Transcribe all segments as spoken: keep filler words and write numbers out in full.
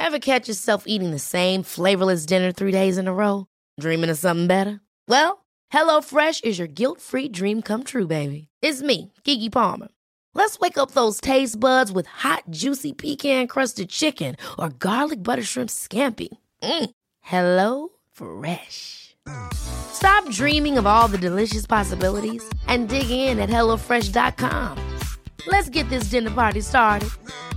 Ever catch yourself eating the same flavorless dinner three days in a row? Dreaming of something better? Well, HelloFresh is your guilt-free dream come true, baby. It's me, Keke Palmer. Let's wake up those taste buds with hot, juicy pecan-crusted chicken or garlic butter shrimp scampi. Mm. Hello Fresh. Stop dreaming of all the delicious possibilities and dig in at hello fresh dot com. Let's get this dinner party started.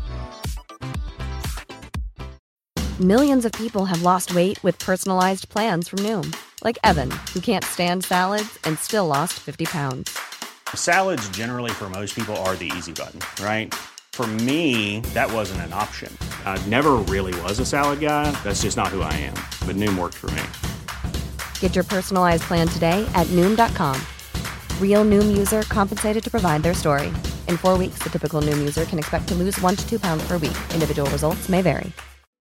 Millions of people have lost weight with personalized plans from Noom. Like Evan, who can't stand salads and still lost fifty pounds. Salads generally for most people are the easy button, right? For me, that wasn't an option. I never really was a salad guy. That's just not who I am. But Noom worked for me. Get your personalized plan today at Noom dot com. Real Noom user compensated to provide their story. In four weeks, the typical Noom user can expect to lose one to two pounds per week. Individual results may vary.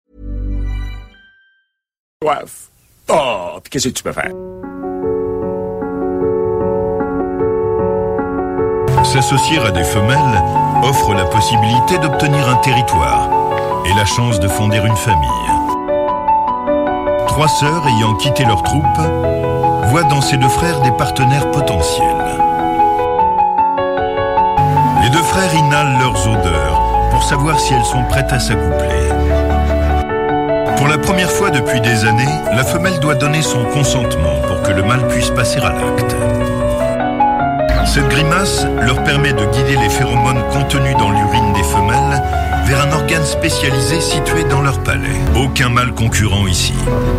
Soif. Oh, puis qu'est-ce que tu peux faire? S'associer à des femelles offre la possibilité d'obtenir un territoire et la chance de fonder une famille. Trois sœurs ayant quitté leur troupe voient dans ces deux frères des partenaires potentiels. Les deux frères inhalent leurs odeurs pour savoir si elles sont prêtes à s'accoupler. Pour la première fois depuis des années, la femelle doit donner son consentement pour que le mâle puisse passer à l'acte. Cette grimace leur permet de guider les phéromones contenus dans l'urine des femelles vers un organe spécialisé situé dans leur palais. Aucun mâle concurrent ici.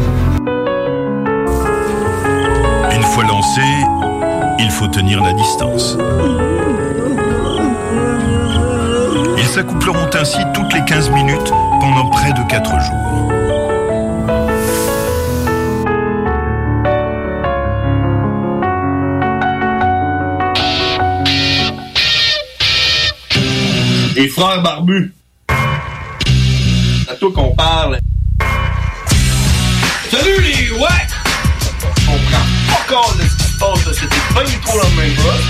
Une fois lancé, il faut tenir la distance. Ils s'accoupleront ainsi toutes les quinze minutes pendant près de quatre jours. Les frères barbus. C'est à toi qu'on parle. Salut les ouais! On prend pas compte de ce qui se passe là. C'était pas du tout la même chose.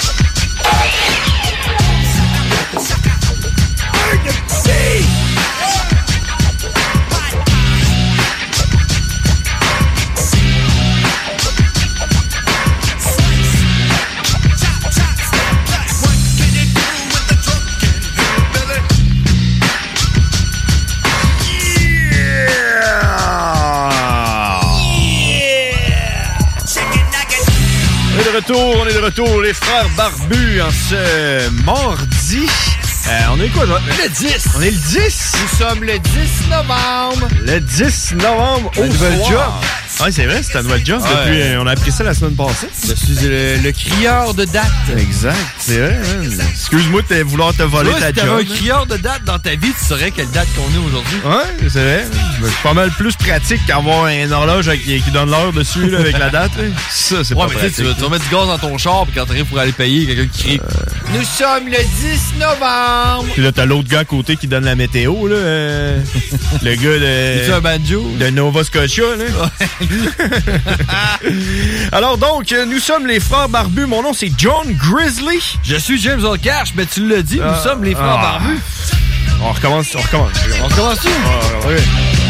Retour, on est de retour, les frères barbus, en ce mardi. Euh, on est quoi, genre? Le dix. On est le dix. Nous sommes le dix novembre. Le dix novembre, au nouvel job. Ouais, c'est vrai, c'est un nouvel job. Ouais. Depuis, euh, on a appris ça la semaine passée. Je suis le, le crieur de date. Exact, c'est vrai. Hein? Excuse-moi de vouloir te voler ouais, ta si job. Si t'avais un crieur de date dans ta vie, tu saurais quelle date qu'on est aujourd'hui. Ouais, c'est vrai. C'est pas mal plus pratique qu'avoir un horloge qui, qui donne l'heure dessus là, avec la date. Là. Ça, c'est ouais, pas mais pratique. Tu vas, tu vas mettre du gaz dans ton char puis quand t'arrives pour aller payer, quelqu'un qui crie euh... Nous sommes le dix novembre. Puis là, t'as l'autre gars à côté qui donne la météo. Là, euh, le gars de... C'est un banjo. De Nova Scotia. Là. Ouais. Alors donc, nous sommes les frères barbus. Mon nom, c'est John Grizzly. Je suis James Olcash, mais tu l'as dit, euh, nous sommes les frères ah. barbus. On recommence, on recommence. On recommence-tu? Ah, oui.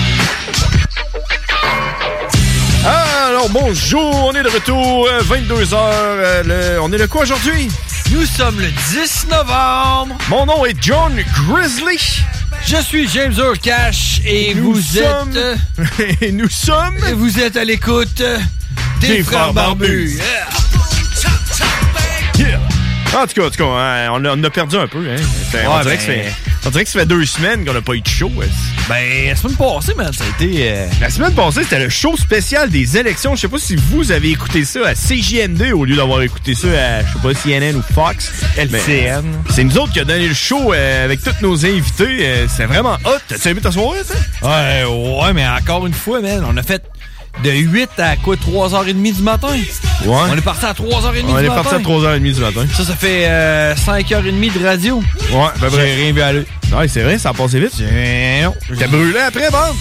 Alors, bonjour, on est de retour, euh, vingt-deux heures. Euh, le, on est le quoi aujourd'hui? Nous sommes le dix novembre. Mon nom est John Grizzly. Je suis James Olcash et nous vous sommes... êtes... et nous sommes... Et vous êtes à l'écoute des, des frères, frères barbus. barbus. Yeah. Yeah. En tout cas, en tout cas hein, on, a, on a perdu un peu. Hein. Ouais, on, dirait ben... que fait, on dirait que ça fait deux semaines qu'on n'a pas eu de show. Ouais. Ben, la semaine passée, man, ça a été... Euh... La semaine passée, c'était le show spécial des élections. Je sais pas si vous avez écouté ça à C J M D au lieu d'avoir écouté ça à, je sais pas, C N N ou Fox. L C N. C'est nous autres qui a donné le show euh, avec tous nos invités. Euh, c'est vraiment hot. T'as-tu aimé ta soirée, ça? Ouais, ouais, mais encore une fois, man, on a fait... De huit à quoi, trois heures trente du matin? Ouais. On est parti à trois heures trente du matin. On est parti à trois heures trente du matin. Ça, ça fait euh, cinq heures trente de radio. Ouais, ben vrai. J'ai rien vu aller. Ouais, c'est vrai, ça a passé vite. Tiens. T'as brûlé après, bon?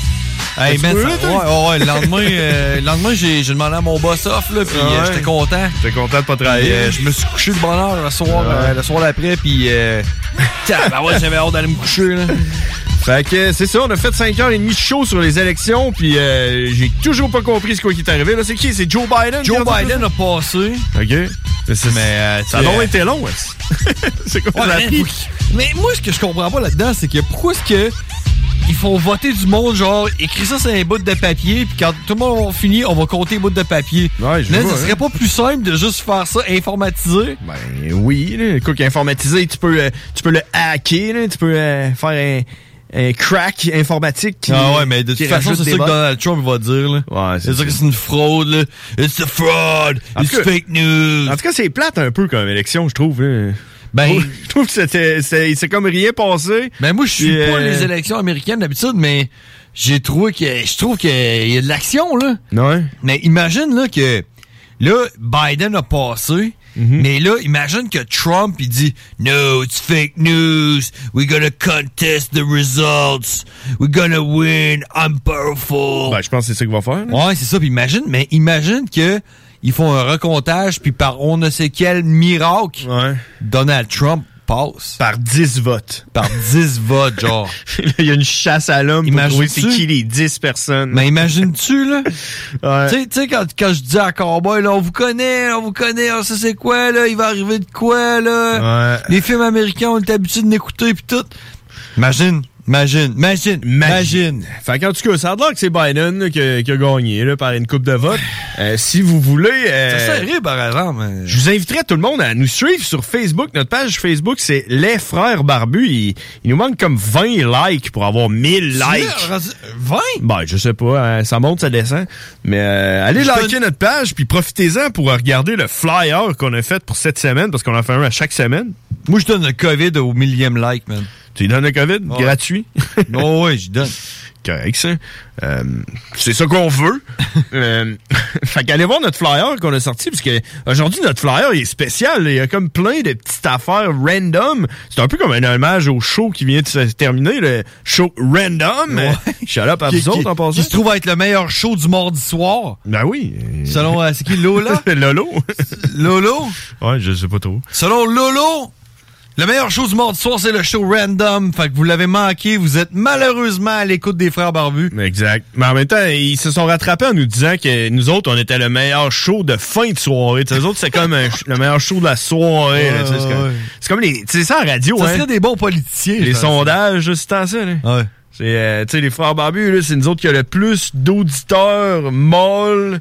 Hey, man, ça, ouais, ouais, le lendemain, euh, le lendemain j'ai, j'ai demandé à mon boss off, là, puis ouais. euh, j'étais content. J'étais content de pas travailler. Euh, je me suis couché de bonne heure le soir, ouais. euh, le soir d'après, puis euh, bah ouais, j'avais hâte d'aller me coucher, là. Fait que c'est ça, on a fait cinq heures trente de show sur les élections, puis euh, j'ai toujours pas compris ce quoi qui est arrivé. Là, c'est qui? C'est Joe Biden? Joe Biden a passé. OK. Mais, c'est, mais euh, ça a donc été long, ouais. C'est quoi ouais, ça a pris? Mais moi, ce que je comprends pas là-dedans, c'est que pourquoi est-ce que ils font voter du monde, genre, écris ça sur un bout de papier, puis quand tout le monde va finir, on va compter les bouts de papier. Ouais, je là, vois, ça serait hein. pas plus simple de juste faire ça informatisé? Ben oui, là. Écoute, informatisé, tu peux, euh, tu peux le hacker, là. Tu peux euh, faire un, un crack informatique. Qui, ah ouais, mais de toute façon, c'est ça que Donald Trump va dire, là. Ouais, c'est ça. que c'est une fraude, là. It's a fraud! En It's cas, fake news! En tout cas, c'est plate un peu comme élection, je trouve, là. Ben, je trouve que c'était, c'est, c'est comme rien passé. Ben moi, je suis euh... pas les élections américaines d'habitude, mais j'ai trouvé que je trouve qu'il y a de l'action là. Ouais. Mais imagine là que là Biden a passé, mm-hmm. mais là imagine que Trump il dit no, it's fake news. We're gonna contest the results. We're gonna win. I'm powerful. Ben je pense que c'est ça qu'il va faire. Là. Ouais, c'est ça. Puis imagine, mais imagine que ils font un recomptage, puis par on ne sait quel miracle, ouais. Donald Trump passe. Par dix votes. Par dix votes, genre. Il y a une chasse à l'homme pour trouver c'est qui les dix personnes. Mais imagines-tu, là? Ouais. Tu sais, tu sais, quand, quand je dis à Cowboy, là, on vous connaît, on vous connaît, on sait c'est quoi, là, il va arriver de quoi, là? Ouais. Les films américains, on est habitués de l'écouter, pis tout. Imagine. Imagine, imagine, imagine. Fait qu'en tout cas, ça a l'air que c'est Biden là, qui, a, qui a gagné là, par une coupe de vote. Euh, si vous voulez... Euh, c'est sérieux, par exemple. Mais... Je vous inviterais tout le monde à nous suivre sur Facebook. Notre page Facebook, c'est Les Frères Barbus. Il, il nous manque comme vingt likes pour avoir mille likes. vingt? Ben, je sais pas. Hein, ça monte, ça descend. Mais euh, allez je liker donne... notre page, puis profitez-en pour regarder le flyer qu'on a fait pour cette semaine, parce qu'on en fait un à chaque semaine. Moi, je donne le COVID au millième like, man. Tu lui donnes le COVID? Oh. Gratuit? Non, oui, je donne. Correct, ça. Euh, c'est ça qu'on veut. euh, fait qu'allez voir notre flyer qu'on a sorti, parce que aujourd'hui, notre flyer il est spécial. Il y a comme plein de petites affaires random. C'est un peu comme un hommage au show qui vient de se terminer, le show Random. Ouais. Shout out à vous autres en passant. Qui se trouve être le meilleur show du mardi soir. Ben oui. Selon, euh, c'est qui, Lola? Lolo. Lolo? Ouais, je sais pas trop. Selon Lolo, le meilleur show du mardi soir, c'est le show Random. Fait que vous l'avez manqué, vous êtes malheureusement à l'écoute des Frères Barbus. Exact. Mais en même temps, ils se sont rattrapés en nous disant que nous autres, on était le meilleur show de fin de soirée. T'sais, les autres, c'est comme un, le meilleur show de la soirée. Ouais, là, c'est, comme, c'est comme les... C'est ça en radio, ça hein? Ça serait des bons politiciens. Les sondages, c'est tant ça, là. Ouais. C'est, euh, tu sais, les Frères Barbus, là, c'est nous autres qui a le plus d'auditeurs molles,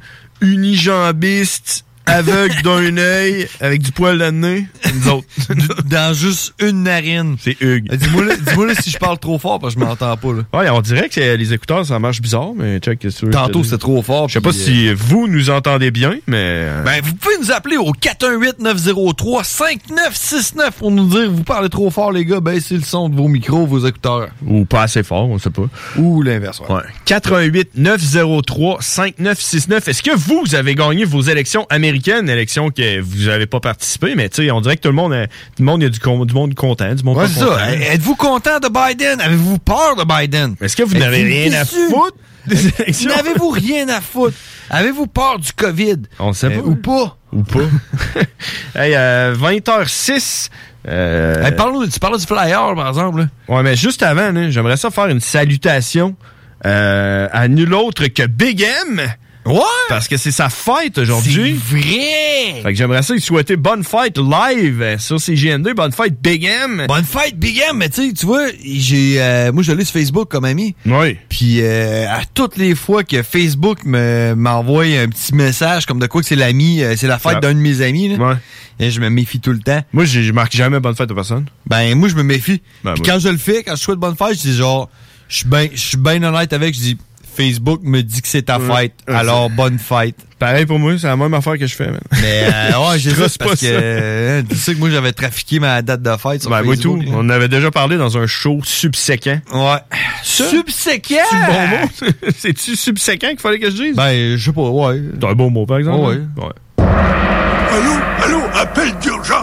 unijambistes, aveugles d'un œil, avec du poil dans le nez. Nous autres. Dans juste une narine. C'est Hugues. Euh, dis-moi, là, dis-moi là si je parle trop fort, parce que je m'entends pas, là. Ouais, on dirait que les écouteurs, ça marche bizarre, mais check, qu'est-ce que tantôt, c'était trop fort. Je sais pas euh... si vous nous entendez bien, mais... Ben, vous pouvez nous appeler au quatre un huit neuf zéro trois cinq neuf six neuf pour nous dire, vous parlez trop fort, les gars, baissez le son de vos micros, vos écouteurs. Ou pas assez fort, on sait pas. Ou l'inverse, ouais. ouais. quatre un huit neuf zéro trois cinq neuf six neuf. Est-ce que vous avez gagné vos élections américaines, élections que vous avez pas participé, mais tu sais, on dirait que tout le monde, a, tout le monde, il y a du, du monde content, du monde ouais, pas c'est content. Ça. Êtes-vous content de Biden? Avez-vous peur de Biden? Est-ce que vous Êtes-vous n'avez rien déçu? à foutre des élections? N'avez-vous rien à foutre? Avez-vous peur du COVID? On sait euh, pas. Ou pas? Ou pas. Hey, euh, vingt heures six. Euh... Hey, parle-nous, tu parles du flyer, par exemple. Là. Ouais, mais juste avant, là, j'aimerais ça faire une salutation euh, à nul autre que Big M. Ouais! Parce que c'est sa fête aujourd'hui. C'est vrai! Fait que j'aimerais ça lui souhaiter bonne fête live sur C J M deux. Bonne fête Big M. Bonne fête Big M, mais tu sais, tu vois, j'ai, euh, moi je l'ai sur Facebook comme ami. Oui. Puis euh, à toutes les fois que Facebook me, m'envoie un petit message comme de quoi que c'est l'ami, euh, c'est la fête ouais. d'un de mes amis, là. Ouais. Et je me méfie tout le temps. Moi, je, je marque jamais bonne fête aux personnes. Ben, moi, je me méfie. Ben, Puis ouais. quand je le fais, quand je souhaite bonne fête, je dis genre, je suis bien, je suis bien honnête avec, je dis, Facebook me dit que c'est ta ouais. fête, alors bonne fête. Pareil pour moi, c'est la même affaire que je fais, man. Mais euh, ouais, j'ai juste parce pas que euh, tu sais que moi j'avais trafiqué ma date de fête sur ben, Facebook. Moi tout, on avait déjà parlé dans un show subséquent. Ouais. Subséquent? C'est le bon mot? C'est-tu subséquent qu'il fallait que je dise? Ben, je sais pas, ouais. C'est un bon mot, par exemple. Ouais. ouais. Allô? Allô? Appel d'urgence! Je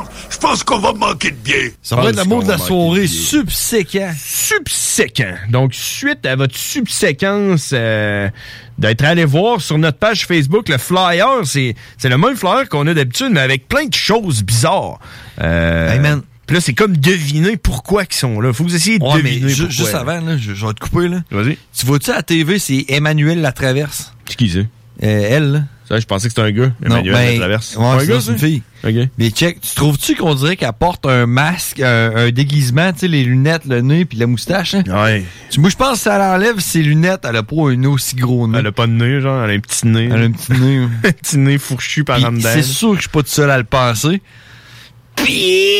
pense qu'on va manquer de biais. Ça va être le mot de la soirée, subséquent. Subséquent. Donc, suite à votre subséquence euh, d'être allé voir sur notre page Facebook, le flyer, c'est, c'est le même flyer qu'on a d'habitude, mais avec plein de choses bizarres. Euh, hey man. Puis là, c'est comme deviner pourquoi ils sont là. Faut que vous essayiez de ouais, deviner mais pourquoi. Juste avant, là, je, je vais te couper. Là. Vas-y. Tu vois-tu à la T V, c'est Emmanuel Latraverse. C'est qui, ça? Euh, elle, là. Ça, je pensais que c'était un gars. Emmanuel non, ben, Latraverse. Ouais, un c'est, gars, c'est une fille. OK. Mais check, tu trouves-tu qu'on dirait qu'elle porte un masque, un, un déguisement, tu sais, les lunettes, le nez, puis la moustache? Hein? Ouais. Moi, je pense que si elle enlève ses lunettes, elle a pas un aussi gros nez. Elle a pas de nez, genre, elle a un petit nez. Elle a un petit nez. un petit nez fourchu par en dedans. C'est sûr que je suis pas tout seul à le penser. Puis,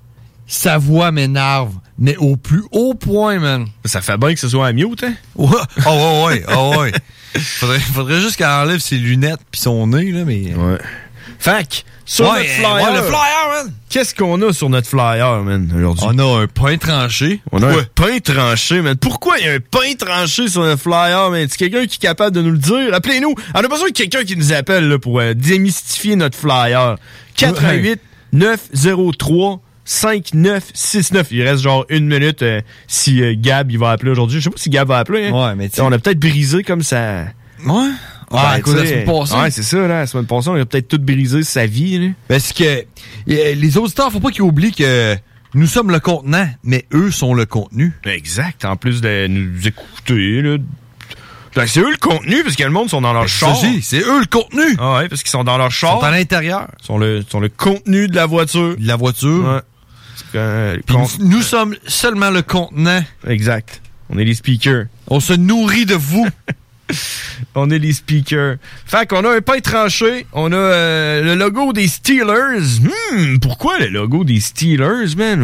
sa voix m'énerve, mais au plus haut point, man. Ça fait bien que ce soit à mute, hein? Ouais. Oh, ouais, ouais, oh, ouais. Faudrait, faudrait juste qu'elle enlève ses lunettes pis son nez, là, mais... Ouais. Fac, sur ouais, notre flyer... Ouais, le flyer, man! Qu'est-ce qu'on a sur notre flyer, man, aujourd'hui? On a un pain tranché. On a ouais. un pain tranché, man. Pourquoi il y a un pain tranché sur notre flyer, man? C'est quelqu'un qui est capable de nous le dire? Appelez-nous. On a besoin de quelqu'un qui nous appelle, là, pour euh, démystifier notre flyer. quatre un huit neuf zéro trois cinq neuf six neuf. Il reste genre une minute euh, si euh, Gab il va appeler aujourd'hui. Je sais pas si Gab va appeler. Hein? Ouais, mais t'sais... On a peut-être brisé comme ça. Ouais. Ah, à cause de la semaine passée. Ouais, c'est ça, là. La semaine passée, on a peut-être tout brisé sa vie, là. Parce que les auditeurs, faut pas qu'ils oublient que nous sommes le contenant, mais eux sont le contenu. Exact. En plus de nous écouter, là. C'est eux le contenu, parce que le monde sont dans leur char. C'est eux le contenu. Ah ouais, parce qu'ils sont dans leur char. Ils sont à l'intérieur. Ils sont le, sont le contenu de la voiture. De la voiture. Ouais. Euh, con... nous, nous sommes seulement le contenant. Exact. On est les speakers. On se nourrit de vous. On est les speakers. Fait qu'on a un pain tranché. On a euh, le logo des Steelers. Hmm, pourquoi le logo des Steelers, man?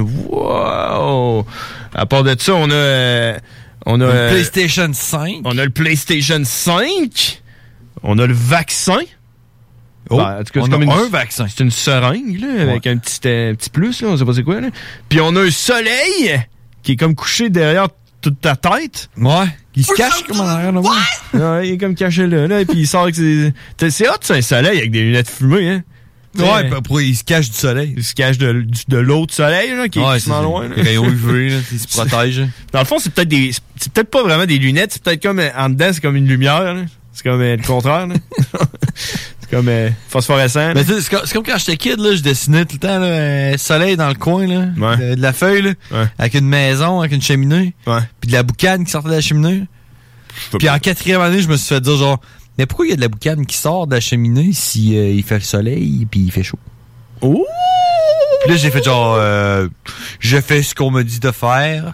Wow! À part de ça, on a... Euh, on a... Le euh, PlayStation cinq. On a le PlayStation cinq. On a le vaccin. Oh, ben, en tout cas, on c'est comme a une, un vaccin. C'est une seringue, là, avec ouais. un petit, euh, petit plus, là, on sait pas c'est quoi, là. Puis on a un soleil qui est comme couché derrière toute ta tête. Ouais. Il se cache comme en arrière de moi. Ouais, il est comme caché là, là, et puis il sort avec ses... C'est hot, c'est un soleil avec des lunettes fumées, hein. Ouais, pis après, il se cache du soleil. Il se cache de, de l'autre soleil, là, qui est ouais, extrêmement loin. Les rayons U V, là, il se protège. Dans le fond, c'est peut-être des, c'est peut-être pas vraiment des lunettes, c'est peut-être comme, en dedans, c'est comme une lumière, là. C'est comme euh, le contraire, là. C'est comme euh, phosphorescent. Mais c'est, c'est comme quand j'étais kid, là, je dessinais tout le temps, là, un soleil dans le coin, là. Ouais. De, de la feuille, là. Ouais. Avec une maison, avec une cheminée. Ouais. Puis de la boucane qui sortait de la cheminée. Puis en quatrième année, je me suis fait dire, genre, mais pourquoi il y a de la boucane qui sort de la cheminée si euh, il fait le soleil puis il fait chaud? Ouh! Puis là, j'ai fait genre, euh, je fais ce qu'on me dit de faire.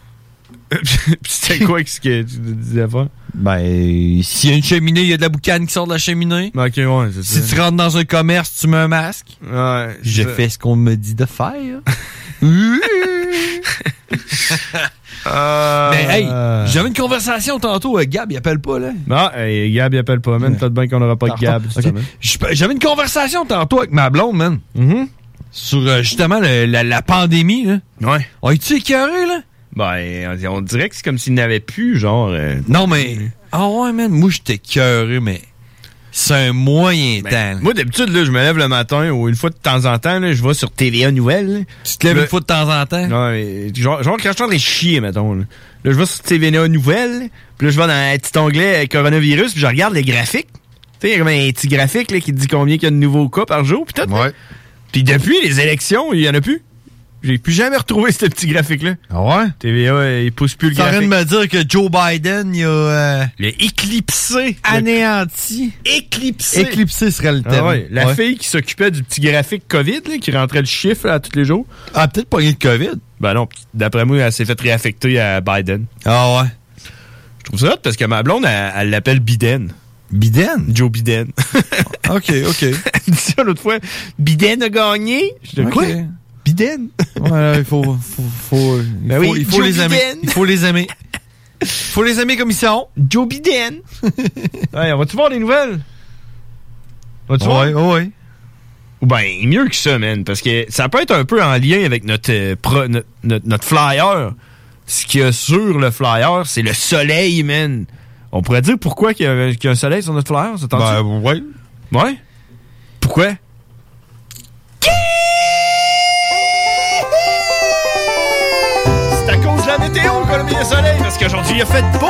C'était quoi ce que tu disais faire? Ben, s'il y a une cheminée, il y a de la boucane qui sort de la cheminée. Ok, ouais, c'est ça. Si tu rentres dans un commerce, tu mets un masque. Ouais. Je ça. fais ce qu'on me dit de faire. euh... Mais hey, j'avais une conversation tantôt. Euh, Gab, il appelle pas, là. Non, hey, Gab, il appelle pas, man. Ouais. Peut-être bien qu'on n'aura pas de Gab. Okay. J'avais une conversation tantôt avec ma blonde, man. Mm-hmm. Sur euh, justement le, la, la pandémie, là. Ouais. On est-tu écœuré, là? Ben, on dirait que c'est comme s'il n'avait plus, genre... Euh, non, mais... Ah ouais, man, moi, j'étais écœuré, mais... C'est un moyen ben, temps. Moi, d'habitude, là, je me lève le matin ou une fois de temps en temps, là, je vais sur T V A Nouvelles. Là. Tu te lèves là, une fois de temps en temps? Non, mais, genre, genre, quand je suis en train de chier, mettons. Là, là je vais sur T V A Nouvelles, puis là, je vais dans un petit onglet coronavirus, puis je regarde les graphiques. Tu sais, il y a comme un petit graphique là, qui te dit combien il y a de nouveaux cas par jour, puis tout. Ouais. Puis depuis les élections, il y en a plus. J'ai plus jamais retrouvé ce petit graphique-là. Ah ouais? T V A, il pousse plus le graphique. T'es en train de me dire que Joe Biden, il a... Euh, il a éclipsé. Anéanti. Éclipsé. Éclipsé serait le terme. Ah ouais. La ouais. fille qui s'occupait du petit graphique COVID, là, qui rentrait le chiffre là, tous les jours. Ah, peut-être pas eu de COVID. Ben non, d'après moi, elle s'est fait réaffecter à Biden. Ah ouais? Je trouve ça hot parce que ma blonde, elle, elle l'appelle Biden. Biden? Joe Biden. OK, OK. Elle dit ça l'autre fois. Biden a gagné. Je dis okay. quoi? Biden? Ouais, il faut, faut, faut, ben il faut, oui, il faut les Biden. aimer. Il faut les aimer. Il faut les aimer comme ils sont. Joe Biden. Ouais, on va-tu voir les nouvelles? On va-tu ouais, voir? Ouais, Ou ben, mieux que ça, man. Parce que ça peut être un peu en lien avec notre, euh, pro, notre, notre, notre flyer. Ce qu'il y a sur le flyer, c'est le soleil, man. On pourrait dire pourquoi qu'il y a, qu'il y a un soleil sur notre flyer, ça ben, ouais. Ouais? Pourquoi? l'économie de soleil parce qu'aujourd'hui, il a fait beau!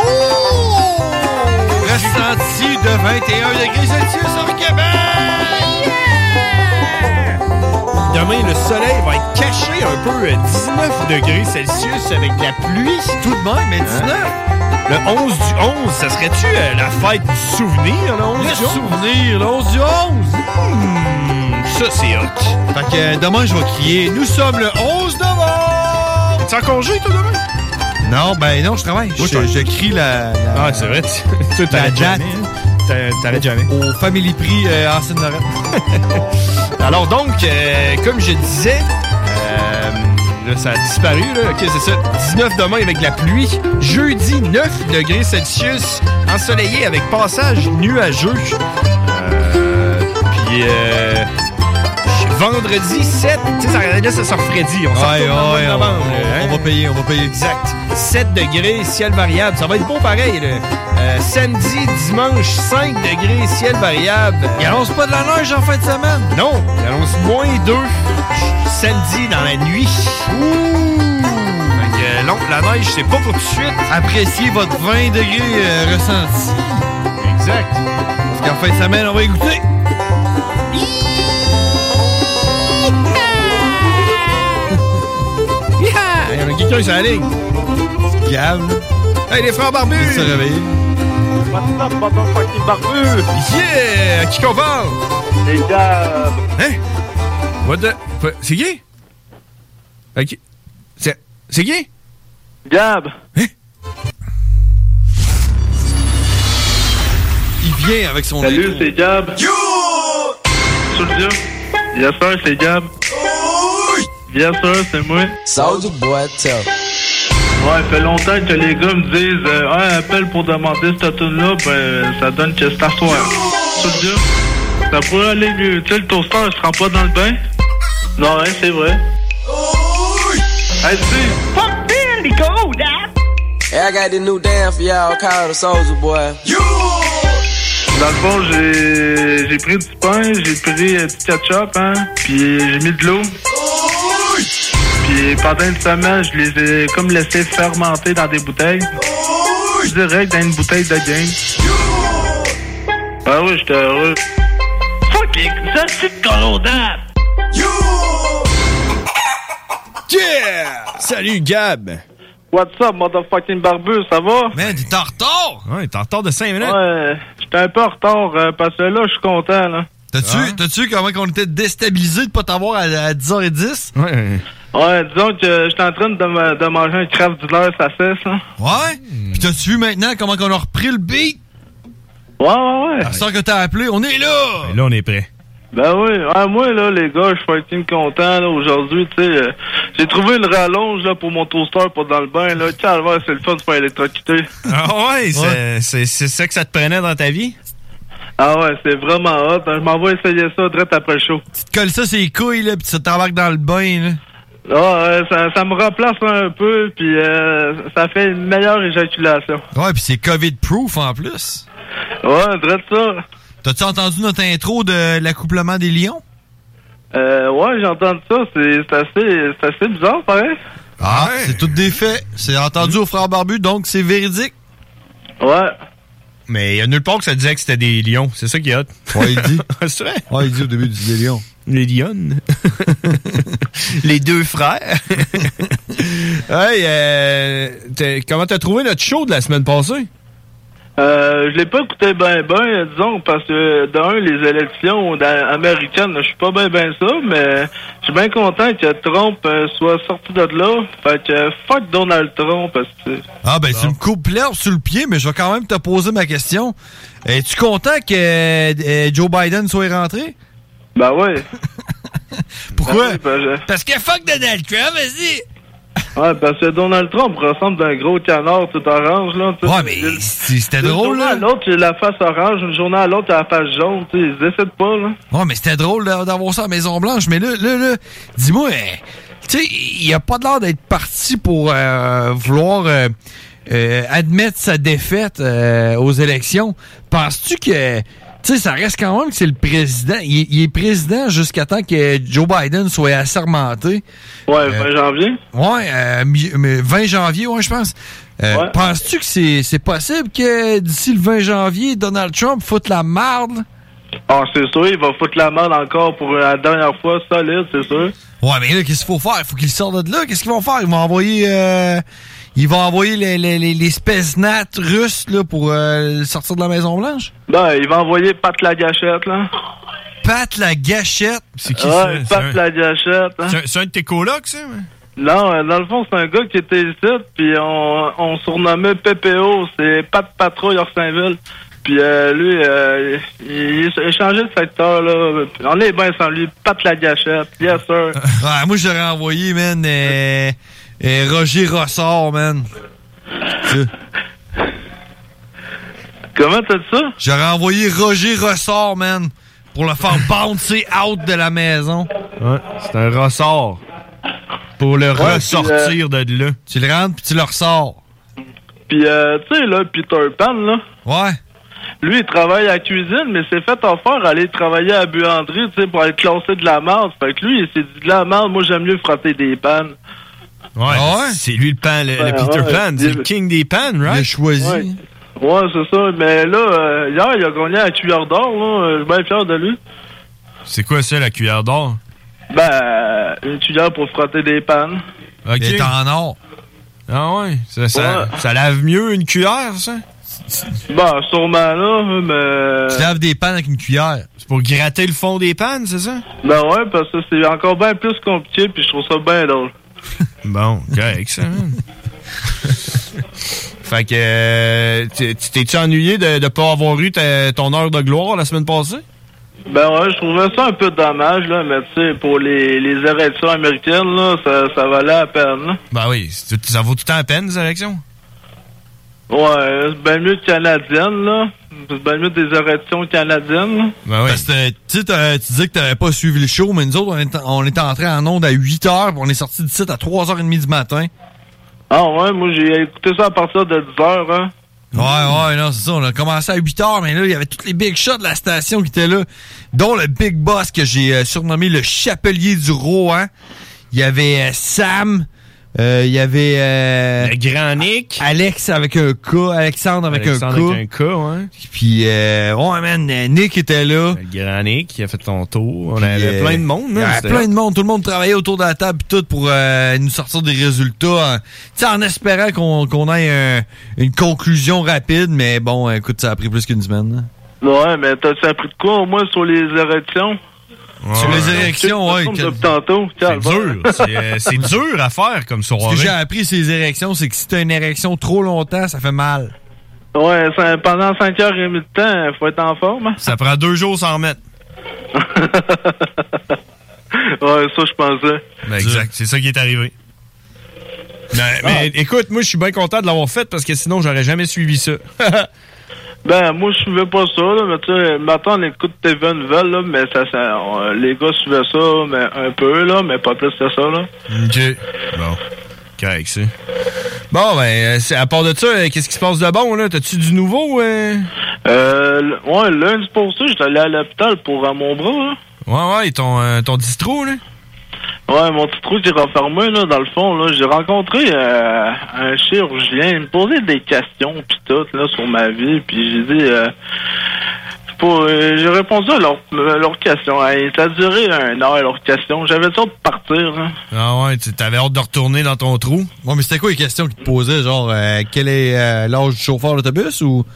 Ressenti de vingt et un degrés Celsius sur Québec! Yeah! Demain, le soleil va être caché un peu à dix-neuf degrés Celsius avec de la pluie. Tout de même, mais dix-neuf! Le onze du onze, ça serait-tu euh, la fête du souvenir, le onze Le du onze? souvenir, le onze du onze! Mmh, ça, c'est hot. Fait que euh, demain, je vais crier « Nous sommes le onze novembre! » T'es en congé, toi, demain? Non, ben non, je travaille. Moi, je, je crie la... la Ah, c'est vrai. Tu, toi, la t'arrêtes date. jamais. T'a- T'arrêtes jamais. Au Family Prix euh, en Seine-Lorraine. Alors donc, euh, comme je disais, euh, là, ça a disparu, là. OK, c'est ça. dix-neuf demain avec de la pluie. Jeudi, neuf degrés Celsius. Ensoleillé avec passage nuageux. Euh, Puis, euh, vendredi, sept. Tu sais, ça, là, ça se refroidit. On s'en Ouais, retourne dans le ouais, mois de on, novembre, là, hein? on va payer, on va payer. Exact. sept degrés, ciel variable. Ça va être beau pareil, là. Euh, samedi, dimanche, cinq degrés, ciel variable. Il annonce pas de la neige en fin de semaine. Non, il annonce moins deux samedi dans la nuit. Ouh! Fait que, euh, non, la neige, c'est pas pour tout de suite. Appréciez votre vingt degrés euh, ressenti. Exact. Parce qu'en fin de semaine, on va écouter. Il y en a quelqu'un sur la ligne. Gab. Hey, les frères barbus! Se réveiller. What's up, motherfucking barbu? Yeah! À qui qu'on parle? Les gars, Hein? What the... C'est qui? Ok. C'est... C'est qui? Gab. Il vient avec son Salut, intro. c'est Gab. Yo! Soldier. Bien sûr, c'est Gab. Bien sûr, c'est moi. Soldier boy, tell. Ouais, il fait longtemps que les gars me disent euh, ouais, appelle pour demander cette tune-là, ben ça donne que c'est à soir. Soldier, ça pourrait aller mieux. Tu sais, le toaster, il se rend pas dans le bain? Non, hein, c'est vrai. Hey, Steve. Fuck man, he cold, Dad. Hey, I got this new dance for y'all called the Soldier Boy. Dans le fond, j'ai j'ai pris du pain, j'ai pris euh, du ketchup, hein, puis j'ai mis de l'eau. Puis pendant une semaine, je les ai comme laissés fermenter dans des bouteilles. Direct dans une bouteille de game. Ah oui, j'étais heureux. Fucking, ça c'est de colondable. Yeah! Salut, Gab! What's up, motherfucking barbu, ça va? Man, t'es en retard! Ouais, t'es en retard de cinq minutes. Ouais, j'étais un peu en retard euh, parce que là, je suis content, là. T'as-tu, Ah. t'as-tu vu comment on était déstabilisés de pas t'avoir à, à dix heures dix? Ouais. Ouais, disons que j'étais en train de, me- de manger un craft du leurre, ça cesse, là. Ouais? Pis t'as-tu vu maintenant comment on a repris le beat? Ouais, ouais, ouais. À ce que t'as appelé, on est là! Et là, on est prêt. Ben oui, ouais, moi là les gars, je suis fucking content là aujourd'hui, tu sais. Euh, j'ai trouvé une rallonge là pour mon toaster pour dans le bain là. Calvaire, c'est le fun de se faire électrocuter. Ah ouais, c'est, Ouais. c'est, c'est ça que ça te prenait dans ta vie? Ah ouais, c'est vraiment hot. Je m'en vais essayer ça direct après le show. Tu te colles ça sur les couilles, là, pis tu t'embarques dans le bain, là. Ah ouais, ça, ça me remplace un peu, puis euh, ça fait une meilleure éjaculation. Ouais, pis c'est COVID-proof en plus. Ouais, direct ça. T'as-tu entendu notre intro de l'accouplement des lions? Euh, ouais, j'ai entendu ça. C'est, c'est assez, c'est assez bizarre, pareil. Ah, Ouais. c'est tout des faits. C'est entendu au frère Barbu, donc c'est véridique. Ouais. Mais il y a nulle part que ça disait que c'était des lions. C'est ça qui est hot. Ouais, il dit. C'est vrai? Ouais, il dit au début du des lions. Les lionnes. Les deux frères. Hey, euh, t'es- comment t'as trouvé notre show de la semaine passée? Euh, je l'ai pas écouté ben ben, disons, parce que d'un, les élections da- américaines, je suis pas ben ben ça, mais je suis bien content que Trump euh, soit sorti de là. Fait que fuck Donald Trump, parce que... Ah, ben, tu me coupes l'herbe sur le pied, mais je vais quand même te poser ma question. Es-tu content que euh, Joe Biden soit rentré? Ben ouais. Pourquoi? Ben oui, ben je- Parce que fuck Donald Trump, vas-y! Ouais, parce que Donald Trump ressemble d'un gros canard tout orange, là. tu sais. Ouais, mais c'est- c'était drôle, Une là. journée à l'autre, j'ai la face orange, une journée à l'autre, j'ai la face jaune, tu sais, ils décident pas, là. Ouais, mais c'était drôle d'a- d'avoir ça à Maison-Blanche. Mais là, là, là, dis-moi, euh, tu sais, il a pas l'air d'être parti pour euh, vouloir euh, euh, admettre sa défaite euh, aux élections. Penses-tu que, tu sais, ça reste quand même que c'est le président. Il, il est président jusqu'à temps que Joe Biden soit assermenté. Ouais, vingt janvier. Ouais, euh, mi- mais vingt janvier, ouais, je pense. Euh, Ouais. Penses-tu que c'est, c'est possible que d'ici le vingt janvier, Donald Trump foute la marde? Ah, c'est sûr, il va foutre la merde encore pour la dernière fois, solide, c'est sûr. Ouais, mais là, qu'est-ce qu'il faut faire? Il faut qu'ils sortent de là. Qu'est-ce qu'ils vont faire? Ils vont envoyer... Euh, ils vont envoyer les, les, les, les Spetsnaz russes là, pour euh, sortir de la Maison-Blanche? Ben, il va envoyer Pat la gâchette, là. Pat la gâchette? C'est qui Ouais, ça? C'est Pat un- la gâchette. Hein. C'est un, c'est un de tes colocs, ça? ouais? Non, euh, dans le fond, c'est un gars qui était ici, puis on, on surnommait P P O, c'est Pat Patrouille Orsainville. Puis euh, lui, euh, il, il a changé de secteur, là. On est bien sans lui. Pat la gâchette, yes sir. Ouais, moi, j'aurais envoyé, man, euh, euh, Roger Rossard, man. Ça. Comment t'as dit ça? J'aurais envoyé Roger Rossard, man, pour le faire bouncer out de la maison. Ouais, c'est un ressort. Pour le Ouais, ressortir puis, euh, de là. Tu le rentres puis tu le ressors. Puis, euh, tu sais, là, Peter Pan, là. Ouais. Lui, il travaille à la cuisine, mais s'est fait offrir aller travailler à la buanderie, tu sais, pour être classé de la merde. Fait que lui, il s'est dit de la merde, moi, j'aime mieux frotter des pannes. Ouais, Ah ouais? c'est lui le pan, le, le Ouais, Peter ouais, Pan, c'est il- le king des pans, Il a right? choisi. Ouais. Ouais, c'est ça. Mais là, euh, hier, il a gagné la cuillère d'or, là. Je suis bien fier de lui. C'est quoi ça, la cuillère d'or? Ben, euh, une cuillère pour frotter des pannes. Ok. Il est en or. Ah ouais, ça, ça, Ouais. ça lave mieux une cuillère, ça? Ben, sûrement là, mais... Tu laves des pannes avec une cuillère. C'est pour gratter le fond des pannes, c'est ça? Ben ouais, parce que c'est encore bien plus compliqué, puis je trouve ça bien drôle. Bon, correct, ça, man. Fait que, euh, tu tu t'es-tu ennuyé de ne pas avoir eu ta- ton heure de gloire la semaine passée? Ben ouais, je trouvais ça un peu dommage, là, mais tu sais, pour les, les élections américaines, là, ça, ça valait la peine, là. Ben oui, c'est tout- ça vaut tout le temps la peine, les élections. Ouais, c'est bien mieux que canadienne, là. C'est bien mieux des élections canadiennes, là. Ben oui. Parce que tu sais, t'as- tu disais que t'avais pas suivi le show, mais nous autres, on est, on est entré en onde à huit heures, puis on est sorti du site à trois heures trente du matin. Ah ouais, moi j'ai écouté ça à partir de dix heures, hein. Ouais, ouais, non, c'est ça. On a commencé à huit heures, mais là, il y avait tous les big shots de la station qui étaient là, dont le big boss que j'ai euh, surnommé le Chapelier du Rohan. Il y avait euh, Sam, euh, il y avait euh, Le grand Nick. Alex avec un K, Alexandre avec Alexandre un K. avec un K, ouais. Puis, euh, ouais, man, euh, Nick était là. Le grand Nick qui a fait ton tour. On Puis, avait euh, plein de monde, Il y hein, avait c'était plein hot. de monde. Tout le monde travaillait autour de la table pis tout pour euh, nous sortir des résultats. hein. Tu sais, en espérant qu'on qu'on ait un- une conclusion rapide. Mais bon, écoute, ça a pris plus qu'une semaine. là. Ouais, mais t'as-tu appris de quoi, au moins, sur les élections? Sur les Ouais. élections, ouais. Comme quel- depuis tantôt. C'est dur. C'est euh, c'est dur à faire comme Ce que soirée. j'ai appris sur les érections, c'est que si t'as une érection trop longtemps, ça fait mal. Ouais, ça- pendant cinq heures et demie de temps, faut être en forme, hein? Ça prend deux jours sans remettre. Ouais, ça, je pensais. Ben, exact, c'est ça qui est arrivé. Mais, mais écoute, moi, je suis bien content de l'avoir fait parce que sinon, j'aurais jamais suivi ça. Ben, moi, je suivais pas ça, là, mais tu sais, maintenant, on écoute T V Nouvelles, là, mais ça, ça on- les gars suivaient ça, mais un peu, là, mais pas plus que ça, là. OK. Bon. Correct, ça. Bon, ben, euh, c'est- à part de ça, euh, qu'est-ce qui se passe de bon, là? T'as-tu du nouveau? Euh? Euh, l- ouais, lundi pour ça, j'étais allé à l'hôpital pour euh, mon bras, là. Ouais, ouais, ton, euh, ton distro, là? Ouais, mon petit trou qui est refermé, là, dans le fond, là. J'ai rencontré euh, un chirurgien, il me posait des questions, pis tout, là, sur ma vie, puis j'ai dit, euh, c'est pas, euh, j'ai répondu à leurs leur questions. Hey, ça a duré un heure, leurs questions. J'avais le temps de partir, hein. Ah ouais, tu t'avais hâte de retourner dans ton trou? Ouais, mais c'était quoi les questions qu'ils te posaient? Genre, euh, quel est euh, l'âge du chauffeur d'autobus ou...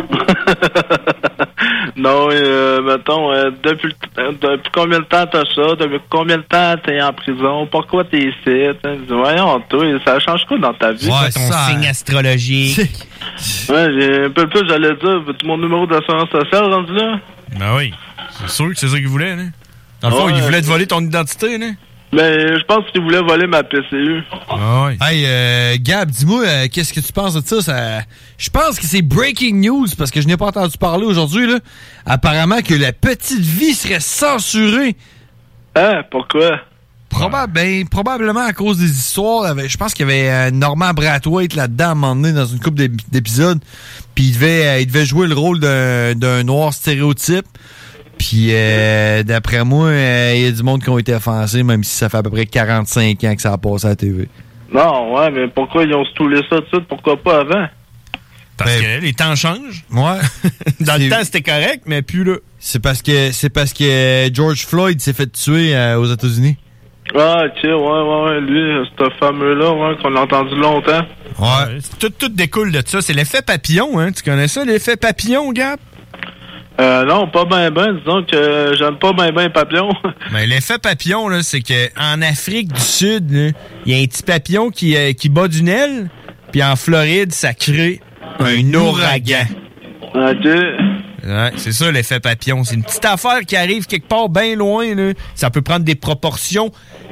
Non, euh, mettons, euh, depuis, le- euh, depuis combien de temps t'as ça? Depuis combien de temps t'es en prison? Pourquoi t'es ici? Hein? Voyons, toi, ça change quoi dans ta vie? Ouais, Ton ça- signe astrologique. Ouais, j'ai un peu plus, j'allais dire, veux-tu mon numéro d'assurance sociale rendu là? Ben oui. C'est sûr que c'est ça qu'il voulait, là. Dans le fond, Ouais. il voulait te voler ton identité, là. Mais je pense qu'il voulait voler ma P C U. Ah ouais. Hey, euh, Gab, dis-moi, euh, qu'est-ce que tu penses de ça? ça... Je pense que c'est breaking news, parce que je n'ai pas entendu parler aujourd'hui, là. Apparemment que la petite vie serait censurée. Hein? Pourquoi? Probable, ben, probablement à cause des histoires. avec- Je pense qu'il y avait euh, Norman Brathwaite là-dedans à un moment donné dans une couple d'ép- d'épisodes. Puis il devait, euh, il devait jouer le rôle d'un d'un noir stéréotype. Puis euh, d'après moi, euh, il y a du monde qui ont été offensés, même si ça fait à peu près quarante-cinq ans que ça a passé à la T V. Non, ouais, mais pourquoi ils ont stoulé ça tout de suite? Pourquoi pas avant? Parce que les temps changent. Ouais. Dans le temps, c'était correct, mais plus là. C'est parce que c'est parce que George Floyd s'est fait tuer euh, aux États-Unis. Ah, ok, ouais, ouais, ouais, lui, ce fameux-là, ouais, qu'on a entendu longtemps. Ouais. Tout, tout découle de ça. C'est l'effet papillon, hein. Tu connais ça, l'effet papillon, Gab? Euh, non, pas ben ben. Disons que j'aime pas ben ben les papillons. Mais l'effet papillon, là, c'est que en Afrique du Sud, il y a un petit papillon qui, euh, qui bat d'une aile, puis en Floride, ça crée un ouragan. OK. Ouais, c'est ça l'effet papillon. C'est une petite affaire qui arrive quelque part bien loin, là. Ça peut prendre des proportions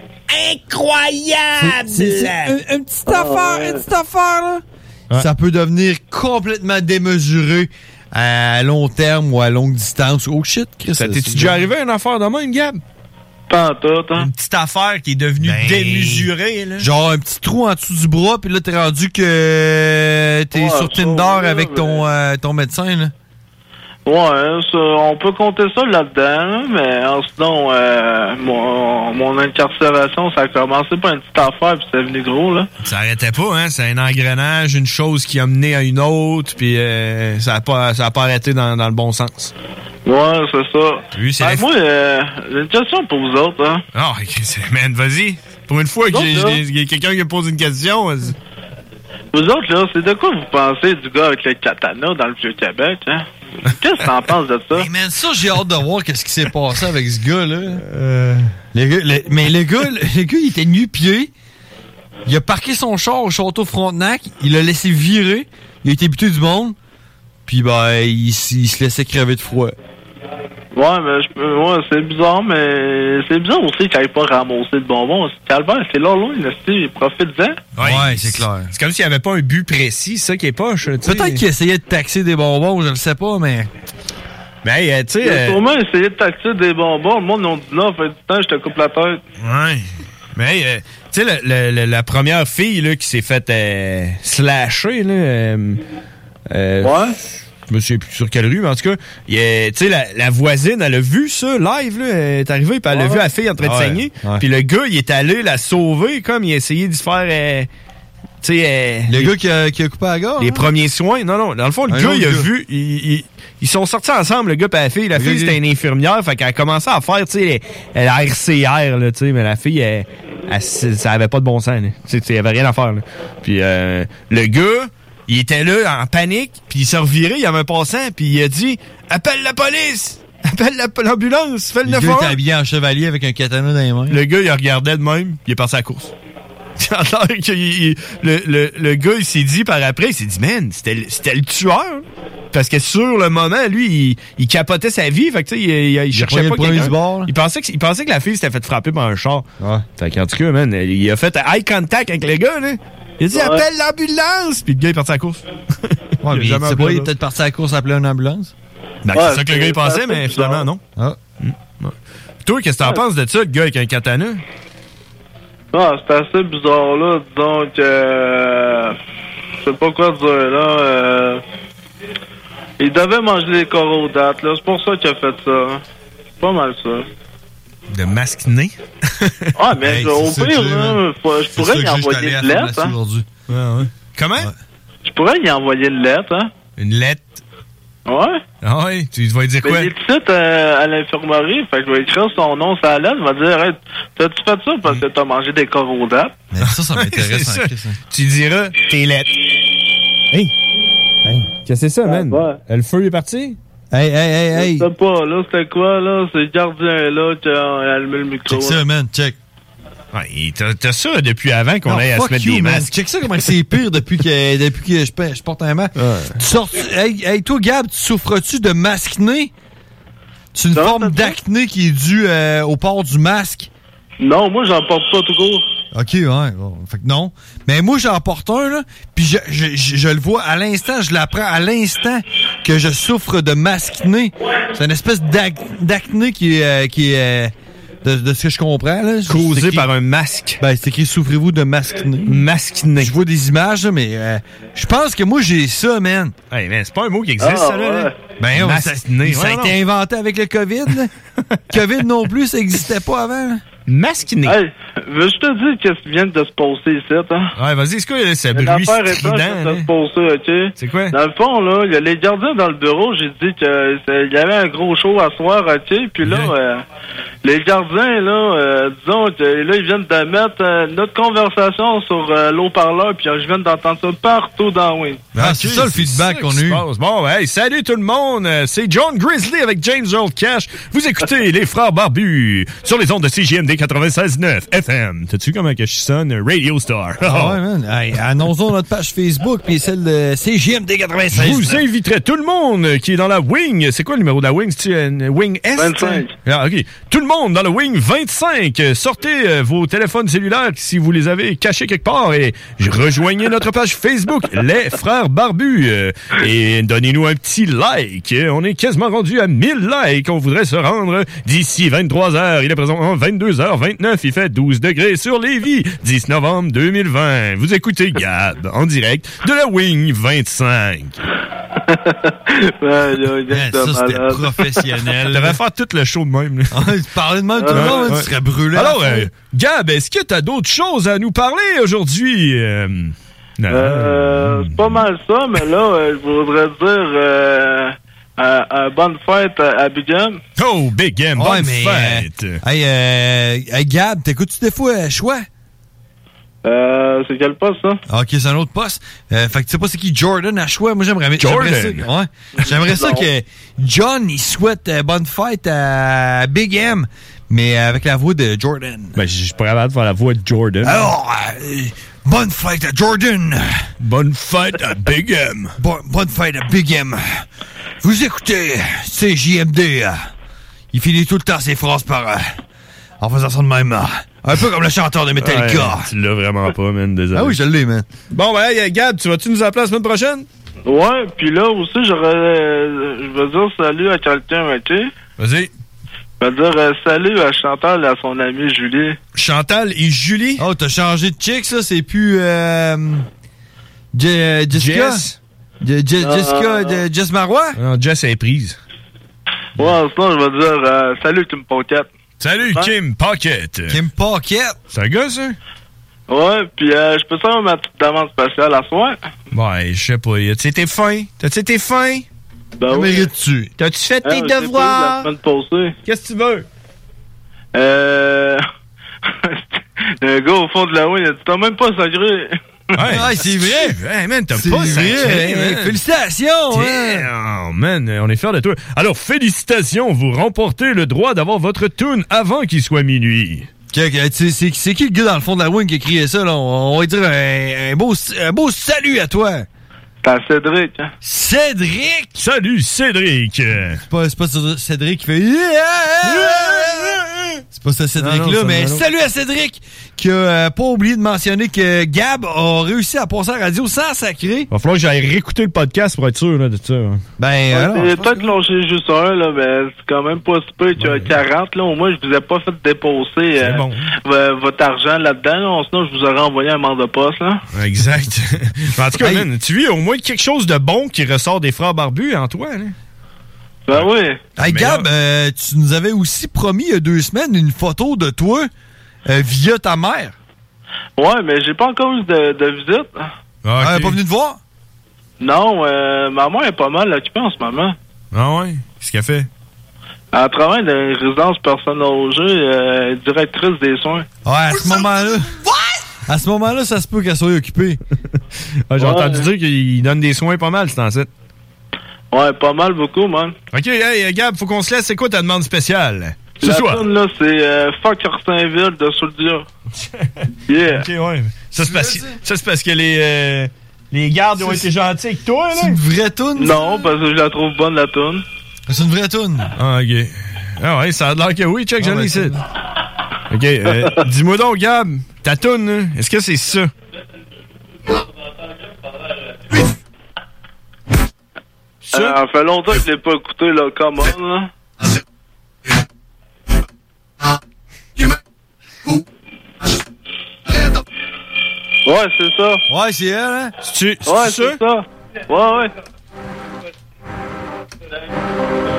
incroyables. C'est, c'est, c'est une, une petite affaire, une petite affaire, là. Ouais. Ça peut devenir complètement démesuré à long terme ou à longue distance. Oh shit, Chris. Ça t'es-tu déjà arrivé une affaire de même, Gab? Pas en tout, hein? Une petite affaire qui est devenue ben, démesurée, là. Genre un petit trou en dessous du bras, puis là, t'es rendu que t'es ouais, sur Tinder ça, avec mais... ton, euh, ton médecin, là. Ouais, ça, on peut compter ça là-dedans, mais sinon, euh, mon, mon incarcération, ça a commencé par une petite affaire, puis c'est devenu gros, là. Ça arrêtait pas, hein? C'est un engrenage, une chose qui a mené à une autre, puis euh, ça a pas, ça a pas arrêté dans, dans le bon sens. Ouais, c'est ça. Oui, c'est ah, moi, euh, j'ai une question pour vous autres, hein. Ah, oh, man, vas-y. Pour une fois qu'il y a quelqu'un qui pose une question, vas-y. Vous autres, là, c'est de quoi vous pensez du gars avec le katana dans le Vieux-Québec, hein? Qu'est-ce que t'en penses de ça? Hey man, ça, j'ai hâte de voir qu'est-ce qui s'est passé avec ce gars-là. Euh... Le gars le, mais le gars, le, le gars, il était nu-pied. Il a parqué son char au château Frontenac. Il l'a laissé virer. Il a été buté du monde. Puis, ben, il, il se laissait crever de froid. Ouais, mais je, ouais, c'est bizarre, mais c'est bizarre aussi qu'il n'aille pas ramasser de bonbons. Calvaire, c'est là, loin, il profite-en. Ouais, ouais c'est clair. C'est comme s'il n'y avait pas un but précis, ça qui est poche. Peut-être qu'il essayait de taxer des bonbons, je ne sais pas, mais... Mais, euh, tu sais... Il a euh... sûrement essayé de taxer des bonbons. Le monde n'a dit non, fait du temps, je te coupe la tête. Ouais. Mais, euh, tu sais, le, le, la première fille là, qui s'est faite euh, slasher, là... Euh, euh, ouais. Je me souviens plus sur quelle rue, mais en tout cas, tu sais, la, la voisine, elle a vu ça live, là, elle est arrivée, puis elle a ouais. vu la fille en train de ouais. saigner, ouais. puis le gars, il est allé la sauver, comme il a essayé de se faire, euh, tu sais... Euh, le les, gars qui a, qui a coupé la gorge? Les hein? premiers soins, non, non, dans le fond, le un gars, il a gars. vu, il, il, ils sont sortis ensemble, le gars et la fille, la le fille, c'était une infirmière, fait qu'elle a commencé à faire, tu sais, la R C R, là, tu sais, mais la fille, elle, elle, ça avait pas de bon sens, tu sais, il y avait rien à faire, là. Puis euh, le gars... Il était là, en panique, puis il s'est reviré, il y avait un passant, puis il a dit « Appelle la police! Appelle la, l'ambulance! Fais le neuf un! » Le gars était habillé en chevalier avec un katana dans les mains. Le gars, il regardait de même, il est passé à la course. Alors que il, le, le, le gars, il s'est dit par après, il s'est dit « Man, c'était, c'était le tueur! » Parce que sur le moment, lui, il, il capotait sa vie, fait que tu sais, il, il, il cherchait pas quelqu'un. Bord, il, pensait que, il pensait que la fille s'était fait frapper par un char. Ouais. Fait qu'en tout cas, man, il a fait eye contact avec le gars, là. Il a dit, ouais. Appelle l'ambulance! Puis le gars est parti à la course. Ouais, mais c'est pas, il est peut-être parti à la course à appeler une ambulance? Ben, ouais, c'est ça que le gars il pensait, mais finalement, non. Ah. Mmh. Ouais. Toi, qu'est-ce que t'en ouais. penses de ça, le gars avec un katana? Ah, c'est assez bizarre, là. Disons que... Euh, je sais pas quoi dire, là. Euh, il devait manger des corrodates, là. C'est pour ça qu'il a fait ça. Hein. C'est pas mal ça. De masque-nez? Ah, mais hey, au pire, là, faut, je pourrais y envoyer une lettre. Hein? Ouais, ouais. Comment? Ouais. Je pourrais y envoyer une lettre. Hein? Une lettre? Ouais. Ah ouais? Tu vas lui dire mais quoi? Il est tout euh, à l'infirmerie. Fait que je vais écrire son nom sur la lettre. Je vais dire, hey, t'as-tu fait ça parce que t'as mangé des corrodates? Mais ça, ça m'intéresse. ça. Ça. Tu diras tes lettres. Hey! Hey! Qu'est-ce que c'est ça, man? Ouais. Le feu est parti? Hey, hey, hey, hey! Je sais pas, là, c'était quoi, là? C'est le gardien, là, qui a allumé le micro. Check ça, man, check. Ouais, t'as, t'as ça depuis avant qu'on non, aille à se mettre you, des man. masques. Check ça, comment c'est pire depuis que, depuis que je, je porte un masque. Ouais. Tu sors, hey, hey, toi, Gab, tu souffres-tu de masque-nez? C'est une ça, forme d'acné qui est due euh, au port du masque? Non, moi, j'en porte pas tout court. OK, ouais. Bon, fait que non. Mais moi, j'en porte un, là, puis je, je, je, je le vois à l'instant, je l'apprends à l'instant que je souffre de masque-nez. C'est une espèce d'ac- d'acné qui est... Euh, qui est euh, de, de ce que je comprends, là. Causé par un masque. Ben, c'est écrit « Souffrez-vous de masque-nez ». Masque-nez. Je vois des images, là, mais euh, je pense que moi, j'ai ça, man. Hey, man, c'est pas un mot qui existe, ah, ça, là. Ouais. là. Ben, masque-nez. Ça, ça a été inventé avec le COVID, là. COVID non plus, ça existait pas avant, là. Masque-nez. Hey, veux je te dis qu'est-ce qui vient de se passer ici, hein? Ouais, vas-y, c'est quoi ce Une bruit affaire étrange strident? vient de hein? se passer, OK? C'est quoi? Dans le fond, là, il y a les gardiens dans le bureau, j'ai dit que c'est- il y avait un gros show à soir, OK? Puis là, Ouais. euh, les gardiens, là, euh, disons que là, ils viennent de mettre euh, notre conversation sur euh, l'eau-parleur, puis euh, je viens d'entendre ça partout dans Wing. Ah, Ok, c'est ça le feedback ça qu'on qui a se eu. passe. Bon, hey, salut tout le monde. Euh, C'est John Grizzly avec James Earl Cash. Vous écoutez les Frères Barbus sur les ondes de C J M D quatre-vingt-seize neuf F M. T'as-tu comment que je sonne? Radio Star. Ah ouais, man. Hey, annonçons notre page Facebook puis celle de C J M D Je quatre-vingt-seize. vous inviterai tout le monde qui est dans la Wing. C'est quoi le numéro de la Wing? C'est-tu une Wing S? vingt-cinq. Ah, OK. Tout le monde dans la Wing vingt-cinq. Sortez euh, vos téléphones cellulaires si vous les avez cachés quelque part et rejoignez notre page Facebook, Les Frères Barbus. Euh, et donnez-nous un petit like. Euh, On est quasiment rendu à mille likes. On voudrait se rendre d'ici vingt-trois heures. Il est présent vingt-deux heures vingt-neuf. Il fait douze degrés sur Lévis. dix novembre deux mille vingt. Vous écoutez Gab en direct de la Wing vingt-cinq. Ouais, là, il vient Man, de ça, c'était malade. professionnel. Tu devrais faire tout le show de même. là. Ah, tu parlais de même tout le Ouais, monde, ouais. tu serais brûlé. Alors, à fond. euh, Gab, est-ce que tu as d'autres choses à nous parler aujourd'hui? Euh, non. Euh, c'est pas mal ça, mais là, euh, je voudrais dire euh, euh, euh, bonne fête à, à Big M. Oh, Big M, Ouais, bonne mais, fête! euh, hey, euh, hey, Gab, t'écoutes-tu des fois euh, Choix? Euh, c'est quel poste, ça? Ah, ok, c'est un autre poste. Euh, fait que tu sais pas c'est qui Jordan à Choix? Moi, j'aimerais Jordan? j'aimerais ça, ouais. J'aimerais ça Non. que John, il souhaite euh, bonne fête à Big M, mais avec la voix de Jordan. Ben, je suis pas capable de faire la voix de Jordan. Alors, euh, bonne fête à Jordan! Bonne fête à Big M! Bon- bonne fête à Big M! Vous écoutez C J M D. euh, Il finit tout le temps ses phrases par... euh, en faisant ça de même. euh, Un peu comme le chanteur de Metallica. Ouais, tu l'as vraiment pas, man, désolé. Ah oui, je l'ai, man. Bon, ben, hey, Gab, tu vas-tu nous appeler la semaine prochaine? Ouais, puis là aussi, j'aurais... euh, je veux dire salut à quelqu'un, OK? Vas-y. Je veux dire euh, salut à Chantal et à son amie Julie. Chantal et Julie? Oh, t'as changé de chick, ça? C'est plus... Euh, Je- Jessica? Jess? Je- Je- Ah. Jessica de Jess Marois? Non, Jess est prise. Ouais, sinon, je vais dire euh, salut Kim Pocket. Salut, Ouais. Kim Pocket. Kim Pocket? C'est un gars, ça? Ouais, puis euh, je peux savoir ma petite demande spéciale à soir? Ouais, je sais pas. T'as-tu été fin? T'as-tu été fin? Ben Que oui. mérites-tu? T'as-tu fait Ah, tes je sais pas, devoirs? La semaine passée. Qu'est-ce que tu veux? Euh... Le gars au fond de la rue, il a dit « T'as même pas sacré! » Ouais, c'est vrai. Hey, man, t'as C'est pas vrai. sacré, hein. man. Félicitations, hein. Damn, man, on est fiers de toi. Alors, félicitations, vous remportez le droit d'avoir votre tune avant qu'il soit minuit. Ok, ok, tu sais, C'est c'est qui le gars dans le fond de la wing qui a crié ça? Là? On, on va lui dire un, un beau, un beau salut à toi. T'as Cédric, hein? Cédric! Salut, Cédric. C'est pas, c'est pas Cédric qui fait... Yeah! C'est pas ce Cédric-là, Non, non, ça, mais non, non. salut à Cédric qui a euh, pas oublié de mentionner que Gab a réussi à passer à la radio sans sacrer. Va falloir que j'aille réécouter le podcast pour être sûr là, de ça. hein. Ben, Ouais, alors, c'est peut-être lâché juste un, là, mais c'est quand même pas super qu'il y a quarante, là. Au moins, je vous ai pas fait déposer euh, bon. v- votre argent là-dedans, là. Sinon, je vous aurais envoyé un mandat de poste, là. Exact. en tout cas, Hey. man, tu vis au moins quelque chose de bon qui ressort des frères barbus en toi. Là. Ben oui. hey, Mais Gab, euh, tu nous avais aussi promis il y a deux semaines une photo de toi euh, via ta mère. Ouais, mais j'ai pas encore eu de, de visite. Ah, Elle est ok. pas venue te voir? Non, euh, ma mère est pas mal occupée en ce moment. Ah ouais? Qu'est-ce qu'elle fait? Elle travaille dans une résidence personnes âgées, euh, directrice des soins. Ouais, à ce moment-là... À ce moment-là, ça se peut qu'elle soit occupée. Ah, j'ai Ouais. entendu dire qu'il donne des soins pas mal, c'est en site. Ouais, pas mal, beaucoup, man. OK, hey, Gab, faut qu'on se laisse. C'est quoi ta demande spéciale? Ce La soir. tune, là, c'est euh, Fuck Orsainville de Souldia. Yeah. OK, ouais. Ça, c'est parce, que- ça, c'est parce que les, euh, les gardes ont été gentils avec toi, C'est une là? vraie toune? Non, parce que je la trouve bonne, la tune. C'est une vraie toune. Ah, OK. Ah ouais, ça a l'air que oui, check, Ah, j'en ben, ai ici. c'est- OK, euh, dis-moi donc, Gab, ta toune, là, est-ce que c'est ça? Ça? Euh, ça fait longtemps que je l'ai pas écouté, là, come on, là. Ouais, c'est ça. Ouais, c'est elle, hein? C'est-tu c'est-tu Ouais, ça? c'est ça. Ouais, ouais.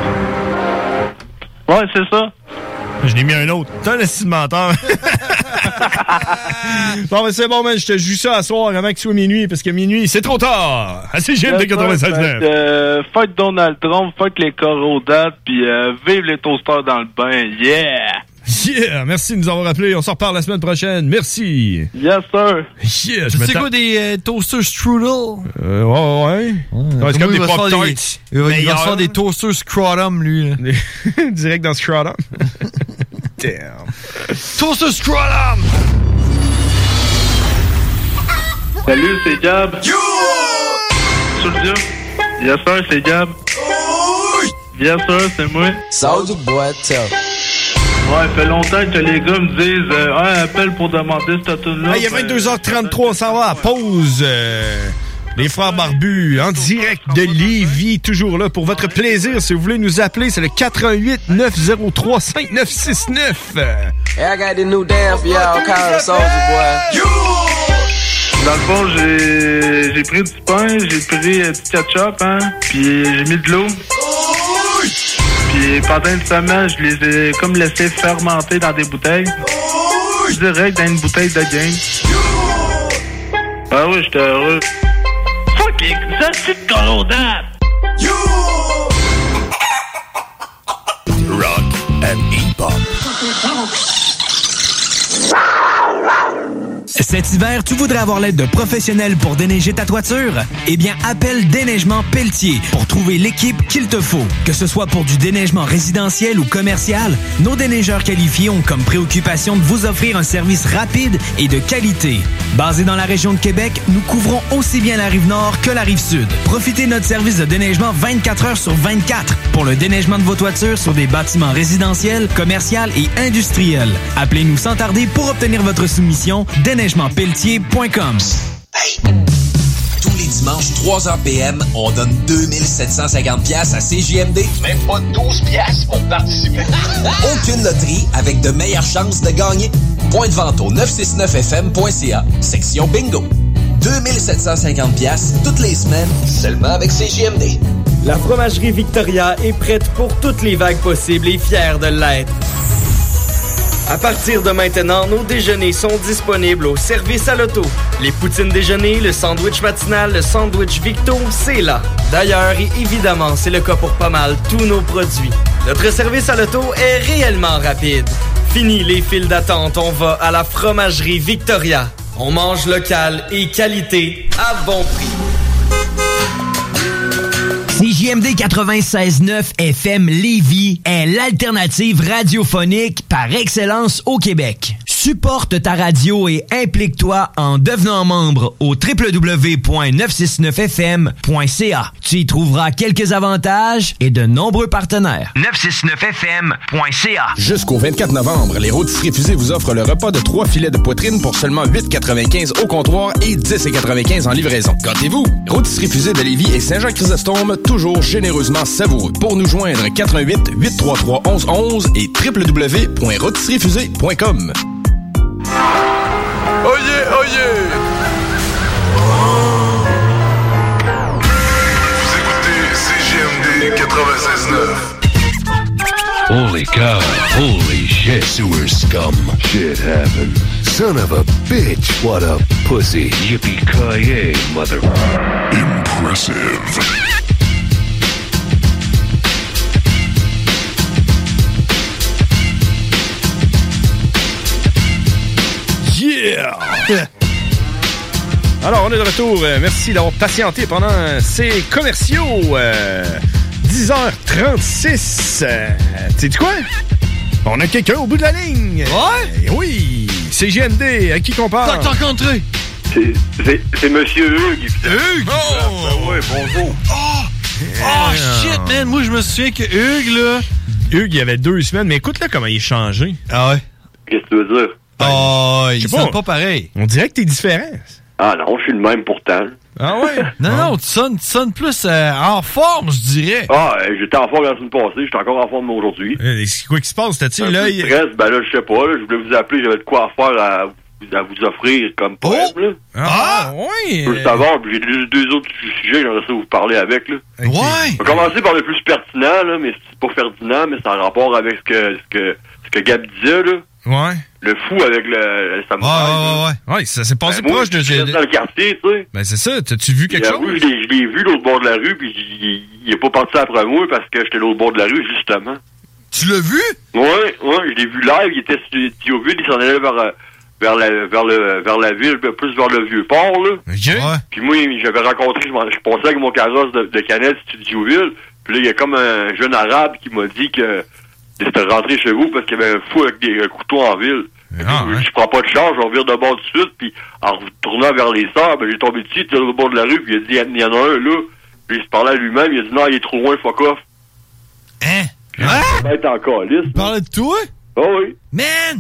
Ouais, c'est ça. Je l'ai mis un autre. T'es un esti de menteur. Bon, ben c'est bon, man, je te joue ça à soir avant qu'il soit minuit, parce que minuit, c'est trop tard. À C G M D quatre-vingt-seize neuf. Euh, fuck Donald Trump, fuck les corodates, puis euh, vive les toasters dans le bain. Yeah! Yeah! Merci de nous avoir appelés. On s'en reparle la semaine prochaine. Merci. Yes, sir. Yeah! Tu sais quoi des euh, toasters strudel? Euh, ouais, ouais. ouais c'est comme des pop-tarts. Il va, il va se faire des toasters scrotum, lui. Direct dans scrotum. Damn. Toaster scrotum! Salut, c'est Gab. Yo! Sur le Dieu. Yes, sir, c'est Gab. Yes, sir, c'est moi. Soulja Boy, tell. Ouais, fait longtemps que les gars me disent euh, ouais, appelle pour demander cette tune-là. Il y a vingt-deux heures trente-trois, on s'en va à pause. Euh, les frères barbus, en direct de Lévis, toujours là pour votre plaisir. Si vous voulez nous appeler, c'est le quatre un huit neuf zéro trois cinq neuf six neuf. Hey, I got this new dance for y'all called Soulja Boy. Dans le fond, j'ai j'ai pris du pain, j'ai pris euh, du ketchup, hein, puis j'ai mis de l'eau. Puis pendant une semaine, je les ai comme laissés fermenter dans des bouteilles. Direct dans une bouteille de game. Ah oui, j'étais heureux. Fuck it, ça c'est de colodate! Rock and hip-hop. Cet hiver, tu voudrais avoir l'aide de professionnels pour déneiger ta toiture? Eh bien, appelle Déneigement Pelletier pour trouver l'équipe qu'il te faut. Que ce soit pour du déneigement résidentiel ou commercial, nos déneigeurs qualifiés ont comme préoccupation de vous offrir un service rapide et de qualité. Basé dans la région de Québec, nous couvrons aussi bien la Rive-Nord que la Rive-Sud. Profitez de notre service de déneigement vingt-quatre heures sur vingt-quatre pour le déneigement de vos toitures sur des bâtiments résidentiels, commerciaux et industriels. Appelez-nous sans tarder pour obtenir votre soumission. déneigement pelletier point com. Hey! Tous les dimanches, trois heures P M, on donne deux mille sept cent cinquante dollars à C J M D. Même pas douze piastres pour participer. Aucune loterie avec de meilleures chances de gagner. Point de vente au neuf cent soixante-neuf F M point C A, section bingo. deux mille sept cent cinquante dollars toutes les semaines, seulement avec C J M D. La fromagerie Victoria est prête pour toutes les vagues possibles et fière de l'être. À partir de maintenant, nos déjeuners sont disponibles au service à l'auto. Les poutines déjeuner, le sandwich matinal, le sandwich Victo, c'est là. D'ailleurs, et évidemment, c'est le cas pour pas mal tous nos produits. Notre service à l'auto est réellement rapide. Fini les files d'attente, on va à la fromagerie Victoria. On mange local et qualité à bon prix. C J M D quatre-vingt-seize neuf F M Lévis est l'alternative radiophonique par excellence au Québec. Supporte ta radio et implique-toi en devenant membre au w w w point neuf cent soixante-neuf F M point C A. Tu y trouveras quelques avantages et de nombreux partenaires. neuf cent soixante-neuf F M point C A. Jusqu'au vingt-quatre novembre, les Rôtisseries Fusées vous offrent le repas de trois filets de poitrine pour seulement huit quatre-vingt-quinze au comptoir et dix quatre-vingt-quinze en livraison. Gâtez-vous! Rôtisseries Fusées de Lévis et Saint-Jean-Chrysostome, toujours généreusement savoureux. Pour nous joindre, quatre un huit huit trois trois onze onze et w w w point rôtisseries fusées point com. Oh yeah, oh yeah! Vous écoutez C J M D quatre-vingt-seize neuf. Holy cow, holy shit. Sewer scum. Shit happened. Son of a bitch, what a pussy. Yippee-ki-yay, mother... Impressive. Yeah! Alors, on est de retour. Euh, merci d'avoir patienté pendant ces commerciaux. Euh, dix heures trente-six. Euh, tu sais quoi? On a quelqu'un au bout de la ligne. Ouais? Euh, oui. C G M D, à qui qu'on parle? T'as rencontré? C'est, c'est, c'est Monsieur Hugues. Hugues? Oh! Ben ouais, bonjour. Oh! Oh, shit, man. Moi, je me souviens que Hugues, là... Hugues, il y avait deux semaines, mais écoute là comment il est changé. Ah ouais? Qu'est-ce que tu veux dire? Oh, il sonne pas pareil. On dirait que t'es différent. Ah non, je suis le même pourtant. Ah ouais? Non, non, non, tu sonnes, tu sonnes plus euh, en forme, je dirais. Ah, euh, j'étais en forme la semaine passée, j'étais encore en forme aujourd'hui. Euh, c'est quoi qui se passe? T'as-tu un là? peu de stress, ben là, je sais pas, là, je voulais vous appeler, j'avais de quoi faire à, à vous offrir comme poème, oh! là. Ah, oui! Je veux savoir, puis j'ai deux, deux autres sujets, j'aimerais ça vous parler avec, là. Okay. Ouais! On va commencer par le plus pertinent, là, mais c'est pas Ferdinand, mais c'est en rapport avec ce que, ce que, ce que Gab disait, là. Ouais. Le fou avec le, le samouraï. Ouais, ouais, ouais. Ouais, ça s'est passé ben, moi, proche de... Je suis dans le quartier, tu sais. Ben, c'est ça. T'as-tu vu quelque chose? Oui, je l'ai, je l'ai vu l'autre bord de la rue, puis il, il est pas parti après moi parce que j'étais l'autre bord de la rue, justement. Tu l'as vu? Ouais, ouais, je l'ai vu live. Il était sur Thionville, il s'en allait vers, vers, la, vers, le, vers la ville, plus vers le Vieux-Port, là. OK. Ouais. Puis moi, j'avais rencontré, je, je passais avec mon carrosse de, de canette Studioville, puis là, il y a comme un jeune arabe qui m'a dit que c'était rentré chez vous parce qu'il y avait un fou avec des un couteaux en ville. Ah, je, ouais. je prends pas de charge, on vire de bord tout de suite, puis en retournant vers les sœurs, ben, j'ai tombé dessus, il était au bord de la rue, puis il a dit, il y en a un là, puis il se parlait à lui-même, il a dit, non, il est trop loin, fuck off. Hein? Hein? Il va être encore lisse. Il parlait de toi? Oh oui. Man!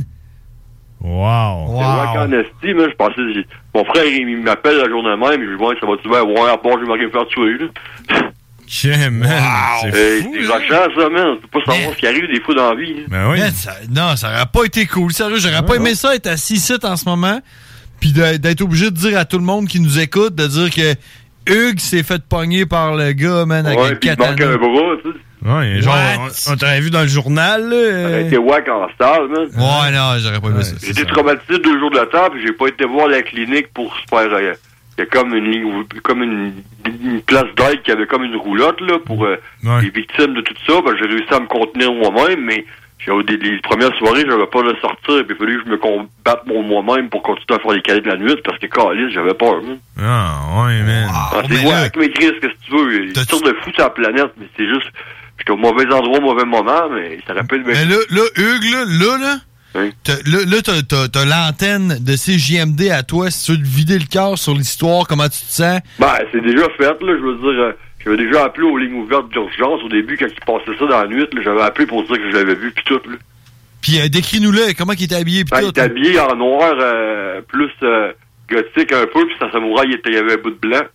Wow. C'est vrai qu'en esti, moi, je pensais, j'ai... mon frère, il, il m'appelle la journée même, et je vois, ça va-tu bien, ouais, à part, je vais me faire tuer, là. Yeah, man. Wow. C'est fou, c'est rochant, ça, man. Tu peux pas savoir ce qui arrive des fois dans la vie. Hein. Ben oui. Man, ça, non, ça aurait pas été cool. Sérieux, j'aurais ouais, pas aimé ouais. ça être assis ici en ce moment, puis d'être obligé de dire à tout le monde qui nous écoute, de dire que Hugues s'est fait pogner par le gars, man, avec ouais, le katana. Ouais, puis il manque un bras, tu sais. Ouais, genre, on, on t'avait vu dans le journal, là. Ça aurait été wack en salle, man. Ouais, non, j'aurais pas aimé ouais, ça. J'ai été traumatisé deux jours de temps, puis j'ai pas été voir la clinique pour se faire... Euh, il y a comme une ligne, comme une, une place d'aide qui avait comme une roulotte, là, pour euh, ouais. les victimes de tout ça. Ben, j'ai réussi à me contenir moi-même, mais j'ai, les, les premières soirées, j'avais pas de sortir, puis il fallait que je me combatte moi-même pour continuer à faire les calais de la nuit, parce que, câlisse, j'avais peur, man. Ah, ouais, man. Wow, ah, c'est vrai, avec mes crises, qu'est-ce que tu veux? Il y a une sorte de fou sur la planète, mais c'est juste, j'étais au mauvais endroit, au mauvais moment, mais ça rappelle... Mais là, là, Hugues, là, là, là, oui. T'as, là, là t'as, t'as, t'as l'antenne de C J M D à toi. Si tu veux te vider le cœur sur l'histoire, comment tu te sens? Ben, c'est déjà fait, là. Je veux dire, euh, j'avais déjà appelé aux lignes ouvertes d'urgence au début quand il passait ça dans la nuit. Là, j'avais appelé pour dire que je l'avais vu, pis tout, là. Pis euh, décris-nous-le, comment il était habillé, pis ben, tout. Il était habillé en noir, euh, plus euh, gothique un peu, pis sa samouraï, il, était, il avait un bout de blanc.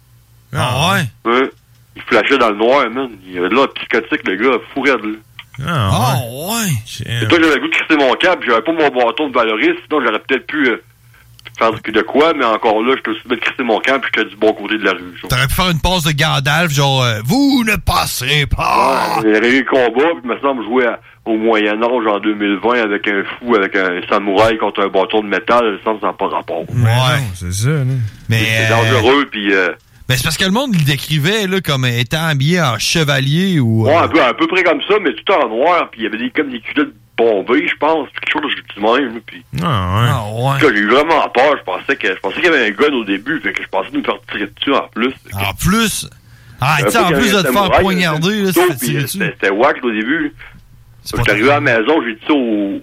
Ah ouais? Ouais. Il flashait dans le noir, man. Il avait de l'air psychotique, le gars, fou raide, là. Ah, oh, ouais. Et toi, j'avais le goût de crisser mon cap, j'avais pas mon bâton de valoriste, sinon j'aurais peut-être pu euh, faire de quoi, mais encore là, j'étais aussi bien de crisser mon camp, puis j'étais du bon côté de la rue. Genre. T'aurais pu faire une passe de Gandalf, genre, euh, vous ne passerez pas! Ouais, il y avait eu le combat, puis il me semble jouer à, au Moyen-Âge en deux mille vingt avec un fou, avec un samouraï contre un bâton de métal, le sens ça n'a pas rapport. Ouais, non, c'est ça, là. Mais c'est euh... dangereux, puis... Euh, Ben, c'est parce que le monde le décrivait là, comme étant habillé en chevalier ou... Euh... Ouais, un peu, un peu près comme ça, mais tout en noir, puis il y avait des, comme des culottes bombées, je pense, quelque chose du même, puis... Ah, ouais. Ah, ouais. J'ai eu vraiment peur, je pensais que je pensais qu'il y avait un gun au début, fait que je pensais nous faire tirer dessus en plus. En plus? Ah, tu sais, en plus de te faire poignarder, là, c'est tirer dessus. C'était wack au début. Je suis arrivé à la maison, j'ai dit ça au...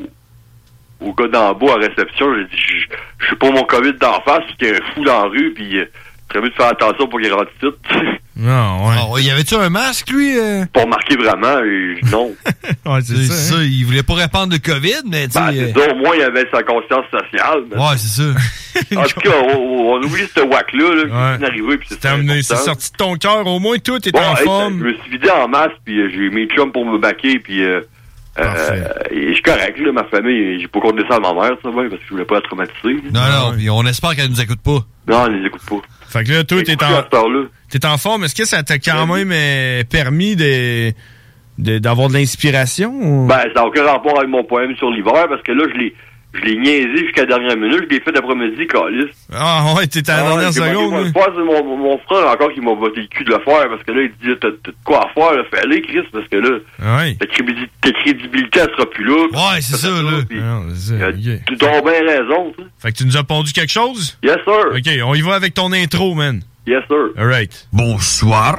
au gars d'en bas à réception, j'ai dit, je suis pas mon COVID d'en face, parce qu'il y a un fou dans la rue, puis... J'ai envie de faire attention pour qu'il rentre ici. Non, ouais. Oh, y avait-tu un masque, lui? Euh... Pas remarqué vraiment, et non. ouais, c'est, c'est ça. ça hein? Il voulait pas répandre le COVID, mais tu sais... Ben, c'est ça, au moins, il avait sa conscience sociale. Mais... Ouais, c'est ça. En tout cas, on, on oublie ce wack-là, là, ouais. qui est arrivé, puis c'est ça. C'est sorti de ton cœur, au moins, tout est bon, en hey, forme. Je me suis vidé en masse, puis euh, j'ai mis chum pour me baquer, puis... Euh, Euh, et je suis correct, là, ma famille, j'ai pas conté ça à ma mère, ça, ouais, parce que je voulais pas la traumatiser. Non, non, puis on espère qu'elle nous écoute pas. Non, elle nous écoute pas. Fait que là, toi, t'es en, t'es en forme. Est-ce que ça t'a quand même euh, permis de, de, d'avoir de l'inspiration? Ou? Ben, ça n'a aucun rapport avec mon poème sur l'hiver, parce que là, je l'ai, je l'ai niaisé jusqu'à la dernière minute. Je l'ai fait l'après-midi, calice. Ah ouais, t'es à la ah, dernière seconde. Je pense que c'est mon, mon frère encore qui m'a voté le cul de le faire, parce que là, il dit, t'as, t'as de quoi à faire, là, fais-aller, Chris, parce que là, ouais. ta, crédibilité, ta crédibilité, elle sera plus là. Ouais, c'est ça, ça, là. Pis, non, c'est ça. Yeah. Tu as bien raison, tu sais. Fait que tu nous as pondu quelque chose? Yes, sir. OK, on y va avec ton intro, man. Yes, sir. All right. Bonsoir.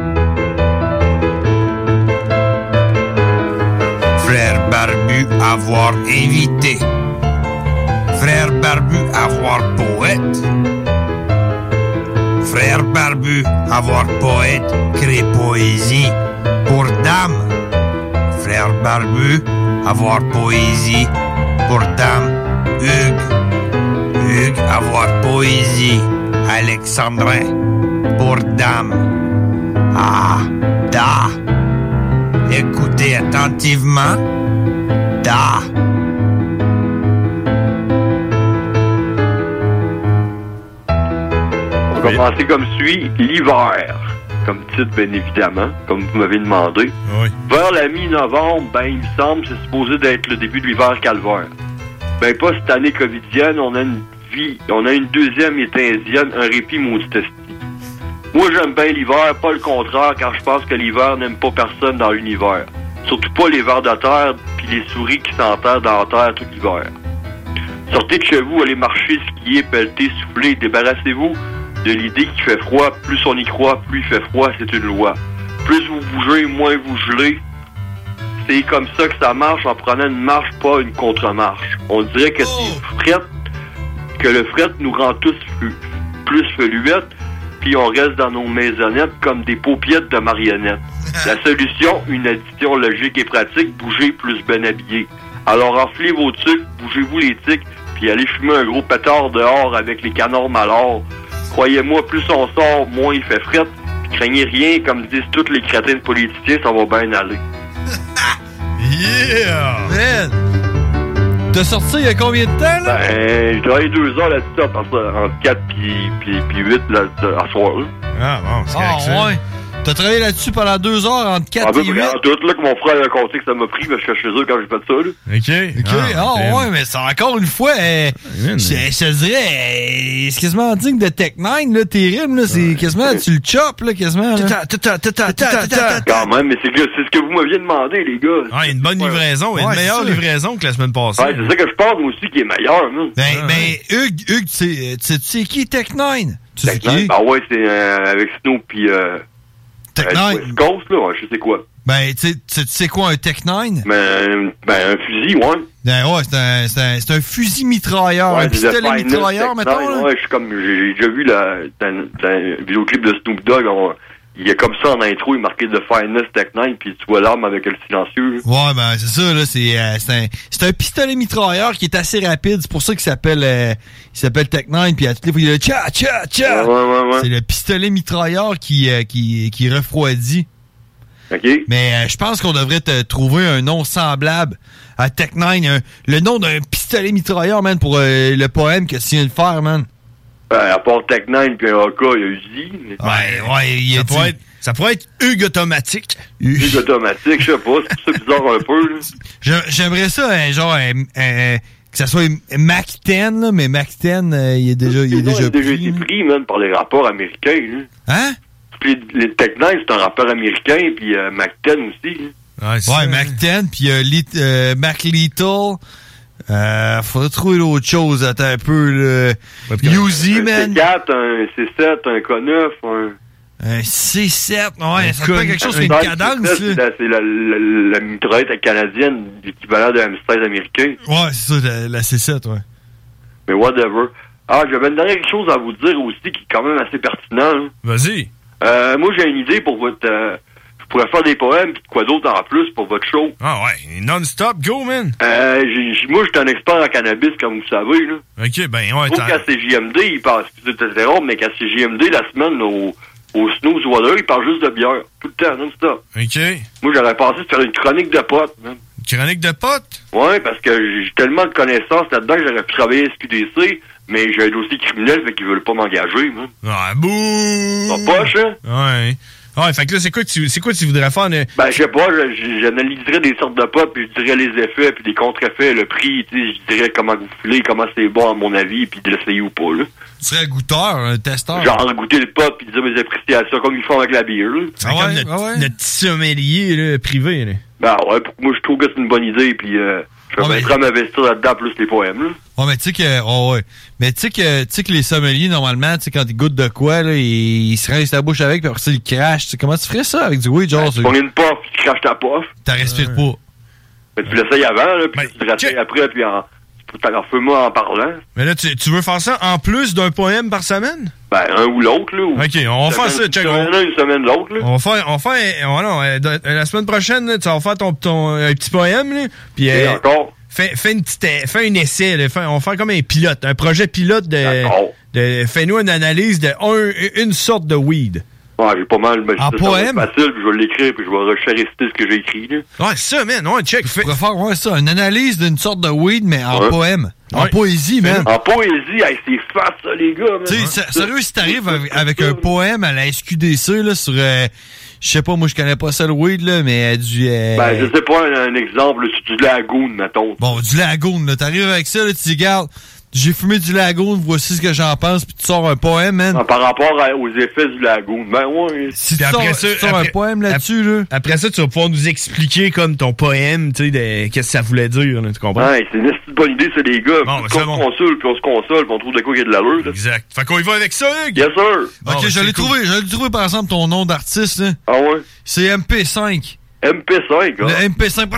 Frère Barbu avoir invité. Frère Barbu avoir poète. Frère Barbu avoir poète crée poésie pour dame. Frère Barbu avoir poésie pour dame. Hugues. Hugues avoir poésie. Alexandrin pour dame. Ah, da. Écoutez attentivement. Da. On va commencer comme suit, l'hiver. Comme titre, bien évidemment, comme vous m'avez demandé. Oui. Vers la mi-novembre, ben, il me semble, c'est supposé d'être le début de l'hiver calvaire. Ben, pas cette année covidienne, on a une vie, on a une deuxième éthynsienne, un répit maudit esti. Moi, j'aime bien l'hiver, pas le contraire, car je pense que l'hiver n'aime pas personne dans l'univers. Surtout pas les vers de terre puis les souris qui s'enterrent dans la terre tout l'hiver. Sortez de chez vous, allez marcher, skier, pelleter, souffler, débarrassez-vous de l'idée qu'il fait froid. Plus on y croit, plus il fait froid, c'est une loi. Plus vous bougez, moins vous gelez. C'est comme ça que ça marche en prenant une marche, pas une contre-marche. On dirait que c'est fret, que le fret nous rend tous fu- plus feluettes, puis on reste dans nos maisonnettes comme des paupiettes de marionnettes. La solution, une addition logique et pratique, bouger plus ben habillé. Alors enflez vos tucs, bougez-vous les tics, puis allez fumer un gros pétard dehors avec les canards malords. Croyez-moi, plus on sort, moins il fait fret, puis craignez rien, comme disent tous les crétins de politiciens, ça va bien aller. Yeah! Man! T'as sorti il y a combien de temps, là? Ben, j'ai travaillé deux heures là-dessus, entre quatre puis huit là, à soir, là. Ah, bon, c'est Ah, correct, ça. ouais. T'as travaillé là-dessus pendant deux heures, entre quatre Ah, ben, et huit? en tout, là, que mon frère a compté que ça m'a pris, parce que je suis chez eux quand j'ai fait ça, là. OK. OK, ah, damn. ouais, mais c'est encore une fois, euh, je je te dirais, euh, c'est quasiment digne de Tech neuf, là, tes rimes, là, c'est quasiment, tu le chopes, là, quasiment, là. Quand même, mais c'est que- c'est ce que vous m'aviez demandé, les gars. Ah, une bonne livraison, une Ouais, meilleure c'est ça. livraison que la semaine passée. Ouais, c'est ça que je pense, moi aussi, qui est meilleur, man. Ben, ben, Hugues, Hugues, tu sais, tu sais- tu sais qui, Tech neuf? Tu sais qui? Ah ouais, c'est euh, avec Snoop pis euh, Tech euh, neuf? West Coast, là, ouais, je sais quoi. Ben, tu sais- tu sais- tu sais quoi, un Tech neuf? Ben, ben, un fusil, ouais. Ben, ouais, c'est un, c'est un, c'est un fusil mitrailleur, Ouais, un c'est pistolet le Finest mitrailleur, Tech mettons, neuf, là. ouais, je suis comme, j'ai j'ai déjà vu la, dans, dans un vidéoclip de Snoop Dogg, on- il y a comme ça en intro, il est marqué The Finest Tech neuf, puis tu vois l'arme avec le silencieux. Ouais, ben c'est ça, là, c'est euh, c'est un, c'est un pistolet mitrailleur qui est assez rapide, c'est pour ça qu'il s'appelle euh, il s'appelle Tech neuf, puis à toutes les fois, il y a le tcha, tcha, tcha. Ouais, ouais, ouais. C'est le pistolet mitrailleur qui, euh, qui, qui refroidit. OK. Mais euh, je pense qu'on devrait te trouver un nom semblable à Tech neuf, un- le nom d'un pistolet mitrailleur, man, pour euh, le poème que tu viens de faire, man. Ben, à part Tech neuf puis un A K, il y a Uzi. Ouais, ouais, il y a ça, dit- pourrait être, ça pourrait être Hugues Automatique. Hugues Automatique, je sais pas, c'est pour ça bizarre un peu, là. Je- J'aimerais ça, hein, genre, euh, euh, que ça soit Mac dix, là, mais Mac dix, euh, il est déjà, il est Sinon, déjà il a déjà pris, été pris, man, par les rappeurs américains, là. Hein? Puis les, les Tech neuf, c'est un rappeur américain, puis euh, Mac dix aussi, là. Ouais, Mac dix, puis euh, Lit- euh, Mac Little. Euh, faudrait trouver d'autres choses, attends un peu, là. Uzi, Un man. C quatre, un C sept, un K neuf, un... Un C sept, ouais, Un ça peut être quelque chose qui fait un une cadence, C sept, là. C'est la, la, la, la mitraillette canadienne, l'équivalent de la M seize américain. Ouais, c'est ça, la, la C sept, ouais. Mais whatever. Ah, j'avais une dernière chose à vous dire aussi qui est quand même assez pertinent. Là. Vas-y. Euh, moi, j'ai une idée pour votre... Euh, je pourrais faire des poèmes pis quoi d'autre en plus pour votre show. Ah ouais, non-stop, go, man. Euh, j'ai, j'ai- moi, je suis un expert en cannabis, comme vous savez. Là. OK, ben ouais, Je trouve t'as- qu'à C J M D, il parle... Excusez, c'est rare, mais qu'à C J M D, la semaine, au, au Snooze Water, il parle juste de bière. Tout le temps, non-stop. OK. Moi, j'aurais pensé de faire une chronique de potes, man. Une chronique de potes? Ouais, parce que j'ai tellement de connaissances là-dedans que j'aurais pu travailler à S Q D C, mais j'ai un dossier criminel, fait qu'ils veulent pas m'engager, man. Ah, bouh! C'est pas poche, hein? Ouais. Ouais, fait que là, c'est quoi que tu, c'est quoi que tu voudrais faire? Ne... Ben, je sais pas, je- j'analyserais des sortes de potes, puis je dirais les effets, puis les contre-effets, le prix, tu sais, je dirais comment vous filez, comment c'est bon, à mon avis, puis de l'essayer ou pas, là. Tu serais un goûteur, un testeur. Genre, goûter le pot, puis dire mes appréciations, comme ils font avec la bière, là. C'est comme notre, notre petit sommelier là, privé. Là. Ben ouais, pour moi, je trouve que c'est une bonne idée, puis euh, je vais Ouais, mettre à m'investir là-dedans, plus les poèmes, là. Ouais, mais tu sais que, oh, ouais. Mais tu sais que, tu sais que les sommeliers, normalement, tu sais, quand ils goûtent de quoi, là, ils, ils se rincent la bouche avec, puis après ça, ils crachent. Tu sais, comment tu ferais ça avec du weed, genre? Tu prends une puff, puis tu craches ta puff. T'en respires pas. Mais tu l'essayes avant, là, puis tu te réessayes après, puis en, tu t'en fais moi en parlant. Mais là, tu, tu veux faire ça en plus d'un poème par semaine? Ben, un ou l'autre, là. Ou OK, on va faire ça. Check, Une on, semaine, une semaine l'autre, là. on va faire... On va faire oh non, euh, de- la semaine prochaine, là, tu vas faire ton, ton un petit poème. Là, puis, Et euh, encore. Fais, fais, une petite, euh, fais un essai. Là, fais- on va faire comme un pilote. Un projet pilote de... de fais-nous une analyse de un, une sorte de weed. Ouais, j'ai pas mal. Mais En ça, ça va poème? être facile, puis je vais l'écrire, puis je vais refaire réciter ce que j'ai écrit, là. Ouais, c'est ça, man. Ouais, check. Tu pourrais faire, ouais, ça, une analyse d'une sorte de weed, mais en Ouais. poème. En Ouais. poésie, man. En poésie, hey, c'est fat, ça, les gars, man. Tu sais, sa- sérieux, si t'arrives avec, avec un poème à la S Q D C, là, sur, euh, je sais pas, moi, je connais pas ça le weed, là, mais du... Euh... Ben, je sais pas, un, un exemple, c'est du lagoon, mettons. Bon, du lagoon, là. T'arrives avec ça, là, tu dis, regarde, j'ai fumé du lagoon, voici ce que j'en pense, puis tu sors un poème, man. Non, par rapport à, aux effets du lagoon. Ben, ouais. Si tu sors, ça, tu sors après, un poème là-dessus, là. Après ça, tu vas pouvoir nous expliquer, comme, ton poème, tu sais, de, qu'est-ce que ça voulait dire, là, tu comprends? Ouais, c'est une bonne idée, c'est les gars. Bon, on se bon. console, puis on se console, puis on trouve de quoi qu'il y a de l'allure, là. Exact. Fait qu'on y va avec ça, Hugues? Yes, sir. Ok, bon, je l'ai cool. trouvé, je l'ai trouvé, par exemple, ton nom d'artiste, là. Ah ouais? C'est M P cinq. M P cinq, hein? Le M P cinq.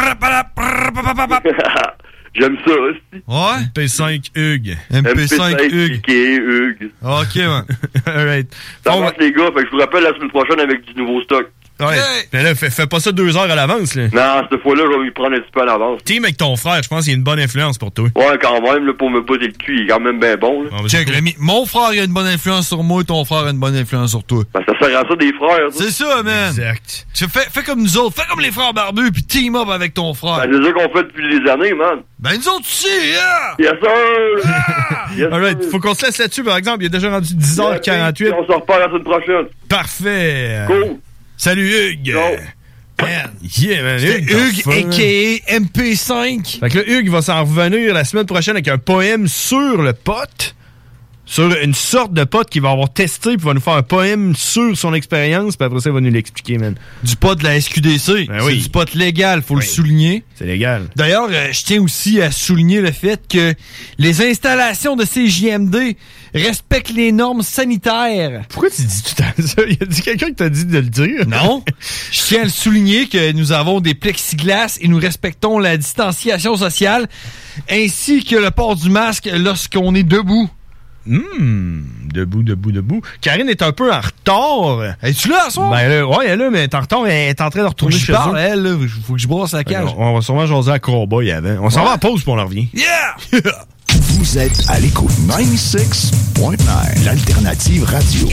J'aime ça aussi. Ouais? M P cinq Hugues. M P cinq Hugues. Qui est Hugues. Ok, man. Alright. Ça bon, marche, les gars. Fait que je vous rappelle la semaine prochaine avec du nouveau stock. Ouais. Hey. Mais là, fais, fais pas ça deux heures à l'avance, là. Non, cette fois-là, je vais lui prendre un petit peu à l'avance. Team avec ton frère, je pense qu'il y a une bonne influence pour toi. Ouais, quand même, là, pour me botter le cul, il est quand même bien bon, là. Ah, check, cool. Mon frère a une bonne influence sur moi et ton frère a une bonne influence sur toi. Ben, ça sert à ça des frères, c'est ça, man. Exact. Tu fais, fais comme nous autres, fais comme les frères barbus, puis team up avec ton frère. Ben, c'est ça qu'on fait depuis des années, man. Ben, nous autres aussi, yeah! Yes, sir! Yeah! Yes, Alright, sir. Faut qu'on se laisse là-dessus, par exemple. Il est déjà rendu dix heures quarante-huit. On se repart la semaine prochaine. Parfait. Cool. Salut, Hugues. Man, yeah, man. Hugues, Hugues a k a. M P cinq. Fait que là, Hugues va s'en revenir la semaine prochaine avec un poème sur le pot. Sur une sorte de pot qu'il va avoir testé, puis va nous faire un poème sur son expérience, puis après ça, il va nous l'expliquer, man. Du pot de la S Q D C. Ben oui. C'est du pot légal, faut oui. le souligner. C'est légal. D'ailleurs, euh, je tiens aussi à souligner le fait que les installations de C J M D respectent les normes sanitaires. Pourquoi tu dis tout à ça? Il y a dit quelqu'un qui t'a dit de le dire? Non. Je tiens à le souligner que nous avons des plexiglas et nous respectons la distanciation sociale, ainsi que le port du masque lorsqu'on est debout. Hum, debout, debout, debout. Karine est un peu en retard. Es-tu là, à soir? Ben là, ouais, elle est là, mais elle est en retard, elle est en train de retourner chez parle, eux. elle, là, faut que je brosse la cage. On, on va sûrement jaser à Cowboy avant. On s'en ouais. va en pause, puis on en revient. Yeah! Vous êtes à l'écoute quatre-vingt-seize neuf, l'alternative radio.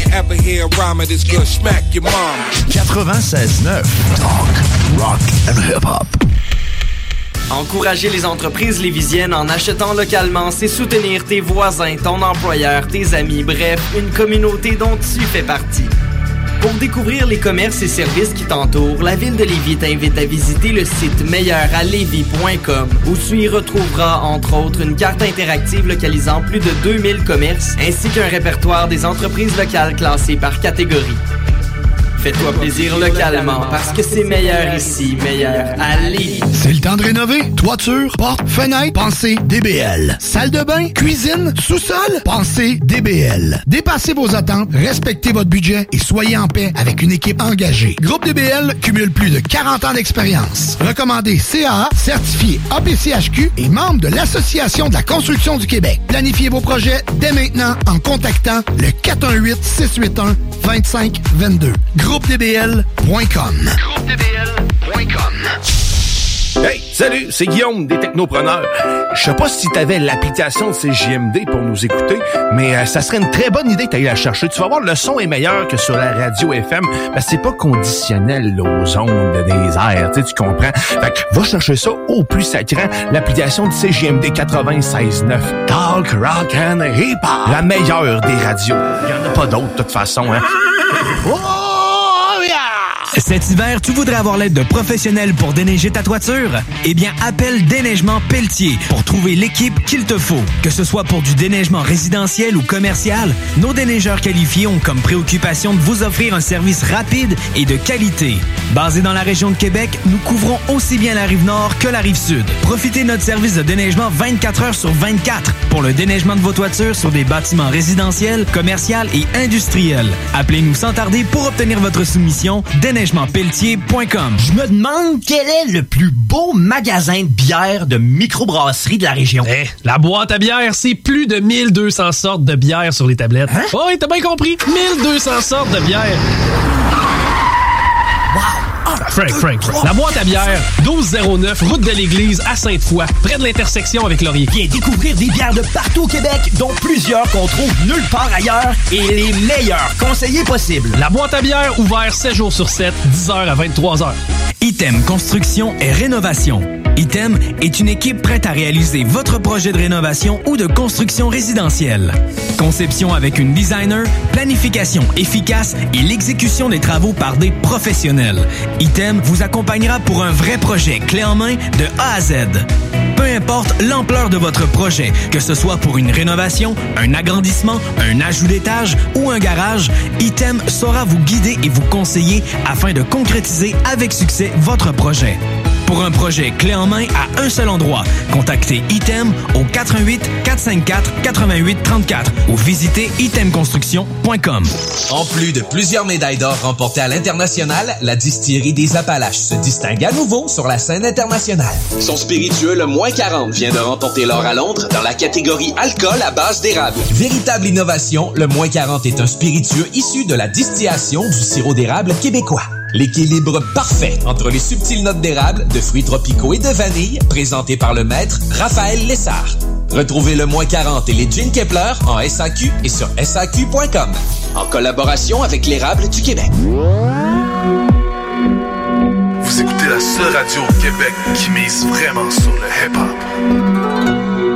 quatre-vingt-seize neuf, talk, rock and hip-hop. Encourager les entreprises lévisiennes en achetant localement, c'est soutenir tes voisins, ton employeur, tes amis, bref, une communauté dont tu fais partie. Pour découvrir les commerces et services qui t'entourent, la Ville de Lévis t'invite à visiter le site meilleur à lévis point com où tu y retrouveras, entre autres, une carte interactive localisant plus de deux mille commerces ainsi qu'un répertoire des entreprises locales classées par catégorie. Fais-toi plaisir localement parce que c'est meilleur ici, meilleur à Lévis. C'est le temps de rénover. Toiture, porte, fenêtre, pensez D B L. Salle de bain, cuisine, sous-sol, pensez D B L. Dépassez vos attentes, respectez votre budget et soyez en paix avec une équipe engagée. Groupe D B L cumule plus de quarante ans d'expérience. Recommandé C A A, certifié A P C H Q et membre de l'Association de la construction du Québec. Planifiez vos projets dès maintenant en contactant le quatre un huit, six huit un, deux cinq deux deux. groupe d b l point com. groupe d b l point com. Hey, salut, c'est Guillaume des Technopreneurs. Je sais pas si t'avais l'application de C J M D pour nous écouter, mais euh, ça serait une très bonne idée que t'ailles la chercher. Tu vas voir, le son est meilleur que sur la radio F M. Ben, c'est pas conditionnel là, aux ondes des airs, tu comprends? Fait que va chercher ça au plus sacrant, l'application de C J M D quatre-vingt-seize neuf. Talk, rock and hip-hop. La meilleure des radios. Il y en a pas d'autres, de toute façon, hein. Oh! Cet hiver, tu voudrais avoir l'aide de professionnels pour déneiger ta toiture? Eh bien, appelle Déneigement Pelletier pour trouver l'équipe qu'il te faut. Que ce soit pour du déneigement résidentiel ou commercial, nos déneigeurs qualifiés ont comme préoccupation de vous offrir un service rapide et de qualité. Basé dans la région de Québec, nous couvrons aussi bien la Rive-Nord que la Rive-Sud. Profitez de notre service de déneigement vingt-quatre heures sur vingt-quatre pour le déneigement de vos toitures sur des bâtiments résidentiels, commerciaux et industriels. Appelez-nous sans tarder pour obtenir votre soumission. déneigement pelletier point com. Je me demande quel est le plus beau magasin de bière de microbrasserie de la région. Hey, la boîte à bière, c'est plus de mille deux cents sortes de bière sur les tablettes. Hein? Oh, oui, t'as bien compris. mille deux cents sortes de bière. Wow! Frank, Frank, Frank. La boîte à bière, douze zéro neuf, route de l'église à Sainte-Foy, près de l'intersection avec Laurier. Viens découvrir des bières de partout au Québec, dont plusieurs qu'on trouve nulle part ailleurs et les meilleurs conseillers possibles. La boîte à bière, ouvert sept jours sur sept, dix heures à vingt-trois heures. Item Construction et Rénovation. Item est une équipe prête à réaliser votre projet de rénovation ou de construction résidentielle. Conception avec une designer, planification efficace et l'exécution des travaux par des professionnels. Item vous accompagnera pour un vrai projet clé en main de A à Z. Peu importe l'ampleur de votre projet, que ce soit pour une rénovation, un agrandissement, un ajout d'étage ou un garage, Item saura vous guider et vous conseiller afin de concrétiser avec succès votre projet. Pour un projet clé en main à un seul endroit, contactez Item au quatre un huit, quatre cinq quatre, huit huit trois quatre ou visitez item construction point com. En plus de plusieurs médailles d'or remportées à l'international, la distillerie des Appalaches se distingue à nouveau sur la scène internationale. Son spiritueux, le moins quarante, vient de remporter l'or à Londres dans la catégorie alcool à base d'érable. Véritable innovation, le moins quarante est un spiritueux issu de la distillation du sirop d'érable québécois. L'équilibre parfait entre les subtiles notes d'érable, de fruits tropicaux et de vanille, présenté par le maître Raphaël Lessard. Retrouvez le moins quarante et les Gin Kepler en S A Q et sur S A Q point com, en collaboration avec l'érable du Québec. Vous écoutez la seule radio au Québec qui mise vraiment sur le hip-hop.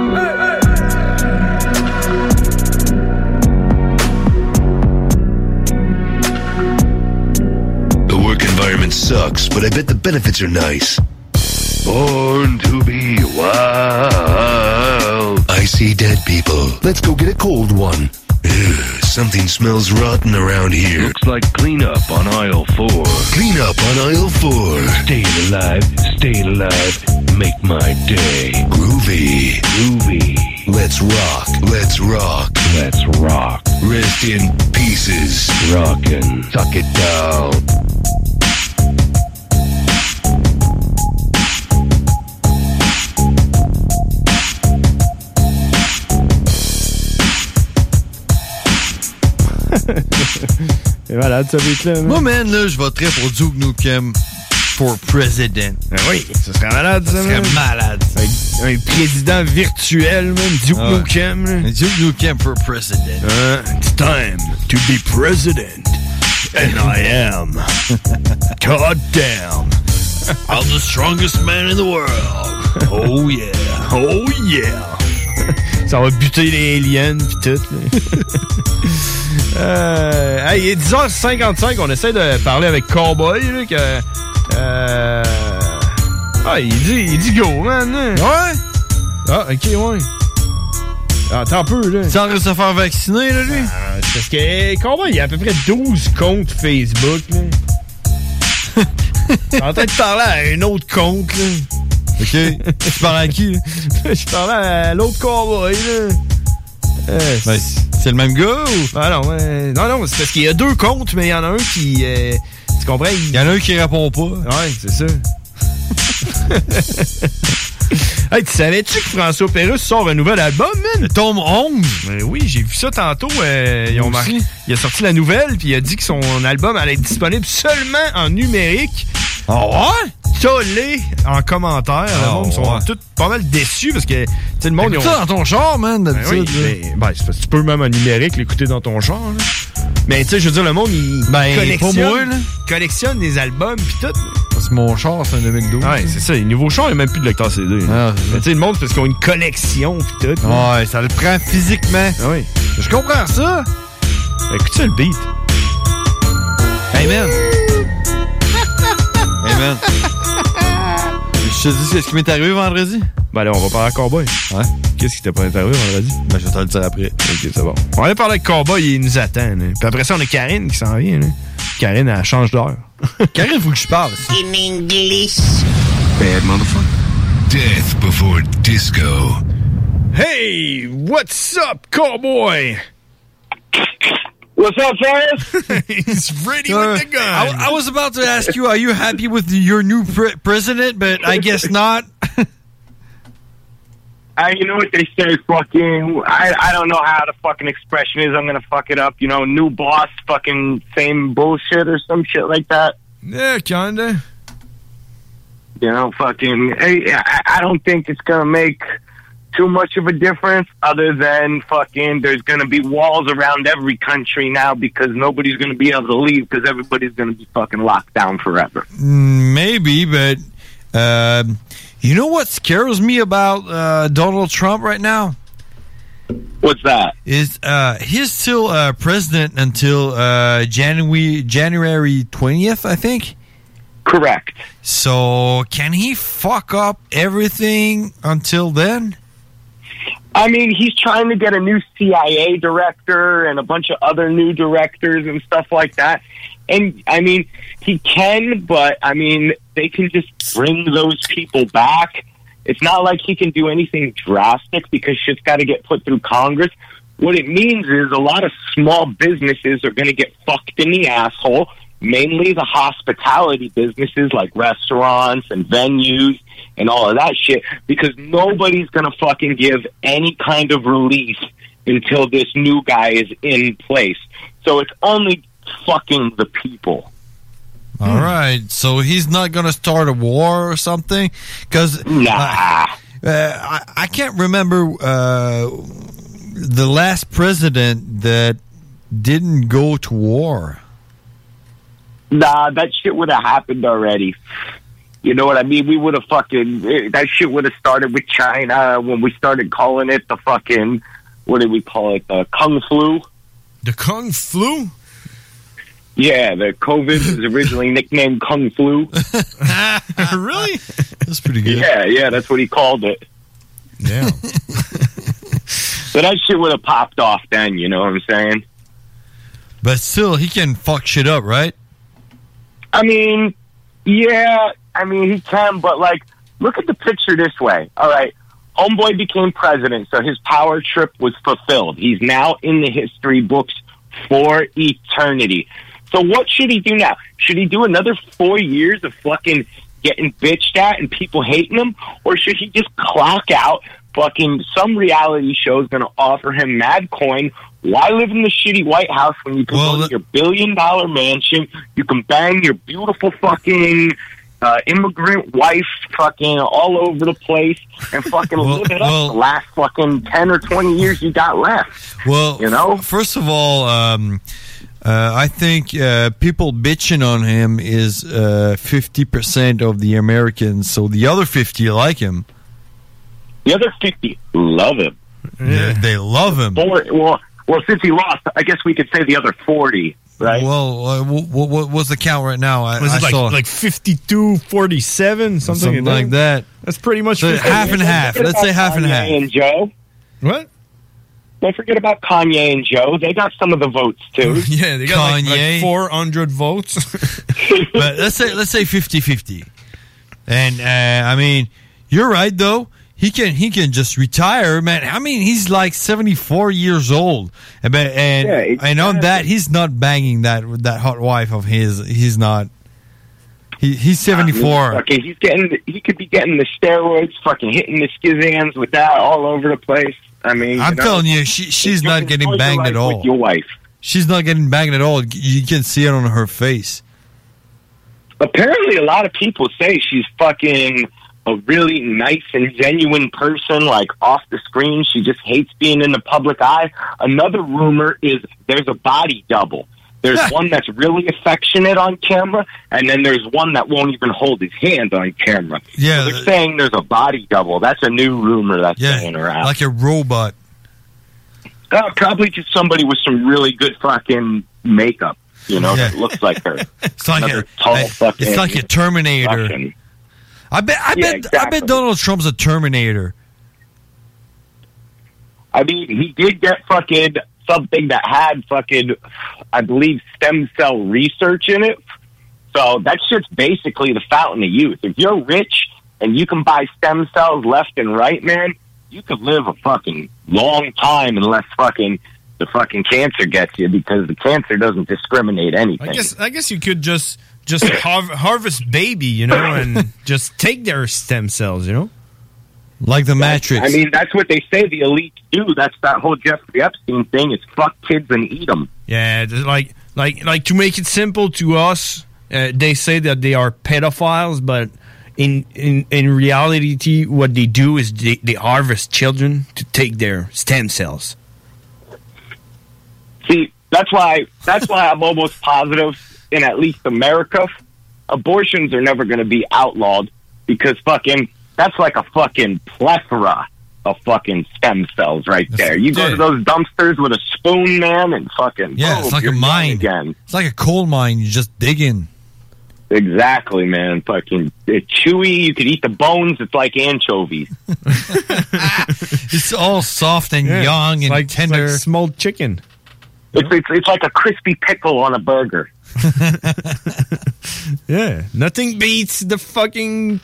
Environment sucks, but I bet the benefits are nice. Born to be wild. I see dead people. Let's go get a cold one. Ugh, something smells rotten around here. Looks like cleanup on aisle four. Clean up on aisle four. Stay alive, stay alive, make my day. Groovy. Groovy. Let's rock, let's rock. Let's rock. Rest in pieces. Rockin'. Tuck it down. C'est malade, ça, vite là. Moi, man, là, je voterais pour Duke Nukem for president. Ben oui, ce serait malade, ça. Ça serait man. malade. Un, un président virtuel, man. Duke Ah. Nukem. Là. Duke Nukem for president. Uh, it's time to be president. And I am. God damn. I'm the strongest man in the world. Oh yeah. Oh yeah. Ça va buter les aliens pis tout. euh, hey, il est dix heures cinquante-cinq, on essaie de parler avec Cowboy là, que, euh, ah, il dit, il dit go, man. Hein. Ouais? Ah, ok, ouais. Ah, attends un peu, là. Tu en train de se faire vacciner, là, lui? Ah, c'est parce que Cowboy, il y a à peu près douze comptes Facebook, là. T'es en train de parler à un autre compte, là. OK. Tu parles à qui, là? Je parlais à l'autre Cowboy, là. Euh, ben, c'est le même gars ou? Ah non, ouais. non, non, c'est parce qu'il y a deux comptes, mais il y en a un qui. Euh, tu comprends? Il y en a un qui répond pas. Ouais, c'est ça. Hey, tu savais-tu que François Pérusse sort un nouvel album, man? Tome onze? Ben oui, j'ai vu ça tantôt. Euh, ils ont marqué. Il a sorti la nouvelle, puis il a dit que son album allait être disponible seulement en numérique. Oh ouais? Tollé en commentaire. Oh, le monde sont ouais. tous pas mal déçus parce que, tu sais, le monde. Écoute ils ont... ça dans ton char, man, d'habitude. Ben oui, ben, ben, c'est parce que tu peux même en numérique l'écouter dans ton char, là. Mais tu sais, je veux dire, le monde, il ben, collectionne, pas moi, là. collectionne des albums pis tout. Parce que mon char, c'est un deux mille douze. Ouais, c'est ça. Les nouveaux chars, il n'y a même plus de lecteur C D. Ah, mais tu sais, le monde, c'est parce qu'ils ont une collection pis tout. Là. Ouais, ça le prend physiquement. Ah oui. Je comprends ça. Écoute ça, le beat. Hey, man. Hey, man. Je te dis ce qui m'est arrivé vendredi? Ben là, on va parler à Cowboy. Ouais. Qu'est-ce qui t'est pas arrivé vendredi? Ben, je vais te le dire après. Ok, c'est bon. On va aller parler avec Cowboy, il nous attend. Là. Puis après ça, on a Karine qui s'en vient. Là. Karine, elle change d'heure. Karine, faut que je parle. In English. Bad motherfucker. Death before disco. Hey, what's up, Cowboy? What's up, fellas? He's ready uh, with the gun. I, I was about to ask you, are you happy with the, your new pre- president? But I guess not. I, you know what they say, fucking, I, I don't know how the fucking expression is. I'm gonna fuck it up. You know, new boss, fucking same bullshit or some shit like that. Yeah, kinda. You know, fucking, I, I don't think it's gonna make too much of a difference other than fucking there's gonna be walls around every country now because nobody's gonna be able to leave because everybody's gonna be fucking locked down forever. Maybe, but Um, you know what scares me about uh, Donald Trump right now? What's that? Is uh, he's still uh, president until uh, January January twentieth, I think. Correct. So can he fuck up everything until then? I mean, he's trying to get a new C I A director and a bunch of other new directors and stuff like that. And, I mean, he can, but, I mean, they can just bring those people back. It's not like he can do anything drastic because shit's got to get put through Congress. What it means is a lot of small businesses are going to get fucked in the asshole, mainly the hospitality businesses like restaurants and venues and all of that shit, because nobody's going to fucking give any kind of relief until this new guy is in place. So it's only fucking the people. All hmm. right, so he's not going to start a war or something? Because nah. uh, I, I can't remember uh, the last president that didn't go to war. Nah, that shit would have happened already. You know what I mean? We would have fucking... That shit would have started with China when we started calling it the fucking... What did we call it? The Kung Flu? The Kung Flu? Yeah, the COVID was originally nicknamed Kung Flu. Really? That's pretty good. Yeah, yeah, that's what he called it. Yeah. So that shit would have popped off then, you know what I'm saying? But still, he can fuck shit up, right? I mean, yeah, I mean, he can, but, like, look at the picture this way. All right, homeboy became president, so his power trip was fulfilled. He's now in the history books for eternity. So what should he do now? Should he do another four years of fucking getting bitched at and people hating him? Or should he just clock out? Fucking some reality show is going to offer him mad coin. Why live in the shitty White House when you can well, go to your billion dollar mansion? You can bang your beautiful fucking uh, immigrant wife fucking all over the place and fucking well, live it well, up the last fucking ten or twenty years you got left. Well, you know? F- first of all, um, uh, I think uh, people bitching on him is uh, fifty percent of the Americans, so the other fifty like him. The other fifty love him. Yeah, they love him. Four, well, well, since he lost, I guess we could say the other forty, right? Well, uh, what, what, what's the count right now? I, Was it I like, saw like fifty-two forty-seven, something, something like that? that? That's pretty much so half and half. Let's say half and half. Kanye and Joe. What? Don't forget about Kanye and Joe. They got some of the votes too. Yeah, they got like, like four hundred votes. But let's say let's say fifty-fifty. And uh, I mean, you're right though. He can he can just retire, man. I mean, he's like seventy-four years old, and and, yeah, exactly. and on that, he's not banging that that hot wife of his. He's not. He he's seventy-four. Okay, he's getting. He could be getting the steroids, fucking hitting the skizans with that all over the place. I mean, I'm you know, telling you, she she's not getting banged at all. With your wife. She's not getting banged at all. You can see it on her face. Apparently, a lot of people say she's fucking a really nice and genuine person, like off the screen. She just hates being in the public eye. Another rumor is there's a body double. There's one that's really affectionate on camera, and then there's one that won't even hold his hand on camera. Yeah, so they're saying there's a body double. That's a new rumor that's yeah, going around. Like a robot. Uh, probably just somebody with some really good fucking makeup, you know, yeah. that looks like her. It's like Another a, tall a, fucking it's like a Terminator. Russian. I bet. I Yeah, bet. exactly. I bet Donald Trump's a Terminator. I mean, he did get fucking something that had fucking, I believe, stem cell research in it. So that shit's basically the fountain of youth. If you're rich and you can buy stem cells left and right, man, you could live a fucking long time unless fucking the fucking cancer gets you, because the cancer doesn't discriminate anything. I guess. I guess you could just just har- harvest baby, you know, and just take their stem cells, you know. Like the Matrix. I mean, that's what they say the elites do. That's that whole Jeffrey Epstein thing. It's fuck kids and eat them. Yeah, just like like like to make it simple to us, uh, they say that they are pedophiles, but in in in reality, what they do is they, they harvest children to take their stem cells. See, that's why that's why I'm almost positive in at least America, abortions are never going to be outlawed. because fucking that's like a fucking plethora of fucking stem cells right there. You go to those dumpsters with a spoon, man, and fucking Yeah, boom, it's like a you're mine. again. It's like a coal mine. You just dig in. Exactly, man. Fucking it's chewy. You could eat the bones. It's like anchovies. It's all soft and Yeah, young it's and like, tender. It's like smoked chicken. It's, it's it's like a crispy pickle on a burger. Yeah, nothing beats the fucking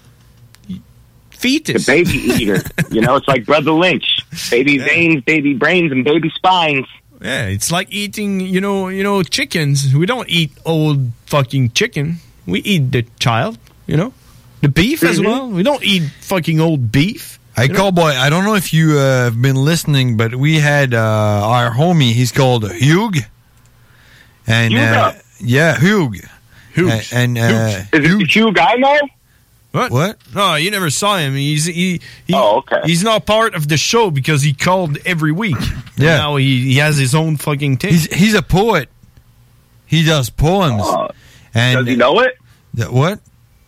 fetus. The baby eater. You know, it's like Brother Lynch. Baby veins, baby brains, and baby spines. Yeah, it's like eating, you know, you know, chickens. We don't eat old fucking chicken. We eat the child, you know, the beef as Mhm. well. We don't eat fucking old beef. Hey, you know? Cowboy, I don't know if you uh, have been listening, but we had uh, our homie, he's called Hugh. And, uh, yeah, Hugh. Hugh. Uh, and, uh, Is it the Hugh guy now? What? What? No, you never saw him. He's he. he oh, okay. He's not part of the show because he called every week. Yeah. Now he, he has his own fucking thing. He's he's a poet. He does poems. Oh. And Does he know it? Th- what?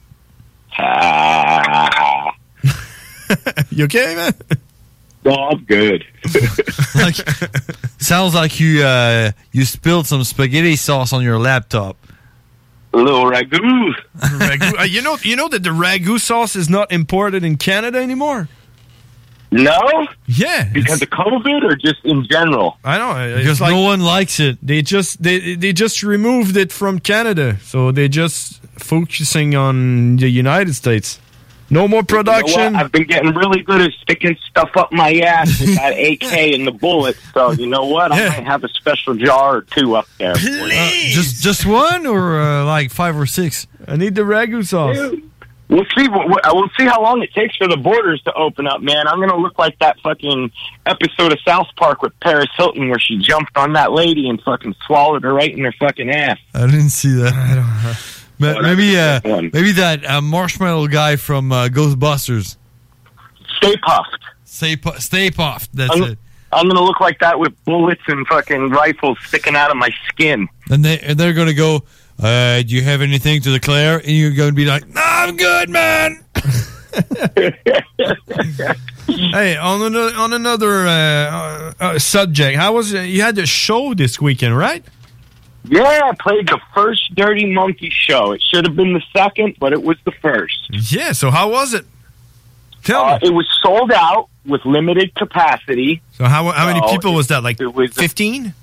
Ah. You okay, man? No, I'm good. Like, sounds like you uh, you spilled some spaghetti sauce on your laptop. A little ragu. ragu. Uh, you know, you know that the ragu sauce is not imported in Canada anymore. No? Yeah, because of COVID or just in general? I know it's Because like no one likes it. they just they they just removed it from Canada, so they just focusing on the United States. No more You know production. what? I've been getting really good at sticking stuff up my ass with that A K and the bullet. So you know what? I might have a special jar or two up there. Uh, just just one or uh, like five or six? I need the ragu sauce. We'll see. We'll, we'll see how long it takes for the borders to open up, man. I'm gonna look like that fucking episode of South Park with Paris Hilton where she jumped on that lady and fucking swallowed her right in her fucking ass. I didn't see that. I don't Ma- maybe uh, maybe that uh, marshmallow guy from uh, Ghostbusters. Stay puffed. Stay, pu- stay puffed. That's I'm, it. I'm gonna look like that with bullets and fucking rifles sticking out of my skin. And they and they're gonna go. Uh, do you have anything to declare? And you're going to be like, "No, I'm good, man." Hey, on another on another uh, uh, subject, how was it? You had the show this weekend, right? Yeah, I played the first Dirty Monkey show. It should have been the second, but it was the first. Yeah. So how was it? Tell uh, me. It was sold out with limited capacity. So how how many So people was that? Like it was fifteen?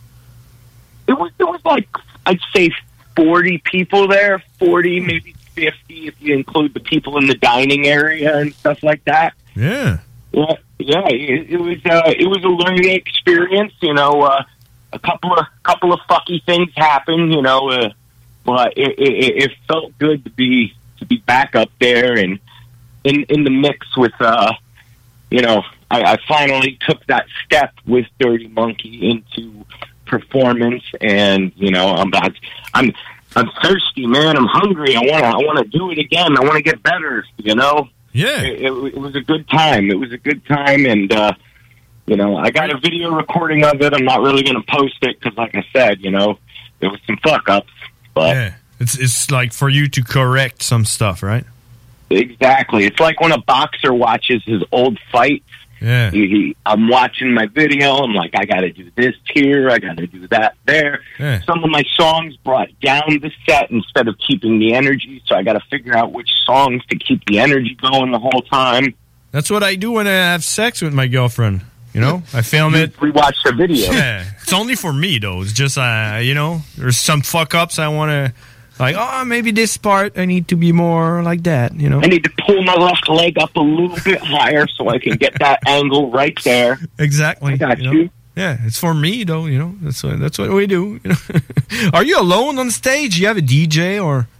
It was it was like I'd say forty people there, forty maybe fifty if you include the people in the dining area and stuff like that. Yeah. Yeah, yeah. It, it was uh, it was a learning experience. You know, uh, a couple of couple of fucky things happened. You know, uh, but it, it, it felt good to be to be back up there and in in the mix with. Uh, you know, I, I finally took that step with Dirty Monkey into performance, and you know, I'm about, I'm I'm thirsty, man. I'm hungry. I want to I want to do it again. I want to get better. You know. Yeah. It, it, it was a good time. It was a good time, and uh, you know, I got a video recording of it. I'm not really going to post it because, like I said, you know, there was some fuck ups. But yeah, it's it's like for you to correct some stuff, right? exactly, it's like when a boxer watches his old fights. Yeah. He, he, I'm watching my video. I'm like, I got to do this here. I got to do that there. Yeah. Some of my songs brought down the set instead of keeping the energy. So I got to figure out which songs to keep the energy going the whole time. That's what I do when I have sex with my girlfriend. You know, I film it. We watch the video. Yeah, it's only for me though. It's just uh, you know, there's some fuck ups I want to. Like, oh, maybe this part I need to be more like that, you know? I need to pull my left leg up a little bit higher so I can get that angle right there. Exactly. I got you. you. Know? Yeah, it's for me, though, you know? That's what, that's what we do. You know? Are you alone on stage? You have a D J or?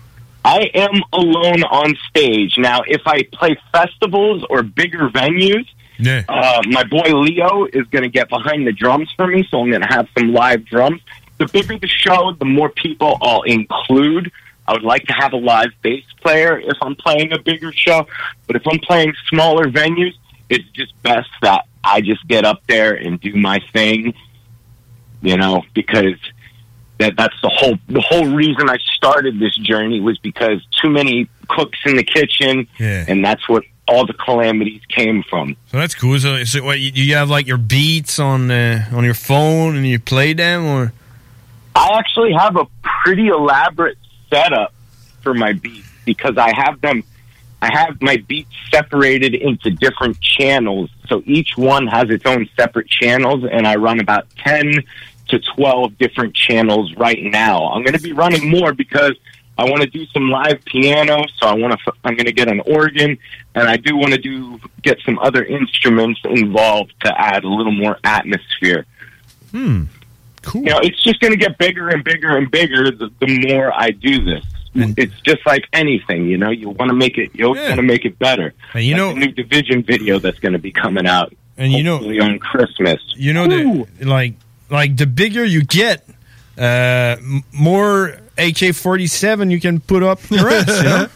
I am alone on stage. Now, if I play festivals or bigger venues, yeah. uh, my boy Leo is going to get behind the drums for me, so I'm going to have some live drums. The bigger the show, the more people I'll include. I would like to have a live bass player if I'm playing a bigger show. But if I'm playing smaller venues, it's just best that I just get up there and do my thing, you know, because that that's the whole the whole reason I started this journey was because too many cooks in the kitchen, Yeah. and that's what all the calamities came from. So that's cool. So, so what, you, you have like your beats on uh, on your phone and you play them, or? I actually have a pretty elaborate setup for my beats because I have them. I have my beats separated into different channels, so each one has its own separate channels, and I run about ten to twelve different channels right now. I'm going to be running more because I want to do some live piano, so I want to. I'm going to get an organ, and I do want to do get some other instruments involved to add a little more atmosphere. Hmm. Cool. You know, it's just going to get bigger and bigger and bigger the, the more I do this. And it's just like anything, you know. You want to make it. You want to make it better. And you like know, the new Division video that's going to be coming out, and you know, on Christmas. You know, the, like like the bigger you get, uh, m- more A K forty-seven you can put up your ass. You know?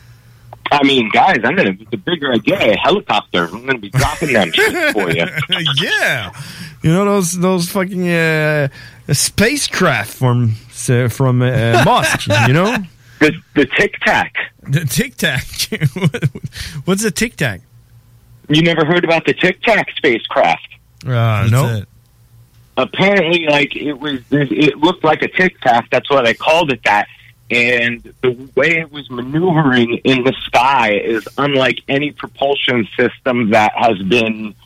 I mean, guys, I'm gonna. The bigger I get, a helicopter. I'm gonna be dropping them shit for you. Yeah, you know those those fucking uh, spacecraft from uh, from uh, Musk. You know. The the Tic Tac. The Tic Tac. What's a Tic Tac? You never heard about the Tic Tac spacecraft? Uh, no. Apparently, like it was, it looked like a Tic Tac. That's why they called it that. And the way it was maneuvering in the sky is unlike any propulsion system that has been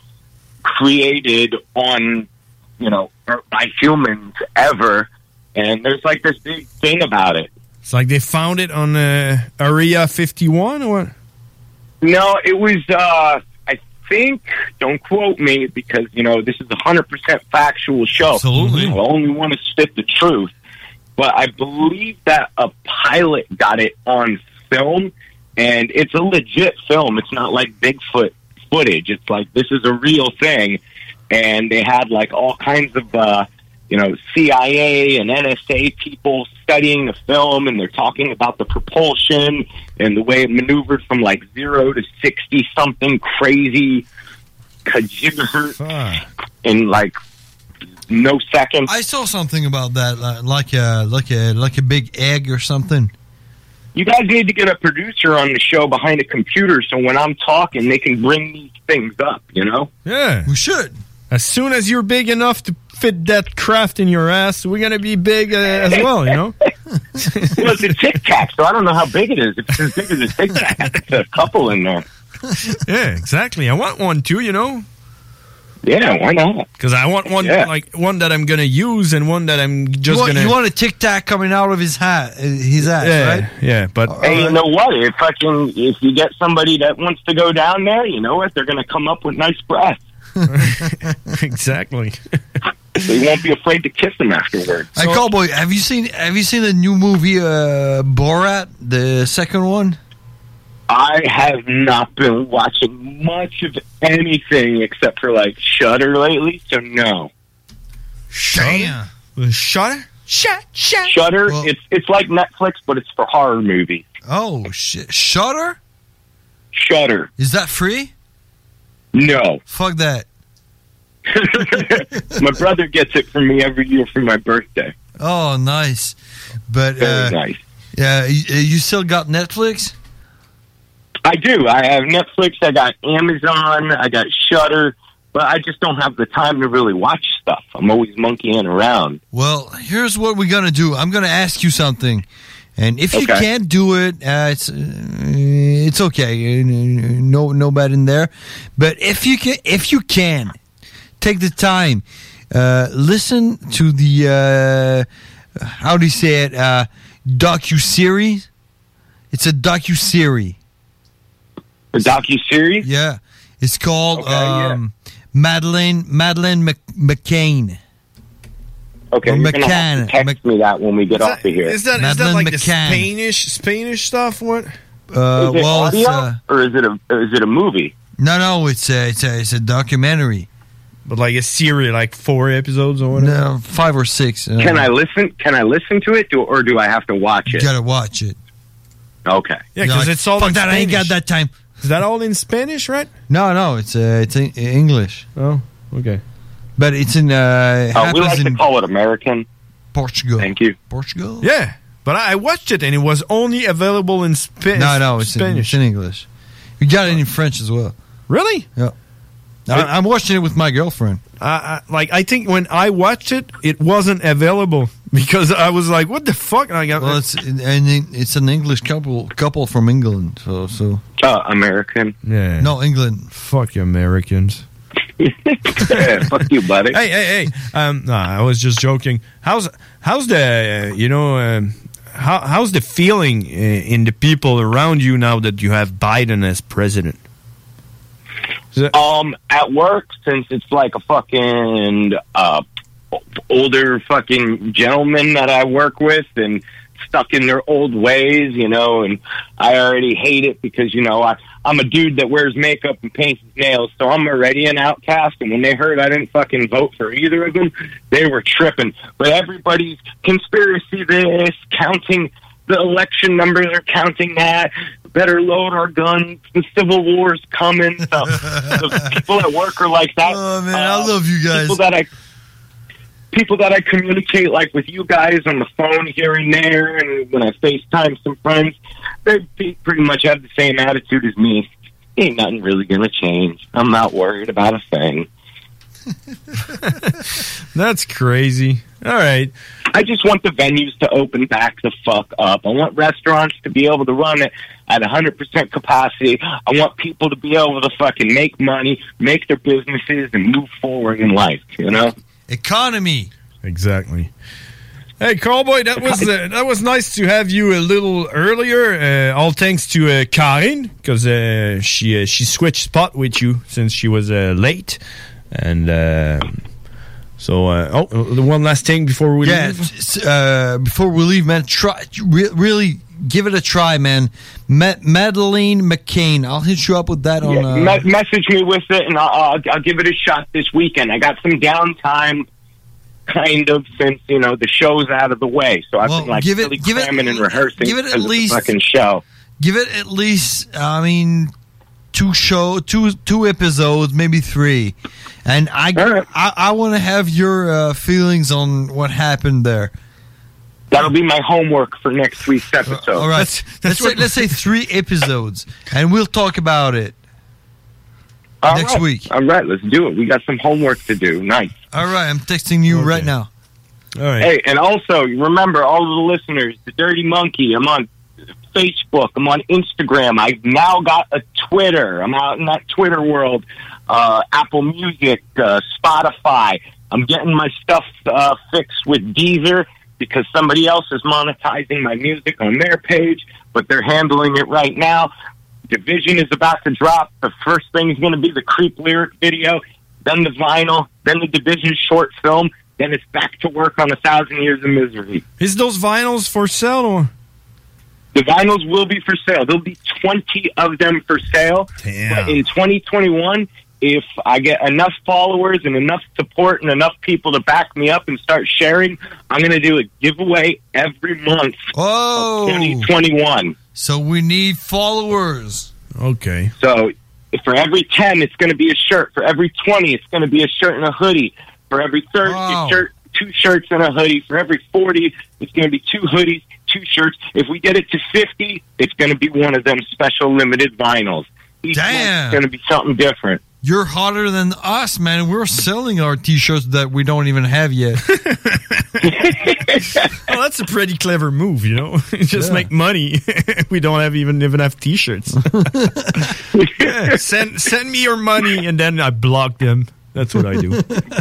created on, you know, by humans ever. And there's like this big thing about it. It's like they found it on uh, Area fifty-one, or what? No, it was, uh, I think, don't quote me, because, you know, this is a one hundred percent factual show. Absolutely. I only want to spit the truth. But I believe that a pilot got it on film, and it's a legit film. It's not like Bigfoot footage. It's like, this is a real thing. And they had, like, all kinds of, uh, you know, C I A and N S A people studying the film, and they're talking about the propulsion and the way it maneuvered from like zero to sixty something crazy gigahertz in like no seconds. I saw something about that, uh, like a like a like a big egg or something. You guys need to get a producer on the show behind a computer, so when I'm talking, they can bring these things up. You know? Yeah, we should. As soon as you're big enough to fit that craft in your ass, we're gonna be big uh, as well, you know. Well, it's a Tic Tac, so I don't know how big it is. If it's as big as a Tic Tac, there's a couple in there. Yeah, exactly. I want one too, you know. Yeah, why not? Because I want one Yeah. like one that I'm gonna use and one that I'm just you want, gonna. you want a Tic Tac coming out of his hat, uh, his ass, yeah, right? yeah, but Hey, you know what? If fucking if you get somebody that wants to go down there, you know what? They're going to come up with nice breath. Exactly. They won't be afraid to kiss them afterwards. Hey, Cowboy, have you seen have you seen the new movie uh, Borat, the second one? I have not been watching much of anything except for like Shudder lately, so no. Shudder? Shudder? Shut, shut. Shudder. It's it's like Netflix, but it's for horror movies. Oh shit! Shudder? Shudder. Is that free? No. Fuck that. My brother gets it for me every year for my birthday. Oh, nice. But Very uh, nice. Yeah, you, you still got Netflix? I do. I have Netflix. I got Amazon. I got Shudder. But I just don't have the time to really watch stuff. I'm always monkeying around. Well, here's what we're gonna do. I'm gonna ask you something, and if you Okay. can't do it, uh, it's uh, it's okay. Uh, No, no bad in there. But if you can, if you can, take the time, uh, listen to the uh, how do you say it? Uh, docu series. It's a docu series. A docu series. Yeah, it's called Okay, yeah. um, Madeleine Madeleine Mc, McCain. Okay, Or you're gonna have McCann. to text me that when we get off of here. Is that, is that Madeleine like the McCann. Spanish Spanish stuff? What? Uh, is it well, it's, audio uh, or is it a is it a movie? No, no, it's a, it's a, it's a documentary. But like a series, like four episodes or whatever? No, five or six. Uh, Can I listen? Can I listen to it, do, or do I have to watch You it? gotta watch it. Okay. Yeah, because Like, it's all fuck in that, I ain't got Spanish. that time. Is that all in Spanish, right? No, no, it's uh, it's in English. Oh, okay. But it's in. Uh, Oh, we happens like in to call it American. Portugal. Thank you. Portugal? Yeah. But I watched it and it was only available in Spa- No, no, it's in, Spanish. it's in English. We got it in French as well. Really? Yeah. I, I'm watching it with my girlfriend. Uh, I, like, I think when I watched it, it wasn't available because I was like, what the fuck? And I got, well, it's and it's an English couple couple from England. So, so. Uh, American. Yeah. No, England. Fuck you, Americans. Yeah, fuck you, buddy. Hey, hey, hey. Um, no, I was just joking. How's how's the, uh, you know, um, how how's the feeling uh, in the people around you now that you have Biden as president? Um, at work, since it's like a fucking uh, older fucking gentleman that I work with and stuck in their old ways, you know, and I already hate it because, you know, I, I'm a dude that wears makeup and paints his nails, so I'm already an outcast, and when they heard I didn't fucking vote for either of them, they were tripping. But everybody's conspiracy this, counting the election numbers, are counting that, better load our guns, the Civil War's coming. So the people at work are like that. Oh, man, I love you guys. People that I people that I communicate like with you guys on the phone here and there, and when I FaceTime some friends, they pretty much have the same attitude as me. Ain't nothing really gonna change. I'm not worried about a thing. That's crazy. All right. I just want the venues to open back the fuck up. I want restaurants to be able to run it at one hundred percent capacity. I want people to be able to fucking make money, make their businesses, and move forward in life, you know? Economy. Exactly. Hey, Cowboy, that was uh, that was nice to have you a little earlier. Uh, all thanks to uh, Karin, because uh, she uh, she switched spot with you since she was uh, late. And uh, so, uh, oh, the one last thing before we yeah, leave. Uh, before we leave, man, try re- really give it a try, man. Ma- Madeleine McCain, I'll hit you up with that on. Yeah, Uh, me- message me with it, and I'll, I'll, I'll give it a shot this weekend. I got some downtime, kind of, since you know the show's out of the way, so I've Well, been like give it- really give it- cramming and rehearsing. give it at because of the least- fucking show. give it at least, I mean, two show, two two episodes, maybe three, and I I, I want to have your uh, feelings on what happened there. That'll be my homework for next week's episode. All right, let's say, let's say three episodes, and we'll talk about it All next right. week. All right, let's do it. We got some homework to do. Nice. All right, I'm texting you right now. All right. Hey, and also remember, all of the listeners, the Dirty Monkey. I'm on Facebook. I'm on Instagram. I've now got a Twitter. I'm out in that Twitter world. Uh, Apple Music, uh, Spotify. I'm getting my stuff uh, fixed with Deezer because somebody else is monetizing my music on their page, but they're handling it right now. Division is about to drop. The first thing is going to be the Creep lyric video, then the vinyl, then the Division short film, then it's back to work on A Thousand Years of Misery. Is those vinyls for sale? Or? The vinyls will be for sale. There'll be twenty of them for sale. Damn. But in twenty twenty-one, if I get enough followers and enough support and enough people to back me up and start sharing, I'm going to do a giveaway every month oh. of twenty twenty-one. So we need followers. Okay. So for every ten, it's going to be a shirt. For every twenty, it's going to be a shirt and a hoodie. For every thirty, Wow. a shirt, two shirts and a hoodie. For every forty, it's going to be two hoodies, two shirts. If we get it to fifty, it's going to be one of them special limited vinyls. Each Damn. It's going to be something different. You're hotter than us, man. We're selling our T-shirts that we don't even have yet. Well, that's a pretty clever move, you know. Just Yeah. make money. We don't have even even have T-shirts. Yeah, send send me your money, and then I block them. That's what I do.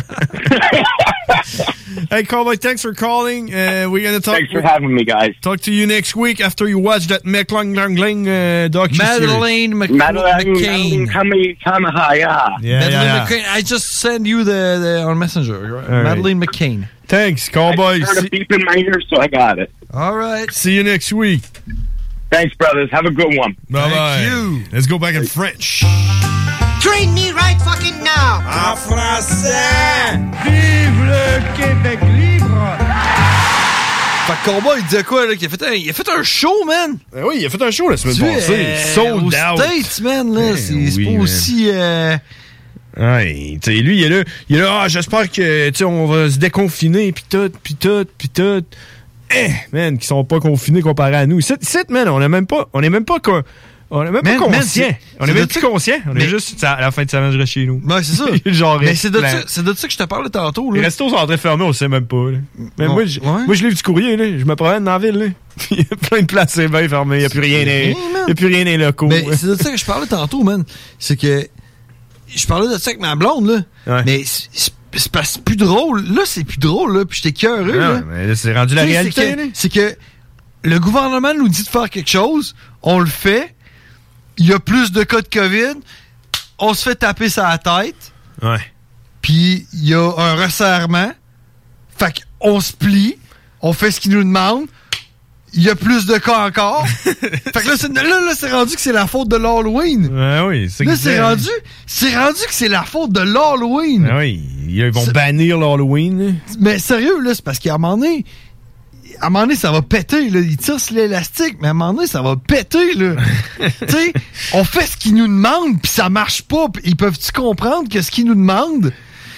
Hey, Cowboy, thanks for calling. Uh, we're gonna talk. Thanks for having me, guys. Talk to you next week after you watch that Meklang Langling uh, docu Madeleine Mc- Madeline McCain. Kami Kamahaya. Yeah, yeah, Madeleine yeah. McCain. I just sent you the, the on Messenger. Right? right. Madeleine McCain. Thanks, Cowboy. I heard a See, beep in my ear, so I got it. All right. see you next week. Thanks, brothers. Have a good one. Bye bye. you. Let's go back in French. Train me right fucking now! En français! Vive le Québec libre! Fait que Cowboy, il disait quoi, là? Qu'il a fait un, il a fait un show, man! Ben oui, il a fait un show la semaine Tu passée. es, Sold aux out. States, man, là. Ben c'est oui, c'est pas man. aussi... Euh, Ouais, tu sais, lui, il est là, il est là, ah, j'espère que, tu sais, on va se déconfiner, pis tout, pis tout, pis tout. Eh, man, qui sont pas confinés comparé à nous. C'est, c'est, man, on est même pas, on est même pas, con, on est même Man, pas man, conscient. c'est- On c'est est même de plus ça- conscient. On mais- est juste, à la fin de semaine, je reste chez nous. Ouais, c'est ça. Genre, mais c'est de, plein. ça, c'est de ça que je te parlais tantôt, là. Les restos sont en train de fermer, on sait même pas, là. Mais Ouais. moi, je, Ouais. moi, je livre du courrier, là. Je me promène dans la ville, là. Il y a plein de places, c'est bien fermé. Il y a plus rien, dans- Rien, il man. y a plus rien dans les locaux. Mais c'est de ça que je parlais tantôt, man. C'est que je parlais de ça avec ma blonde, là. Mais c'est, c'est, c'est pas- c'est plus drôle. Là, c'est plus drôle, là. Puis j'étais cœureux, Ah, là. mais là, c'est rendu la Tu sais, réalité, c'est que- là. C'est que le gouvernement nous dit de faire quelque chose, on le fait, il y a plus de cas de COVID, on se fait taper sur la tête, Ouais. puis il y a un resserrement, fait qu'on se plie, on fait ce qu'ils nous demandent, il y a plus de cas encore. Fait que là, c'est, là, là, c'est rendu que c'est la faute de l'Halloween. Ouais, oui, c'est Là, que c'est rendu, c'est rendu que c'est la faute de l'Halloween. Ah oui, ils vont bannir l'Halloween. Mais sérieux, là, c'est parce qu'à un moment donné, à un moment donné, ça va péter, là. Ils tirent sur l'élastique, mais à un moment donné, ça va péter, là. Tu sais, on fait ce qu'ils nous demandent, puis ça marche pas. Puis ils peuvent-tu comprendre que ce qu'ils nous demandent,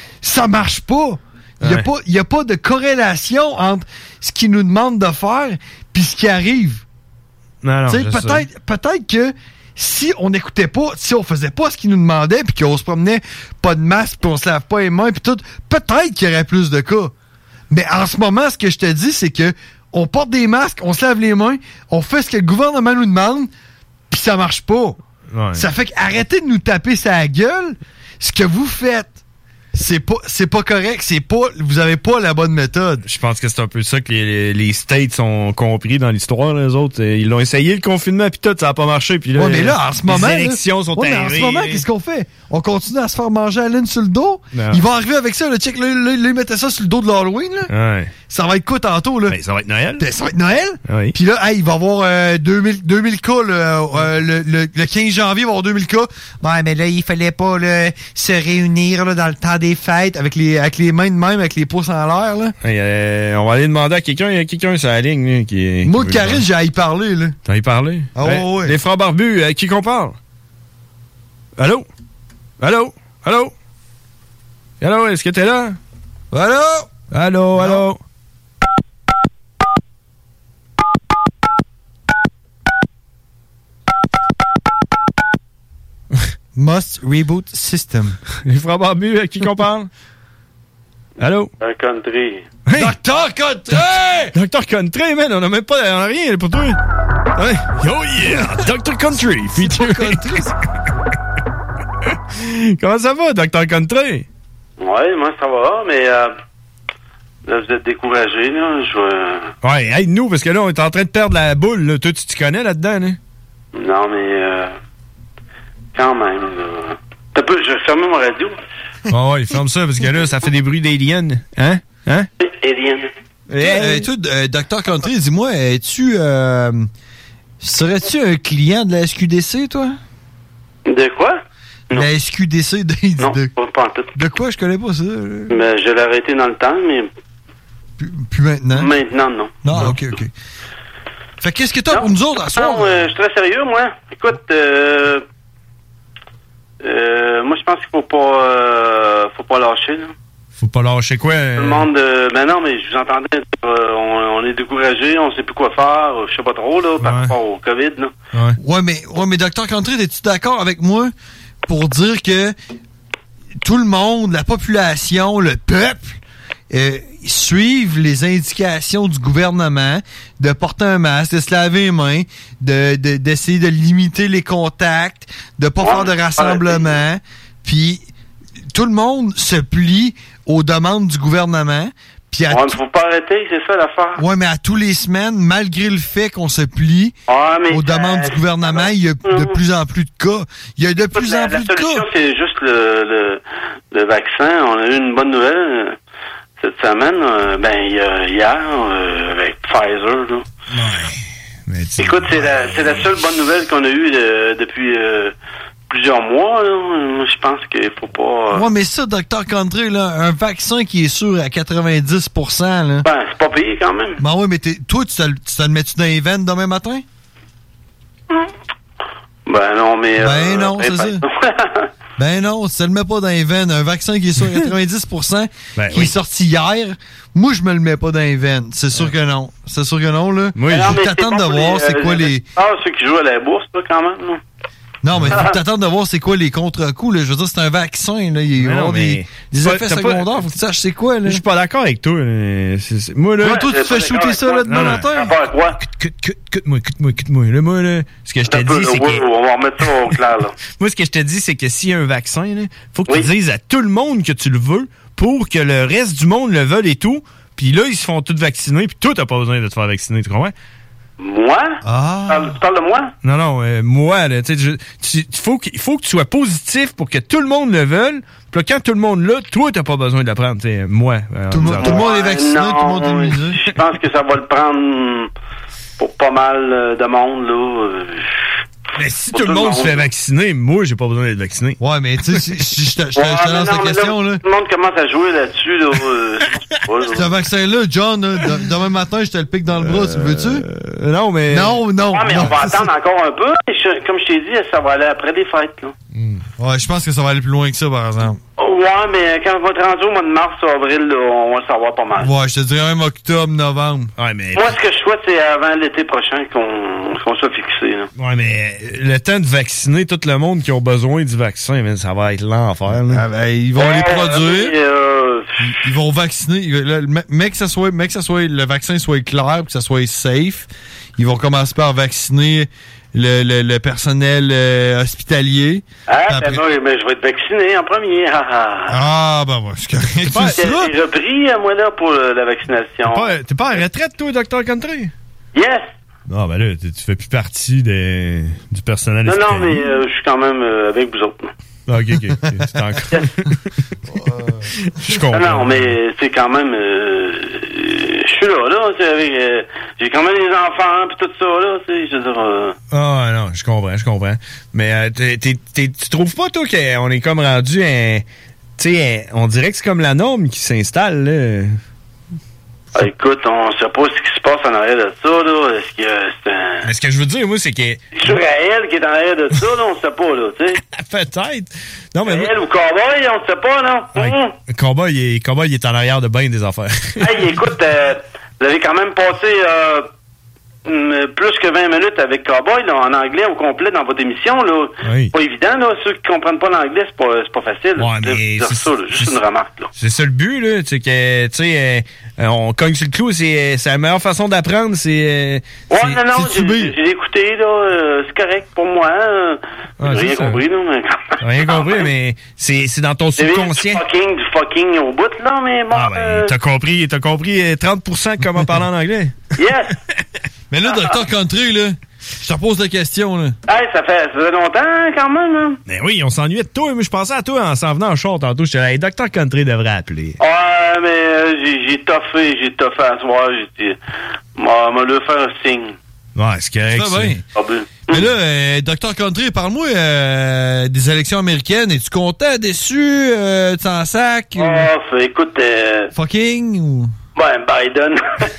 ça marche pas? Il y a Ouais. pas, il y a pas de corrélation entre ce qu'ils nous demandent de faire puis ce qui arrive. Non, non, Tu sais, je sais. peut-être, peut-être que si on n'écoutait pas, si on faisait pas ce qu'ils nous demandaient, puis qu'on se promenait pas de masque, puis on se lave pas les mains, puis tout, peut-être qu'il y aurait plus de cas. Mais en ce moment, ce que je te dis, c'est que on porte des masques, on se lave les mains, on fait ce que le gouvernement nous demande, puis ça marche pas. Ouais. Ça fait qu'arrêtez de nous taper sa gueule. Ce que vous faites, c'est pas, c'est pas correct, c'est pas, vous avez pas la bonne méthode. Je pense que c'est un peu ça que les, les States ont compris dans l'histoire, les autres. Ils l'ont essayé, le confinement, puis tout, ça a pas marché. Puis là, Ouais, mais là, en ce moment. les élections là, sont ouais, mais en arrivées. ce moment, qu'est-ce qu'on fait? On continue à se faire manger à la laine sur le dos. Non. Ils vont arriver avec ça, le check, là, là, là, ils mettaient ça sur le dos de l'Halloween, là. Ouais. Ça va être quoi tantôt, là? Ben, ça va être Noël. Ben, ça va être Noël. Oui. Puis là, hey, il va y avoir euh, deux mille, deux mille cas, là, euh, le, le, le quinze janvier, il va y avoir deux mille cas. Ouais, mais là, il fallait pas là, se réunir là, dans le temps des fêtes avec les, avec les mains de même, avec les pouces en l'air. Là. Hey, euh, on va aller demander à quelqu'un. Il y a quelqu'un sur la ligne là, qui, Moi, qui de veut Karine, j'ai à y parler. Là. T'as y parlé? Ah ouais, ouais. Les frères barbus, à qui qu'on parle? Allô? Allô? Allô? Allô, est-ce que t'es là? Allô? Allô, allô? Must reboot system. Les frères barbus, à qui qu'on parle? Allô? Un country. Hey! Docteur Country! Docteur Country, man, on a même pas on a rien pour toi. Ouais. Oh yeah! Docteur Country! Feature. Comment ça va, Docteur Country? Ouais, moi ça va, mais euh, là vous êtes découragé, là. Je vais- Ouais, aide-nous, parce que là, on est en train de perdre la boule. Là. Toi, tu te connais là-dedans, hein? Non, mais euh, quand même, là. T'as peu, je vais fermer mon radio. Oh, ouais, ferme ça, parce que là, ça fait des bruits d'aliens. Hein? Hein? Alien. Euh, toi, euh, Docteur Country, dis-moi, es-tu. Euh, serais-tu un client de la S Q D C, toi? De quoi? La S Q D C de, Non, de, pas, pas en tout. de quoi? Je connais pas ça. là. Mais je l'ai arrêté dans le temps, mais Puis maintenant? maintenant, non. Non, ok, ok. Fait qu'est-ce que t'as pour nous autres à soir? Non, euh, je suis très sérieux, moi. Écoute, euh, euh, moi, je pense qu'il faut pas, euh, faut pas lâcher, là. Faut pas lâcher quoi? Tout le monde, euh, ben non, mais je vous entendais, euh, on, on est découragé, on sait plus quoi faire, je sais pas trop, là, par rapport au COVID, là. Ouais. ouais, mais, ouais, mais Docteur Country, es-tu d'accord avec moi pour dire que tout le monde, la population, le peuple, euh, suivent les indications du gouvernement de porter un masque, de se laver les mains, de, de, d'essayer de limiter les contacts, de pas Ouais, faire de rassemblement, puis tout le monde se plie aux demandes du gouvernement. Puis à Ouais, t- faut pas arrêter, c'est ça l'affaire. ouais, mais à tous les semaines, malgré le fait qu'on se plie mais aux demandes euh, du gouvernement, il y a de plus en plus de cas. Il y a de plus La, en la plus de solution, cas. c'est juste le, le, le vaccin. On a eu une bonne nouvelle euh, cette semaine. euh, ben, il y a- hier, euh, avec Pfizer, là. Écoute, c'est la, c'est la seule bonne nouvelle qu'on a eue euh, depuis euh, plusieurs mois, là. Moi, je pense qu'il faut pas... euh, Ouais, mais ça, Docteur Country, là, un vaccin qui est sûr à quatre-vingt-dix pour cent, là. Ben, c'est pas payé quand même. Ben ouais, mais t'es- toi, tu te, le- tu te le mets-tu dans les veines demain matin? Ben non, mais... Ben euh, non, c'est ben, ça. Ben non, tu te le mets pas dans les veines. Un vaccin qui est sur quatre-vingt-dix pour cent, ben, qui oui. est sorti hier, moi, je me le mets pas dans les veines. C'est sûr ouais. que non. C'est sûr que non, là. Moi, il faut que t'attendre bon de voir les, c'est euh, quoi les... les... Ah, ceux qui jouent à la bourse, là, quand même, là. Non, mais il faut que t'attendes de voir c'est quoi les contre-coups, là. Je veux dire, c'est un vaccin, là. Il va y avoir des, des pas, effets secondaires. Pas... Faut que tu saches c'est quoi, là. Je suis pas d'accord avec toi. C'est, c'est... Moi, là. Ouais, toi, tu te fais shooter ça, là, demain matin. Écoute-moi, écoute-moi, écoute-moi. Là, moi, là. Ce que je te dis, c'est que. On va remettre ça au clair, là. Moi, ce que je te dis, c'est que s'il y a un vaccin, là, faut que tu dises à tout le monde que tu le veux pour que le reste du monde le veuille et tout. Puis là, ils se font tous vacciner, puis toi, t'as pas besoin de te faire vacciner, tu comprends? Moi? Ah. Tu parles de moi? Non, non, euh, moi, là, tu sais, il faut que, faut que tu sois positif pour que tout le monde le veuille. Puis là, quand tout le monde l'a, toi, t'as pas besoin de le prendre, tu sais, moi. Tout, tout, tout le monde est vacciné, non, tout le monde est immunisé. Je pense que ça va le prendre pour pas mal de monde, là. Mais si tout, tout le monde, monde se fait vacciner, moi, j'ai pas besoin d'être vacciné. Ouais, mais tu sais, si, si je te, je te, ouais, je te lance non, la question, là, là. Tout le monde commence à jouer là-dessus, là. euh, Ce vaccin-là, John, là, de, demain matin, je te le pique dans le bras, euh, tu veux-tu? Euh, non, mais... Non, non. Ah, mais non, on va attendre encore un peu. Je, comme je t'ai dit, ça va aller après les fêtes, là. Mm. Ouais, je pense que ça va aller plus loin que ça, par exemple. Ouais, mais quand on va être rendu au mois de mars ou avril, là, on va le savoir pas mal. Ouais, je te dirais même octobre, novembre. Ouais, mais... Moi, ce que je souhaite, c'est avant l'été prochain qu'on, qu'on soit fixé, là. Ouais, mais le temps de vacciner tout le monde qui a besoin du vaccin, mais ça va être l'enfer, là. Ah, ben, ils vont euh, les produire. Euh, ils, ils vont vacciner. Le, mais que ça soit, mais que ça soit, le vaccin soit clair, que ça soit safe, ils vont commencer par vacciner le, le, le personnel euh, hospitalier. Ah, après... ben non, mais je vais être vacciné en premier. Ah, ben ouais, c'est correct. Tu sais, j'ai repris, moi, là, pour la vaccination. T'es pas, t'es pas en retraite, toi, docteur Country? Yes! Non, ben là, tu fais plus partie des, du personnel Non, hospitalier. non, mais euh, je suis quand même euh, avec vous autres. Ah, ok, ok. okay. C'est encore... Je comprends. Non, non, mais c'est quand même... Euh, je suis là, là. Avec, euh, j'ai quand même des enfants, puis tout ça, là. Je veux dire... Euh... Ah, non, je comprends, je comprends. Mais euh, t'es, t'es, t'es, tu trouves pas, toi, qu'on est comme rendu un... Tu sais, on dirait que c'est comme la norme qui s'installe, là. Ah, écoute, on sait pas ce qui se passe en arrière de ça, là. Est-ce que c'est un... Mais ce que je veux dire, moi, c'est que... C'est Raël qui est en arrière de ça, là, on sait pas, là, tu sais. Peut-être. Non, mais Raël moi... ou Cowboy, on sait pas, là. Ouais. Mmh. Cowboy, il est, Cowboy, il est en arrière de bien des affaires. Hey, écoute, euh, vous avez quand même passé euh, plus que vingt minutes avec Cowboy, là, en anglais au complet dans votre émission, là. Oui. C'est pas évident, là. Ceux qui comprennent pas l'anglais, c'est pas, c'est pas facile. Ouais, mais c'est ça, là, juste une remarque, là. C'est ça le but, là. C'est que, tu sais, euh, on cogne sur le clou, c'est, c'est la meilleure façon d'apprendre, c'est. Euh, ouais, c'est, non, non, j'ai, j'ai, j'ai écouté, là. Euh, c'est correct pour moi. Euh, ah, j'ai rien ça. compris, là. Mais... rien compris, mais c'est, c'est dans ton subconscient. Du fucking, du fucking au bout, là, mais bon. Ah, ben, euh... t'as compris, t'as compris trente pour cent comment parler en anglais. Yes! Mais là, docteur Country, là, je te pose la question, là. Hey, ça fait, ça fait longtemps, quand même, hein? Ben oui, on s'ennuyait de toi. Moi, je pensais à toi en s'en venant en short tantôt. Je te disais, hey, docteur Country devrait appeler. Ouais, mais euh, j'ai, j'ai toffé, j'ai toffé à soir. J'ai dit, m'a, m'a le faire un signe. Ouais, c'est correct. Ça va bien. Mais là, euh, docteur Country, parle-moi euh, des élections américaines. Es-tu content, déçu, euh, tu t'en sac? Oh, ou... écoute... Euh... Fucking, ou... Ben, Biden,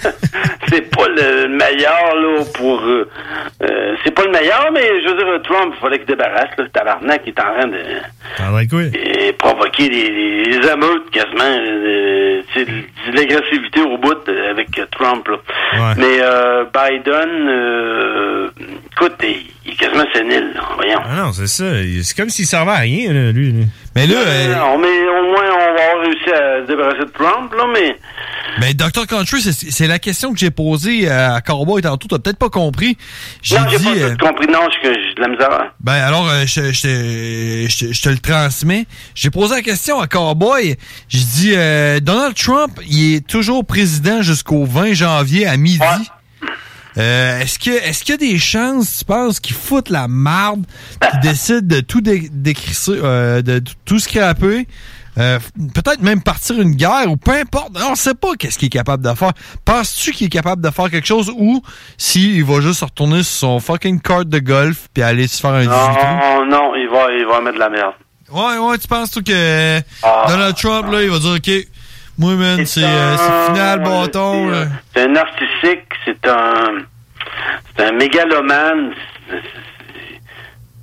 c'est pas le meilleur, là, pour... Euh, euh, c'est pas le meilleur, mais je veux dire, Trump, il fallait qu'il débarrasse, là, le tabarnak, il est en train de... T'en vas quoi? Et provoquer des, des émeutes, quasiment, euh, tu sais, de l'agressivité au bout euh, avec Trump, là. Ouais. Mais euh, Biden, euh, écoute, il, il est quasiment sénile, là, voyons. Ah non, c'est ça. C'est comme s'il servait à rien, là, lui. lui. Mais là... Euh, non, mais au moins, on va avoir réussi à se débarrasser de Trump, là, mais... Ben, docteur Country, c'est, c'est la question que j'ai posée à Cowboy tantôt. T'as peut-être pas compris. J'ai non, j'ai dit, pas euh, compris. Non, j'ai, j'ai de la misère. Ben, alors, euh, je, je, je, je te le transmets. J'ai posé la question à Cowboy. J'ai dit, euh, Donald Trump, il est toujours président jusqu'au vingt janvier à midi. Ouais. Euh, est-ce que, est-ce qu'il y a des chances, tu penses, qu'il foute la marde, qu'il décide de tout dé- décrisser, euh, de tout scraper? Euh, peut-être même partir une guerre ou peu importe. On sait pas qu'est-ce qu'il est capable de faire. Penses-tu qu'il est capable de faire quelque chose ou s'il va juste retourner sur son fucking carte de golf puis aller se faire un dix-huit Non, non, il va, il va mettre de la merde. Ouais, ouais, tu penses tout que ah. Donald Trump, là, il va dire, OK, moi, man, c'est, c'est, un... euh, c'est final, bâton. C'est, c'est un narcissique, c'est un, c'est un mégalomane. C'est,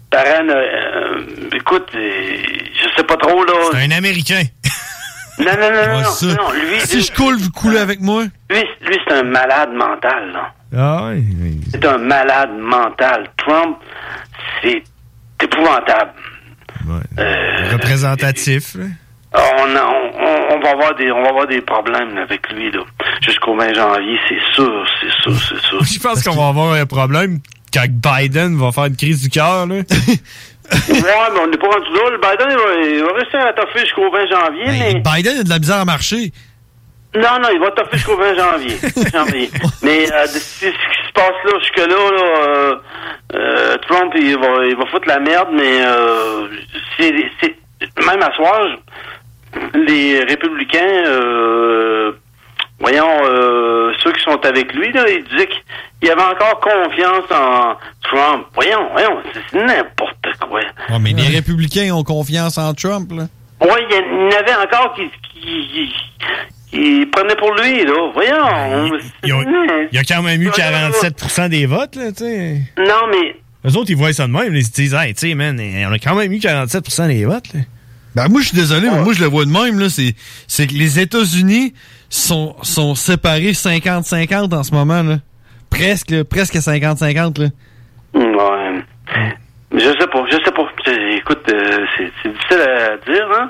Parent, euh, écoute, euh, je sais pas trop, là. C'est un Américain. Non, non, non, non, ça. non, non, lui... Si lui, je coule, vous coulez avec moi? Lui, lui c'est un malade mental, là. Ah oui. C'est un malade mental. Trump, c'est épouvantable. Ouais. Euh, Représentatif, là. On, on, on va avoir des on va avoir des problèmes là, avec lui là jusqu'au vingt janvier, c'est sûr, c'est sûr, c'est sûr. Je pense qu'on va avoir un problème quand Biden va faire une crise du cœur là. Ouais, mais on n'est pas rendu là. Le Biden il va, il va rester à toffer jusqu'au vingt janvier. Ben, mais... Biden a de la misère à marcher. Non, non, il va toffer jusqu'au vingt janvier. janvier. Mais euh, ce qui se passe là jusque là, là euh, euh, Trump il va il va foutre la merde, mais euh, c'est c'est même à soir. Je... Les républicains, euh, voyons, euh, ceux qui sont avec lui, là, ils disaient qu'il y avait encore confiance en Trump. Voyons, voyons, c'est n'importe quoi. Oh, mais les républicains ont confiance en Trump, là. Oui, il y en avait encore qui, qui, qui, qui prenaient pour lui, là. Voyons. Il y, y a quand même eu quarante-sept pour cent des votes, là, tu sais. Non, mais... Eux autres, ils voient ça de même. Ils se disent, hey, tu sais, man, on a quand même eu quarante-sept pour cent des votes, là. Ben, moi, je suis désolé, mais moi, je le vois de même, là. C'est, c'est que les États-Unis sont, sont séparés cinquante cinquante en ce moment, là. Presque, là, presque cinquante cinquante, là. Ouais. Je sais pas, je sais pas. Écoute, euh, c'est, c'est difficile à dire, hein.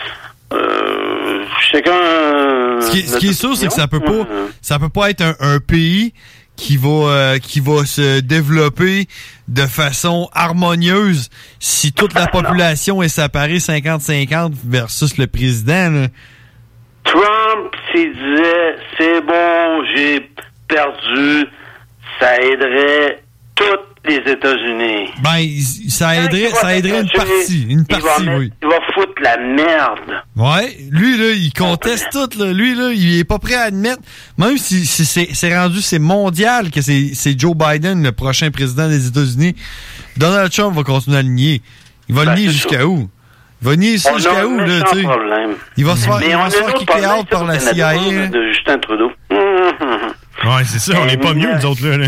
Euh, chacun... Euh, ce qui, ce qui est sûr, c'est que ça peut pas, euh, ça peut pas être un, un pays qui va euh, qui va se développer de façon harmonieuse si toute la population est séparée cinquante cinquante versus le président, là. Trump s'il disait c'est bon, j'ai perdu, ça aiderait toutes les États-Unis. Ben, ça aiderait, ça aiderait une partie, une partie, il va, oui. Il va foutre la merde. Ouais, lui là, il conteste tout là. Lui là, il est pas prêt à admettre, même si, si c'est, c'est rendu, c'est mondial que c'est, c'est Joe Biden le prochain président des États-Unis. Donald Trump va continuer à le nier. Il va ben, le nier jusqu'à ça. Où? Il va nier ça jusqu'à où là, tu sais? Il va se faire, il va se faire kicker out par la C I A. De Justin Trudeau. Ouais, c'est ça, on n'est pas mieux, nous autres, là. là.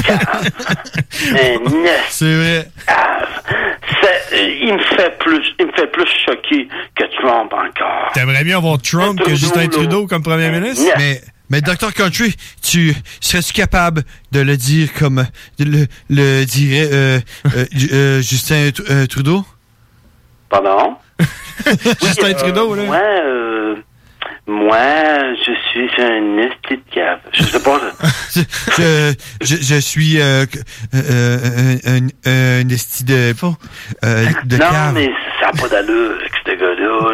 C'est vrai. Il me fait plus, il me fait plus choquer que Trump encore. T'aimerais bien avoir Trump Trudeau, que Justin Trudeau comme premier ministre? Mais, mais docteur Country, tu serais-tu capable de le dire comme le, le dirait euh, euh, euh, Justin euh, Trudeau? Pardon? Justin oui, Trudeau, euh, là. Moi, euh, moi, je suis un esti de cave. Je sais pas. je, je, je suis euh, euh, un, un, un esti de, euh, de non, cave. mais ça n'a pas d'allure avec ce gars-là.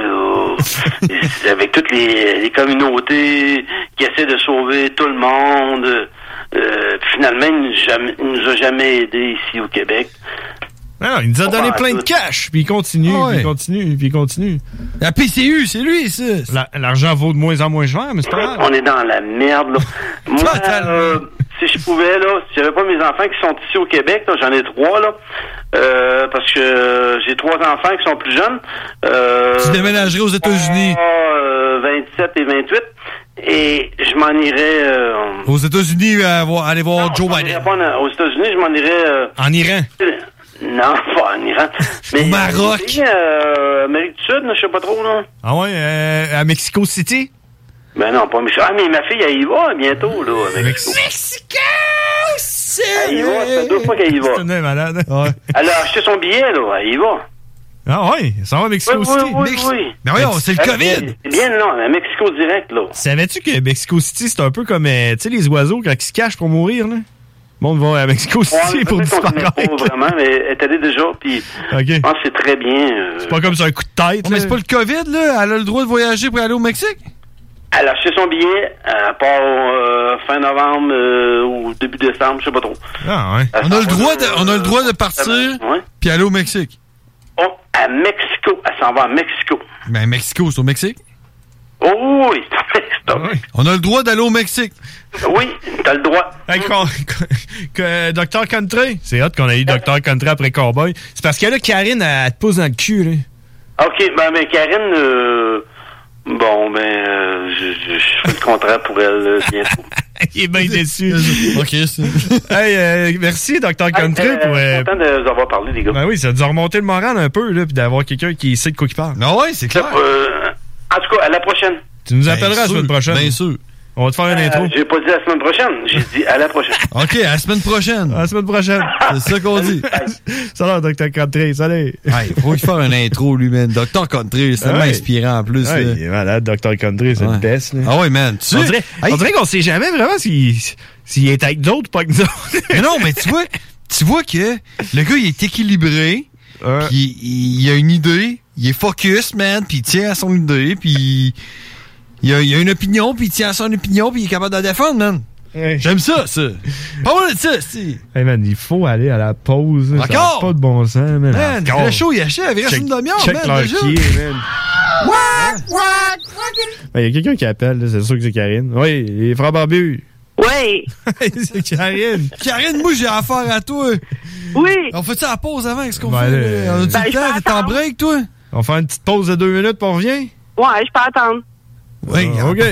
Là. Avec toutes les, les communautés qui essaient de sauver tout le monde. Euh, finalement, il nous, jamais, il nous a jamais aidés ici au Québec. Non, il nous a donné plein de cash, puis il continue, oh, ouais. puis il continue, puis il continue. La P C U, c'est lui, ça. La, l'argent vaut de moins en moins cher, mais c'est pas grave. On est dans la merde, là. Moi, euh, si je pouvais, là, si j'avais pas mes enfants qui sont ici au Québec, là, j'en ai trois, là, euh, parce que euh, j'ai trois enfants qui sont plus jeunes. Euh, tu déménagerais aux États-Unis? Euh, vingt-sept et vingt-huit. Et je m'en irais... Euh, aux États-Unis, à voir, aller voir non, Joe je Biden. Pas en, aux États-Unis, je m'en irais... Euh, en Iran? Non, pas en Iran. Mais, au Maroc? Euh, Amérique du Sud, je sais pas trop, là. Ah ouais, euh, à Mexico City? Ben non, pas Mexico. Ah, mais ma fille, elle y va bientôt, là, à Mexico. Mexico City! Elle y va, ça fait deux fois qu'elle y va. C'est une malade. Ouais. Elle a acheté son billet, là, elle y va. Ah ouais, ça va à Mexico oui, City. Oui, oui, Mex- oui. Mais voyons, c'est le COVID. C'est bien, non, à Mexico direct, là. Savais-tu que Mexico City, c'est un peu comme, euh, tu sais, les oiseaux quand ils se cachent pour mourir, là? Le monde va à Mexico City ouais, pour disparaître. Pas vraiment, mais elle est allée déjà, puis okay. je pense que c'est très bien. Euh... C'est pas comme sur un coup de tête. Oh, mais c'est pas le COVID, là? Elle a le droit de voyager pour aller au Mexique? Elle a acheté son billet, elle part euh, fin novembre euh, ou début décembre, je sais pas trop. Ah ouais. On a, le droit de, on a le droit de partir ouais. puis aller au Mexique. Oh, à Mexico. Elle s'en va à Mexico. Ben, Mexico, c'est au Mexique? Oh oui, c'est au Mexique. On a le droit d'aller au Mexique. Oui, t'as le droit. Hey, que, docteur Country, c'est hot qu'on a eu docteur Country après Cowboy. C'est parce que là, Karine, elle, elle te pousse dans le cul, là. OK, ben, ben Karine, euh, bon, ben, euh, je, je, je fais le contraire pour elle euh, bientôt. Il est bien déçu. OK, ça. Hey, euh, merci, docteur Country. Hey, pour, euh, euh, content de vous avoir parlé, les gars. Ben oui, ça nous a remonté le moral un peu, là, puis d'avoir quelqu'un qui sait de quoi il parle. Non, ouais, c'est clair. Euh, en tout cas, à la prochaine. Tu nous appelleras Bien la semaine sûr, prochaine. bien sûr. On va te faire une Euh, intro. j'ai pas dit la semaine prochaine, j'ai dit à la prochaine. OK, à la semaine prochaine. À la semaine prochaine. C'est ça qu'on dit. Salut, docteur Country. Salut. Hey, faut lui faire une intro, lui, man. docteur Country, c'est tellement Ouais. inspirant en plus. Ouais, là. il est malade, docteur Country, c'est Ouais. le best. Là. Ah ouais, man. Tu on, sais, dirait, hey, on dirait qu'on sait jamais vraiment s'il s'il est avec d'autres ou pas avec nous autres. Mais non, mais tu vois, tu vois que le gars, il est équilibré, Ouais. puis il, il a une idée, il est focus, man, puis il tient à son idée, puis il a, il a une opinion, puis il tient à son opinion, puis il est capable de la défendre, man. Ouais. J'aime ça, ça. Pas mal de ça, si. Hey man, il faut aller à la pause. là. Ça a Encore? pas de bon sens, man. Man, Encore. le show, il achève, il reste Check- une demi-heure, check man, leur déjà. pied, man. Ben, il y a quelqu'un qui appelle, là, c'est sûr que c'est Karine. Oui, les frères barbus. Oui. C'est Karine. Karine, moi, j'ai affaire à toi. Oui. On fait ça à la pause avant, qu'est-ce qu'on Ben, fait? là, là? On a du Ben, je temps, peux t'es en attendre. break, toi? On va faire une petite pause de deux minutes, puis on revient? Ouais, je peux attendre. Oui, Ah, OK.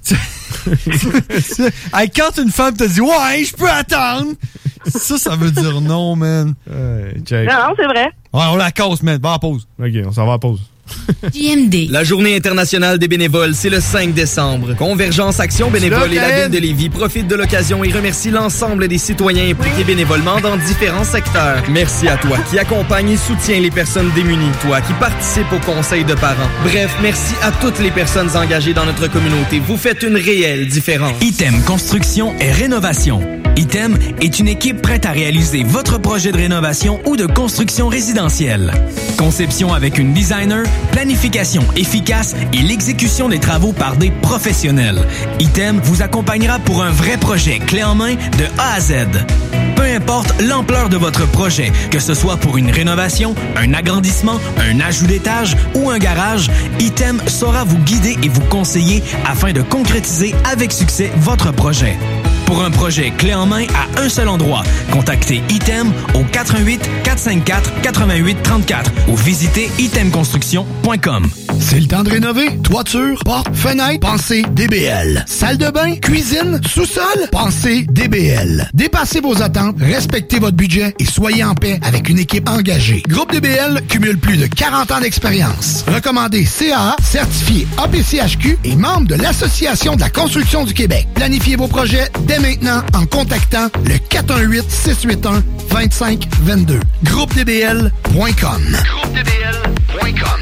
Hey, quand une femme te dit « Ouais, je peux attendre », ça, ça veut dire non, man. Ouais, check. Non, non, c'est vrai. Ouais, on la casse, man. Va en pause. OK, on s'en va à pause. J M D. La Journée internationale des bénévoles, c'est le cinq décembre. Convergence Action Bénévole et la Ville de Lévis profitent de l'occasion et remercient l'ensemble des citoyens impliqués bénévolement dans différents secteurs. Merci à toi qui accompagne et soutient les personnes démunies, toi qui participe au conseil de parents. Bref, merci à toutes les personnes engagées dans notre communauté. Vous faites une réelle différence. Item Construction et Rénovation. Item est une équipe prête à réaliser votre projet de rénovation ou de construction résidentielle. Conception avec une designer, planification efficace et l'exécution des travaux par des professionnels. Item vous accompagnera pour un vrai projet clé en main de A à Z. Peu importe l'ampleur de votre projet, que ce soit pour une rénovation, un agrandissement, un ajout d'étage ou un garage, Item saura vous guider et vous conseiller afin de concrétiser avec succès votre projet. Pour un projet clé en main à un seul endroit, contactez Item au quatre un huit, quatre cinq quatre, huit huit trois quatre ou visitez item construction point com. C'est le temps de rénover. Toiture, porte, fenêtre, pensez D B L. Salle de bain, cuisine, sous-sol, pensez D B L. Dépassez vos attentes, respectez votre budget et soyez en paix avec une équipe engagée. Groupe D B L cumule plus de quarante ans d'expérience. Recommandé C A A, certifié A P C H Q et membre de l'Association de la construction du Québec. Planifiez vos projets dès maintenant en contactant le quatre un huit, six huit un, deux cinq deux deux. groupe d b l point com. groupe d b l point com.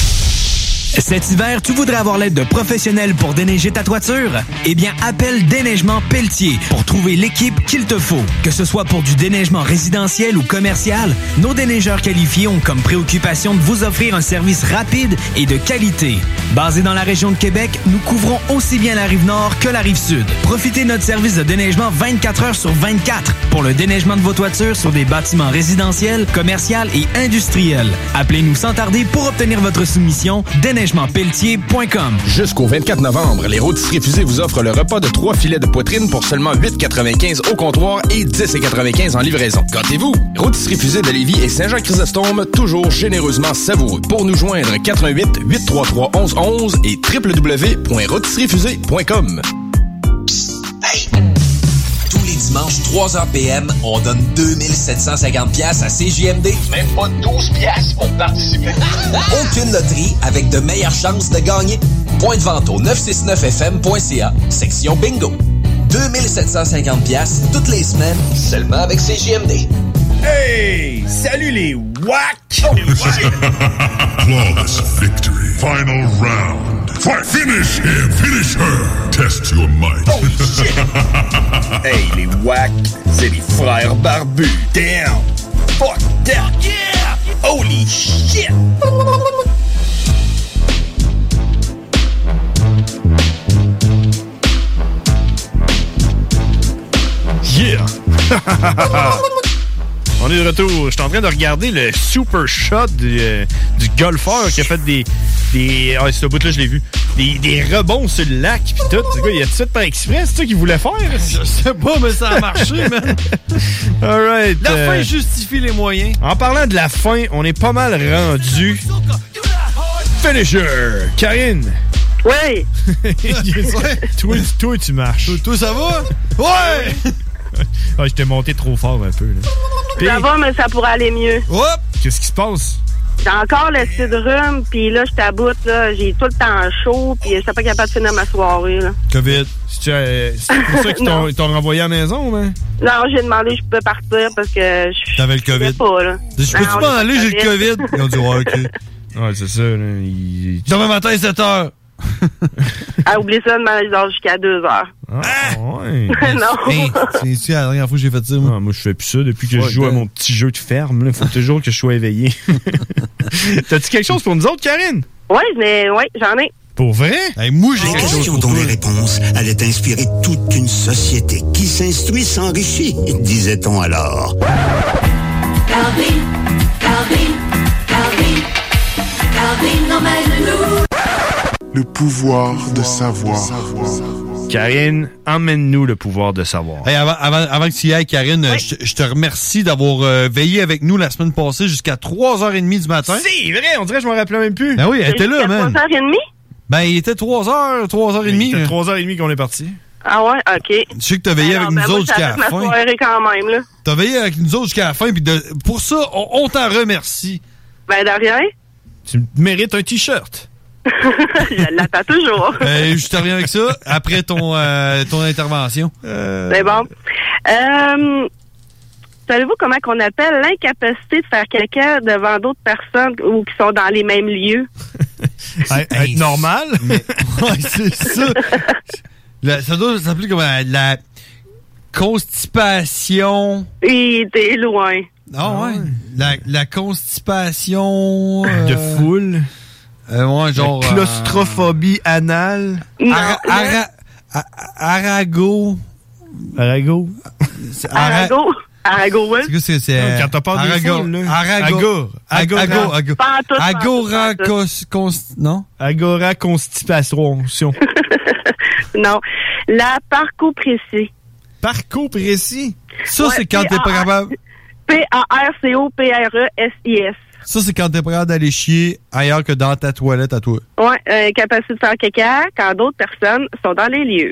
Cet hiver, tu voudrais avoir l'aide de professionnels pour déneiger ta toiture? Eh bien, appelle Déneigement Pelletier pour trouver l'équipe qu'il te faut. Que ce soit pour du déneigement résidentiel ou commercial, nos déneigeurs qualifiés ont comme préoccupation de vous offrir un service rapide et de qualité. Basé dans la région de Québec, nous couvrons aussi bien la Rive-Nord que la Rive-Sud. Profitez de notre service de déneigement vingt-quatre heures sur vingt-quatre pour le déneigement de vos toitures sur des bâtiments résidentiels, commerciaux et industriels. Appelez-nous sans tarder pour obtenir votre soumission. déneigement pelletier point com. Jusqu'au vingt-quatre novembre, les Rôtisseries Fusées vous offrent le repas de trois filets de poitrine pour seulement huit quatre-vingt-quinze au comptoir et dix quatre-vingt-quinze en livraison. Gâtez-vous! Rôtisseries Fusées de Lévis et Saint-Jean-Chrysostome, toujours généreusement savoureux. Pour nous joindre, quatre un huit, huit trois trois, onze onze et w w w point rôtisseries fusées point com. Hey! Tous les dimanches, trois heures p m, on donne deux mille sept cent cinquante dollars à C J M D. Même pas douze piastres pour participer. Aucune loterie avec de meilleures chances de gagner. Point de vente au neuf cent soixante-neuf F M point C A, section bingo. deux mille sept cent cinquante dollars toutes les semaines, seulement avec C J M D. Hey! Salut les wack! Oh, Flawless victory. Final round. Fight. Finish him. Finish her. Test your might. Oh shit! Hey les wack, c'est les frères barbus. Damn! Fuck that! Yeah! Holy shit! Yeah! On est de retour. Je suis en train de regarder le super shot du, euh, du golfeur qui a fait des... des ah, ce bout-là, je l'ai vu. Des, des rebonds sur le lac pis tout. C'est quoi, il a tout ça par express, c'est ça qu'il voulait faire? Je sais pas, mais ça a marché, man. Alright. La euh, fin justifie les moyens. En parlant de la fin, on est pas mal rendu. Finisher! Karine! Oui. toi, toi, tu marches. Toi, toi ça va? Ouais! Ah, je t'ai monté trop fort un peu. Là. Puis, ça va, mais ça pourrait aller mieux. Hop! Qu'est-ce qui se passe? J'ai encore le cidrum, puis là, je t'aboute, là. J'ai tout le temps chaud, puis je suis pas capable de finir ma soirée, là. COVID. C'est, euh, c'est pour ça qu'ils t'ont, t'ont renvoyé à la maison, hein? Non, j'ai demandé si je peux partir parce que je T'avais le COVID. pas, là. Je peux-tu m'en aller, j'ai le COVID? Ils ont dit, ouais, OK. Ouais, c'est ça, là. Il... Demain matin, sept heures. Ah, oublie ça, demain, je dors jusqu'à deux heures. Ah, ouais. Non. Hey, c'est-tu la dernière fois que j'ai fait ça, moi? Ah, moi, je fais plus ça depuis que Ouais, je joue ben... à mon petit jeu de ferme. Il faut toujours que je sois éveillé. T'as-tu quelque chose pour nous autres, Karine? Oui, mais ouais, j'en ai. Pour vrai? Hey, moi, j'ai Les quelque chose questions pour dont toi. les réponses allaient inspirer toute une société qui s'instruit s'enrichit, disait-on alors. Calvin, Calvin, Calvin, Calvin emmène-nous. Le pouvoir de savoir. Karine, emmène-nous le pouvoir de savoir. Hey, avant, avant, avant que tu y ailles, Karine, oui. je, je te remercie d'avoir euh, veillé avec nous la semaine passée jusqu'à trois heures trente du matin. C'est vrai, on dirait que je m'en rappelais même plus. Ben oui, elle était là, man. trois heures trente? Ben, il était trois heures, trois heures trente. C'était trois heures trente qu'on est parti. Ah ouais, OK. Je sais que t'as veillé Alors, avec ben nous moi, autres jusqu'à la ma fin. soirée quand même, là. T'as veillé avec nous autres jusqu'à la fin, puis de, pour ça, on, on t'en remercie. Ben, de rien. Tu mérites un T-shirt. Je l'attends toujours. Euh, je te reviens avec ça après ton, euh, ton intervention. Euh... C'est bon. Euh, savez-vous comment qu'on appelle l'incapacité de faire quelqu'un devant d'autres personnes ou qui sont dans les mêmes lieux? Être hey, normal? Mais, ouais, c'est ça. La, ça doit s'appeler comme la, la constipation. Oui, t'es loin. Ah ouais. La, la constipation... Euh, de foule. Euh, ouais, genre... La claustrophobie euh, anale. Ara, ara, ara, arago. Arago. Arago. Arago, oui. C'est quoi c'est, c'est non, quand t'as peur des foules, là. Arago. Agora. Agora. Agora. Non? Agora constipation. Non. La parcoprécie. Parcoprécie? Ça, ouais, c'est quand t'es pas capable... P A R C O P R E S I S. Ça, c'est quand t'es pas capable d'aller chier ailleurs que dans ta toilette à toi. Ouais, euh, capacité de faire caca quand d'autres personnes sont dans les lieux.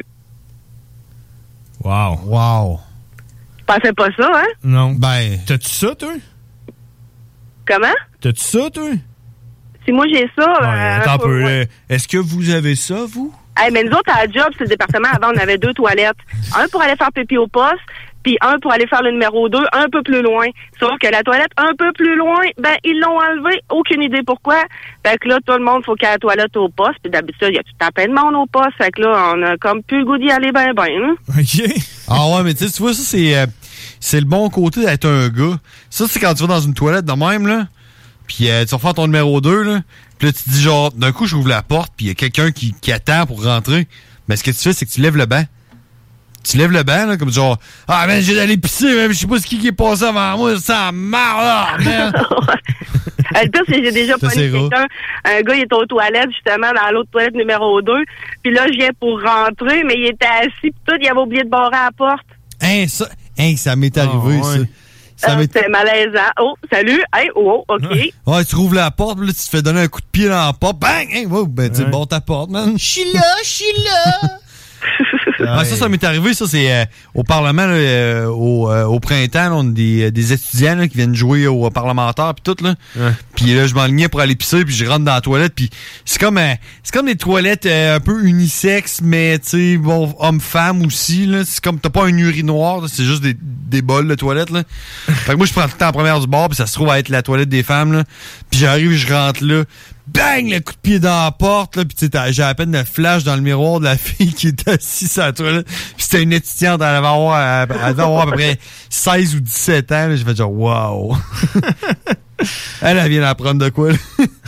Wow. Wow. Je pensais pas ça, hein? Non. Ben. T'as-tu ça, toi? Comment? T'as-tu ça, toi? Si moi j'ai ça. Ouais, euh, attends un peu. Ouais. Est-ce que vous avez ça, vous? Hey, mais nous autres, à la job, c'est le département, avant, on avait deux toilettes. Un pour aller faire pipi au poste, puis un pour aller faire le numéro deux, un peu plus loin. Sauf que la toilette un peu plus loin, ben, ils l'ont enlevé. Aucune idée pourquoi. Fait que là, tout le monde, faut qu'il y ait la toilette au poste. Puis d'habitude, il y a tout le temps plein de monde au poste. Fait que là, on a comme plus le goût d'y aller ben ben, hein. OK. Ah ouais, mais tu sais, tu vois, ça, c'est, euh, c'est le bon côté d'être un gars. Ça, c'est quand tu vas dans une toilette de même, là. Puis euh, tu vas faire ton numéro deux, là. Puis là, tu te dis genre, d'un coup, j'ouvre la porte, puis il y a quelqu'un qui, qui attend pour rentrer. Mais ce que tu fais, c'est que tu lèves le banc. Tu lèves le banc, là, comme genre, ah, ben, j'ai d'aller pisser, même, je sais pas ce qui, qui est passé avant moi, ça marre, là, merde. Le pire, c'est que j'ai déjà pogné quelqu'un. Un gars, il était aux toilettes, justement, dans l'autre toilette numéro deux. Puis là, je viens pour rentrer, mais il était assis, puis tout, il avait oublié de barrer à la porte. Hein, ça, hein, ça m'est arrivé, oh, ouais. ça. Ça euh, c'est malaisant. Oh, salut. Hey, oh, OK. Ouais, ouais, tu rouvres la porte, là, tu te fais donner un coup de pied dans la porte. Bang! Hein, wow, ben, tu ouais. bon ta porte, man. Je suis là, je suis là. Ah, ça, ça m'est arrivé. Ça, c'est euh, au Parlement, là, euh, au, euh, au printemps, là, on a des, des étudiants là, qui viennent jouer au parlementaire, puis tout, là. Ouais. Puis là, je m'enlignais pour aller pisser, puis je rentre dans la toilette, puis c'est comme euh, c'est comme des toilettes euh, un peu unisexes, mais, tu sais, bon, homme-femme aussi, là. C'est comme, t'as pas un urinoir, là, c'est juste des, des bols de toilette, là. Fait que moi, je prends tout le temps en première du bord, puis ça se trouve à être la toilette des femmes, là. Puis j'arrive, je rentre là. Bang! Le coup de pied dans la porte, là, pis tu sais, j'ai à peine le flash dans le miroir de la fille qui était assise sur la toilette. Pis c'était une étudiante, elle avait avoir, elle devait avoir à peu près seize ou dix-sept ans, là. J'ai fait genre, wow! elle, elle vient d'apprendre de quoi, là?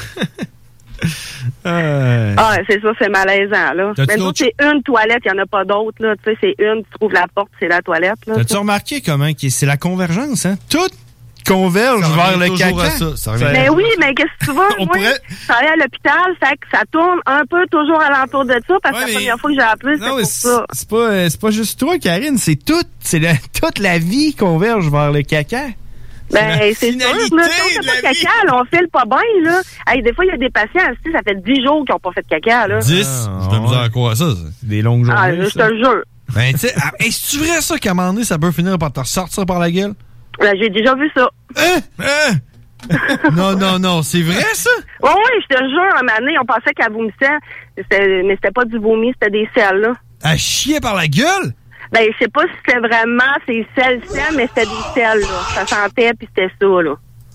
euh... Ah, c'est ça, c'est malaisant, là. Mais nous, c'est une toilette, il n'y en a pas d'autres, là. Tu sais, c'est une, tu trouves la porte, c'est la toilette, là. T'as-tu remarqué comment c'est la convergence, hein? Tout converge vers le caca. Ça, ça mais oui, mais qu'est-ce que tu vois? Moi, pourrait... je travaille à l'hôpital, fait que ça tourne un peu toujours alentour de ça, parce que ouais, la mais... première fois que j'ai appelé, c'est pour ça. C'est pas, c'est pas juste toi, Karine, c'est tout. C'est la, toute la vie converge vers le caca. Ben, c'est sûr, là. Si on fait pas de caca, là, on file pas bien, là. Hey, des fois, il y a des patients, si ça fait dix jours qu'ils n'ont pas fait de caca, là. dix? Je te misère à quoi, ça? C'est des longues journées. Ah, je te le jure. Ben, tu sais, ah, est-ce vrai, ça, qu'à un moment donné, ça peut finir par te ressortir par la gueule? Ben, j'ai déjà vu ça. Hein? Hein? non, non, non, c'est vrai, ça? Oui, oui, je te jure, un moment donné, on pensait qu'elle vomissait, c'était- mais c'était pas du vomi, c'était des selles, là. Elle chiait par la gueule? Ben, je sais pas si c'était vraiment ces selles, selles, mais c'était des selles, là. Ça sentait, puis c'était ça, là.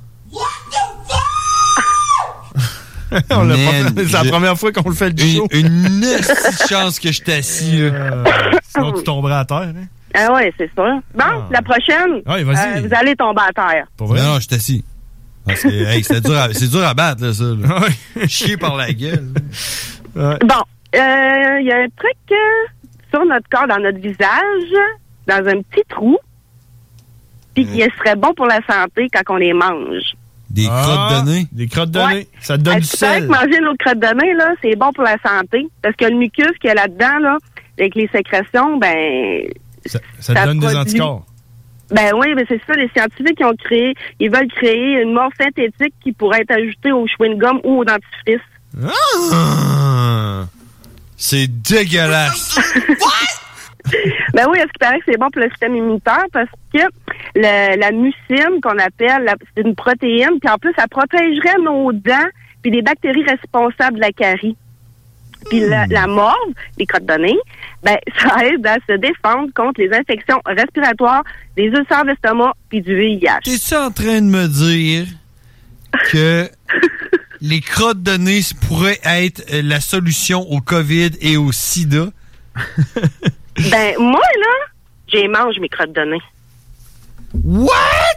On l'a pas Man, fait. C'est la j'ai- première fois qu'on le fait du Une, show. une petite chance que je t'assis, là. Sinon, tu tomberais à terre, hein? Ah ouais, c'est ça. Bon, la prochaine, Ouais, vas-y. euh, vous allez tomber à terre. Non, non, je t'assis. Ah, c'est hey, c'est dur, à- c'est dur à battre, là, ça. Là. Chier par la gueule. Bon, il euh, y a un truc euh, sur notre corps, dans notre visage, dans un petit trou, puis qui serait bon pour la santé quand on les mange. Des crottes de nez? Des crottes de nez. Ouais. Ça te donne Euh, du tu savais sel. que manger une autre crotte de nez, là, c'est bon pour la santé, parce que le mucus qu'il y a là-dedans, là, avec les sécrétions, ben... Ça, ça te ça donne des produit- anticorps. Ben oui, mais c'est ça, les scientifiques qui ont créé, ils veulent créer une morphe synthétique qui pourrait être ajoutée au chewing-gum ou au dentifrice. Ah! C'est dégueulasse. Ben oui, est-ce qu'il paraît que c'est bon pour le système immunitaire parce que le- la mucine qu'on appelle, la- c'est une protéine, puis en plus, ça protégerait nos dents puis des bactéries responsables de la carie. Puis la, la morve, les crottes de nez, ben ça aide à se défendre contre les infections respiratoires, des ulcères d'estomac puis du V I H. T'es-tu en train de me dire que les crottes de nez pourraient être euh, la solution au COVID et au sida? Ben moi là, j'ai mange mes crottes de nez. What?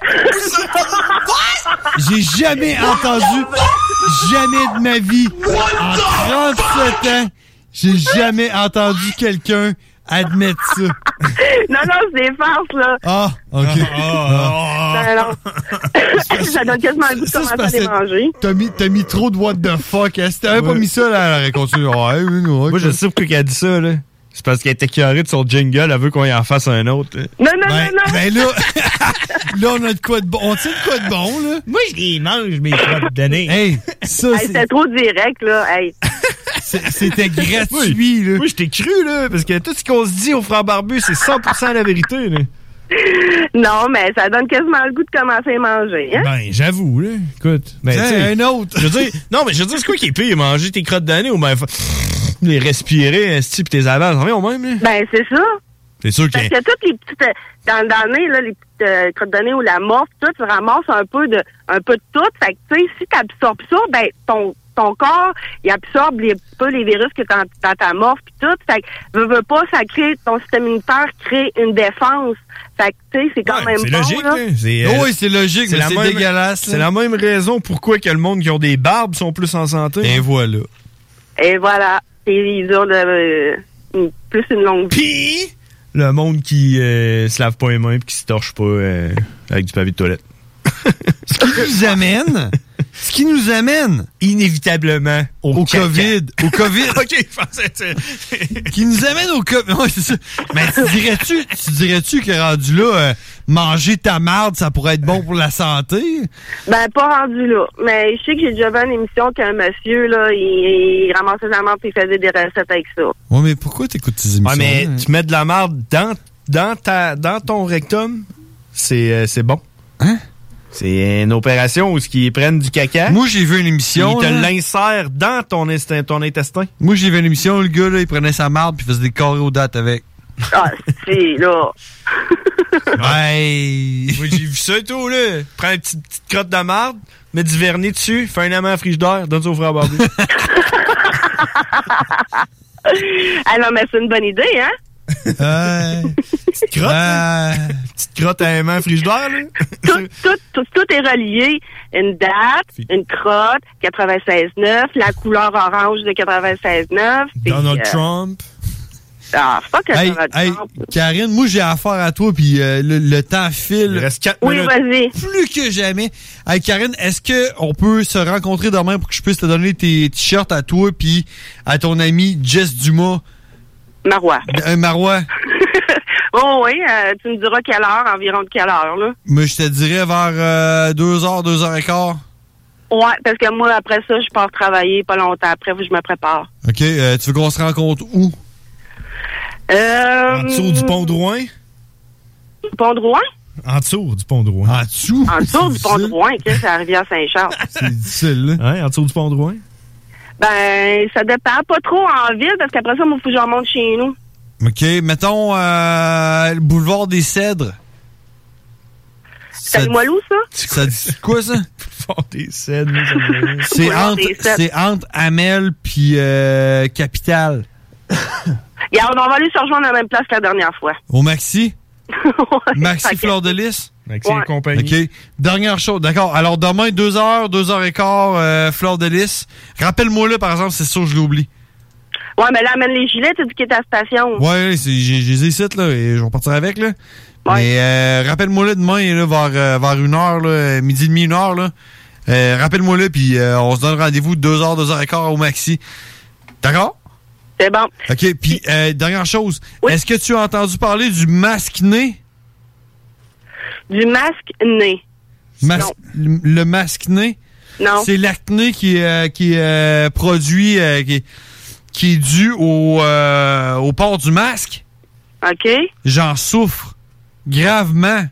J'ai jamais entendu, jamais de ma vie, en trente-sept ans, j'ai jamais entendu quelqu'un admettre ça. non, non, c'est des farces, là. Ah, OK. Non, non. Ça donne quasiment le goût de Ça, c'est commencer à parce les que manger. T'as mis, t'as mis trop de what the fuck. Hein? Si t'avais pas mis ça, là, elle aurait continué. Ouais, oui, non, Moi, je sais pourquoi elle a dit ça, là. C'est parce qu'elle était écœurée de son jingle, elle veut qu'on y en fasse un autre. Non, non, ben, non, non. Ben là, là, on a de quoi de bon. On tient de quoi de bon, là? Moi, je les mange, mes crottes de nez. Hey, ça, Hey, c'est... c'était trop direct, là. Hey. C'était gratuit, là. Moi, je t'ai cru, là, parce que tout ce qu'on se dit au frère barbu, c'est cent pour cent la vérité, là. Non, mais ça donne quasiment le goût de commencer à manger, hein? Ben, j'avoue, là. Écoute. Ben, Tiens, tu sais, un autre. Je veux dire, non, mais je veux dire, c'est quoi qui est pire, manger tes crottes de nez ou ben, fa- les respirer, esti, pis tes avales, ça revient au même, là? Ben, c'est ça. C'est sûr que. Parce que toutes les petites, euh, dans, dans le nez, là, les petites euh, crottes de nez ou la morphe, tout, tu ramasses un peu de, un peu de tout. Fait que, tu sais, si tu absorbes ça, ben, ton, ton corps, il absorbe les, peu les virus que t'as dans, dans ta morphe pis tout. Fait que, veux, veux pas, ça crée, ton système immunitaire crée une défense. Fait que, tu sais, c'est quand même C'est bon, logique, là. là. C'est, euh, Oh, oui, c'est logique, mais la c'est même- dégueulasse, là. C'est la même raison pourquoi que le monde qui ont des barbes sont plus en santé. Et voilà. Et voilà. Et ils ont de, euh, une- plus une longue vie. Pis, le monde qui euh, se lave pas les mains pis qui se torche pas euh, avec du papier de toilette. Ce qui nous amène, ce qui nous amène inévitablement au, au caca. COVID. Au COVID. OK, je pensais que qui nous amène au COVID. Ouais, c'est ça. Mais tu dirais-tu, tu dirais-tu que rendu là, euh, manger ta marde, ça pourrait être bon pour la santé? Ben, pas rendu là. Mais je sais que j'ai déjà vu une émission qu'un monsieur, là, il, il ramassait sa marde et il faisait des recettes avec ça. Ouais, mais pourquoi t'écoutes tes émissions? Ouais, mais tu mets de la marde dans, dans, ta, dans ton rectum, c'est euh, c'est bon. Hein? C'est une opération où ils prennent du caca. Moi, j'ai vu une émission. Ils te là. l'insèrent dans ton, instin- ton intestin. Moi, j'ai vu une émission, le gars, là, il prenait sa marde puis il faisait des carrés aux dates avec. Ah, si, là. Ouais. Moi, j'ai vu ça et tout, là. Prends une petite, petite crotte de marde, mets du vernis dessus, fais un amant à frigidaire, donne ça au frère barbu. Ah non, mais c'est une bonne idée, hein? Euh, petite crotte, là. Petite crotte à aimant à frigidaire, là. tout, tout, tout, tout est relié. Une date, une crotte, quatre-vingt-seize neuf, la couleur orange de quatre-vingt-seize neuf. puis, Donald euh, Trump. Ah, c'est pas que Hey, Donald hey, Trump. Karine, moi, j'ai affaire à toi, puis euh, le, le temps file. Il reste quatre Oui, minutes. vas-y. Plus que jamais. Hey, Karine, est-ce que on peut se rencontrer demain pour que je puisse te donner tes t-shirts à toi puis à ton ami Jess Dumas? Marois. Un Marois. Oh oui, euh, tu me diras quelle heure, environ de quelle heure, là. Mais je te dirais vers euh, deux heures, deux heures et quart. Ouais, parce que moi, après ça, je pars travailler pas longtemps après, faut que je me prépare. OK, euh, tu veux qu'on se rencontre où? Euh... En dessous du pont Drouin? Pont Drouin? En dessous du pont Drouin. En dessous? En dessous du pont Drouin, qu'est-ce que c'est la rivière Saint-Charles? C'est difficile, là. Ouais, en dessous du pont Drouin? Ben, ça dépend. Pas trop en ville, parce qu'après ça, moi, faut que je remonte chez nous. OK, mettons euh, le boulevard des Cèdres. C'est à Limoilou, ça? Ça dit quoi, ça? Boulevard des Cèdres. C'est Boulevard entre, des Cèdres. c'est entre Amel puis euh, Capitale. Regarde, on va aller se rejoindre à la même place que la dernière fois. Au Maxi? Maxi fait que- Fleur de Lys? Maxi Ouais. et compagnie. OK. Dernière chose. D'accord. Alors, demain, deux heures, deux heures et quart, euh, Fleur de Lys. Rappelle-moi là, par exemple, c'est sûr, je l'oublie. Ouais, mais là, amène les gilets, tu dis qu'il est à la station. Ouais, c'est, j'ai, j'ai les ici, là, et je vais partir avec, là. Mais, euh, rappelle-moi là, demain, là, vers, euh, vers une heure, là, midi et demi, une heure, là. Euh, rappelle-moi là, puis euh, on se donne rendez-vous deux heures, deux heures et quart au Maxi. D'accord? C'est bon. OK, puis, euh, dernière chose. Est-ce que tu as entendu parler du masque-nez? Du masque-nez. Mas- le, le masque-nez? Non. C'est l'acné qui, euh, qui euh, produit, euh, qui, qui est dû au, euh, au port du masque. OK. J'en souffre gravement.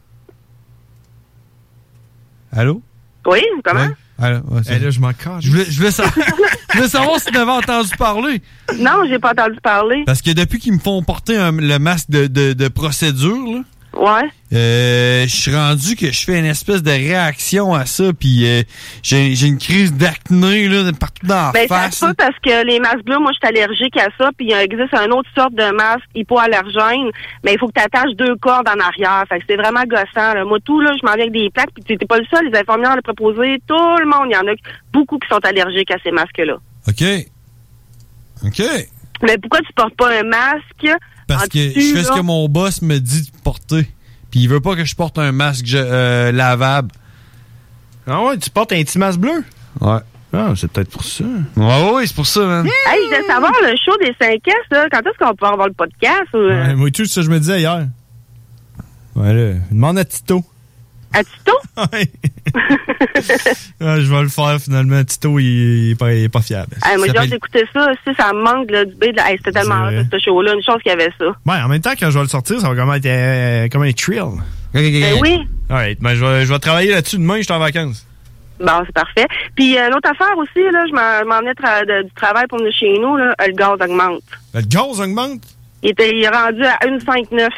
Allô? Oui, comment? Ouais. Allô? Ouais, c'est- là, je m'en cache. Je voulais, je voulais savoir, je voulais savoir si tu avais entendu parler. Non, j'ai pas entendu parler. Parce que depuis qu'ils me font porter un- le masque de, de, de procédure, là, Ouais. Euh, je suis rendu que je fais une espèce de réaction à ça, puis euh, j'ai j'ai une crise d'acné là partout dans la Ben, ça face. se peut parce que les masques bleus, moi, je suis allergique à ça, puis il existe une autre sorte de masque hypoallergène, mais il faut que tu attaches deux cordes en arrière. Fait que c'est vraiment gossant, là. Moi, tout, là, je m'en viens avec des plaques, puis t'es pas le seul, les infirmières le proposer, tout le monde, il y en a beaucoup qui sont allergiques à ces masques-là. OK. OK. Mais pourquoi tu portes pas un masque? Parce en que dessus, je fais ce là? que mon boss me dit de porter. Puis il veut pas que je porte un masque je- euh, lavable. Ah ouais, tu portes un petit masque bleu? Ouais. Ah, c'est peut-être pour ça. Ouais, ouais, c'est pour ça, man. Hey, je voulais savoir le show des cinq S, là. Quand est-ce qu'on peut avoir le podcast? Ou... Ouais, moi, tout ça, je me disais hier. Ouais, là, demande à Tito. À Tito? Ouais. Ah, je vais le faire finalement. Tito, il, il, est, pas, il est pas fiable. Hey, moi, Ça j'ai hâte s'appelle- d'écouter ça. Si ça me manque là, du B de la... Hey, c'était tellement C'est hot, ce show-là. Une chance qu'il y avait ça. Ouais, en même temps, quand je vais le sortir, ça va comme être euh, comme un thrill. Ben oui. Ouais, ben je vais, je vais travailler là-dessus demain, je suis en vacances. Bon, c'est parfait. Puis, euh, l'autre affaire aussi, là, je m'en- je m'en venais tra- de- du travail pour venir chez nous, là, euh, le gaz augmente. Le gaz augmente? Il, était, il est rendu à un virgule cinquante-neuf.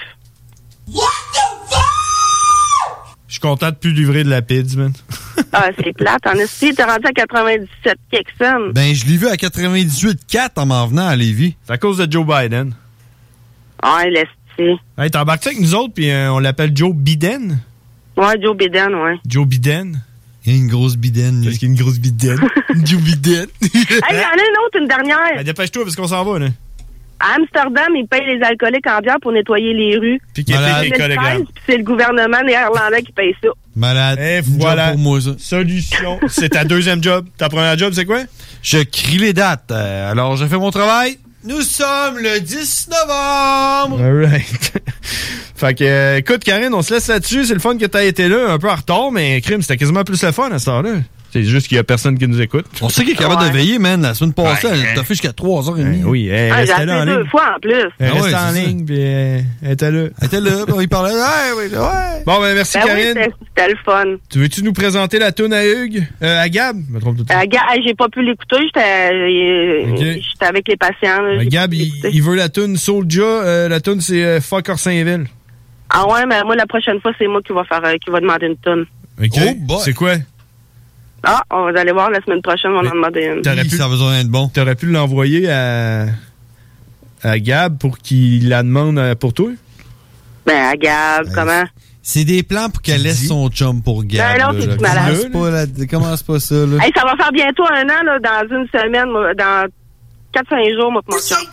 Je suis content de plus livrer de la pizza, man. Ah, c'est plate. En esti, t'es rendu à quatre-vingt-dix-sept quelques cents. Ben, je l'ai vu à quatre-vingt-dix-huit virgule quatre en m'en venant à Lévis. C'est à cause de Joe Biden. Ah, l'esti. Hey, t'embarques avec nous autres, puis euh, on l'appelle Joe Biden? Ouais, Joe Biden, ouais. Joe Biden? Il y a une grosse bidène, lui. Parce qu'il y a une grosse bidène. Joe Biden. Hey, il y en a une autre, une dernière. Ben, dépêche-toi, parce qu'on s'en va, là. À Amsterdam, ils payent les alcooliques en bière pour nettoyer les rues. Puis qu'il y a Malade. des collègues. Puis c'est le gouvernement néerlandais qui paye ça. Malade. Et Une voilà. job pour moi, ça. Solution. C'est ta deuxième job. Ta première job, c'est quoi? Je crie les dates. Euh, alors, j'ai fait mon travail. Nous sommes le dix novembre. All right. Fait que, euh, écoute, Karine, on se laisse là-dessus. C'est le fun que t'aies été là, un peu en retard, mais crime, c'était quasiment plus le fun à ce temps-là. C'est juste qu'il y a personne qui nous écoute. On sait qu'il est capable Ouais. de veiller, man. La semaine passée, Ouais. elle t'a fait jusqu'à trois heures trente. Oui, elle Ah, j'ai restait là en appelé deux ligne. fois en plus. Elle Ah restait ouais, en c'est ligne, puis euh, elle était là. Elle était là, puis il parlait. Ouais, ouais, ouais. Bon, ben merci, Ben oui, Karine. c'était c'était le fun. Tu veux-tu nous présenter la toune à Hugues? Euh, à Gab? Je me trompe tout de suite. Euh, Gab, hey, j'ai pas pu l'écouter. J'étais euh, Ok. j'étais avec les patients. là, Euh, j'ai Gab, pas pu il, l'écouter. il veut la toune Soulja. Euh, la toune, c'est euh, Fuck Orsainville. Ah ouais, mais moi, la prochaine fois, c'est moi qui va faire, euh, qui va demander une tonne. OK. Oh boy. C'est quoi? Ah, on va aller voir la semaine prochaine, on va en demander une. T'aurais Hi, pu, ça a besoin d'être bon. t'aurais pu l'envoyer à, à Gab pour qu'il la demande euh, pour toi? Ben, à Gab, comment? C'est des plans pour qu'elle laisse dis? son chum pour Gab. Ben, l'autre, là, c'est là. malade. Commence pas, là, commence pas ça, là. Hey, ça va faire bientôt un an, là, dans une semaine, moi, dans quatre cinq jours, moi, pour mon chum.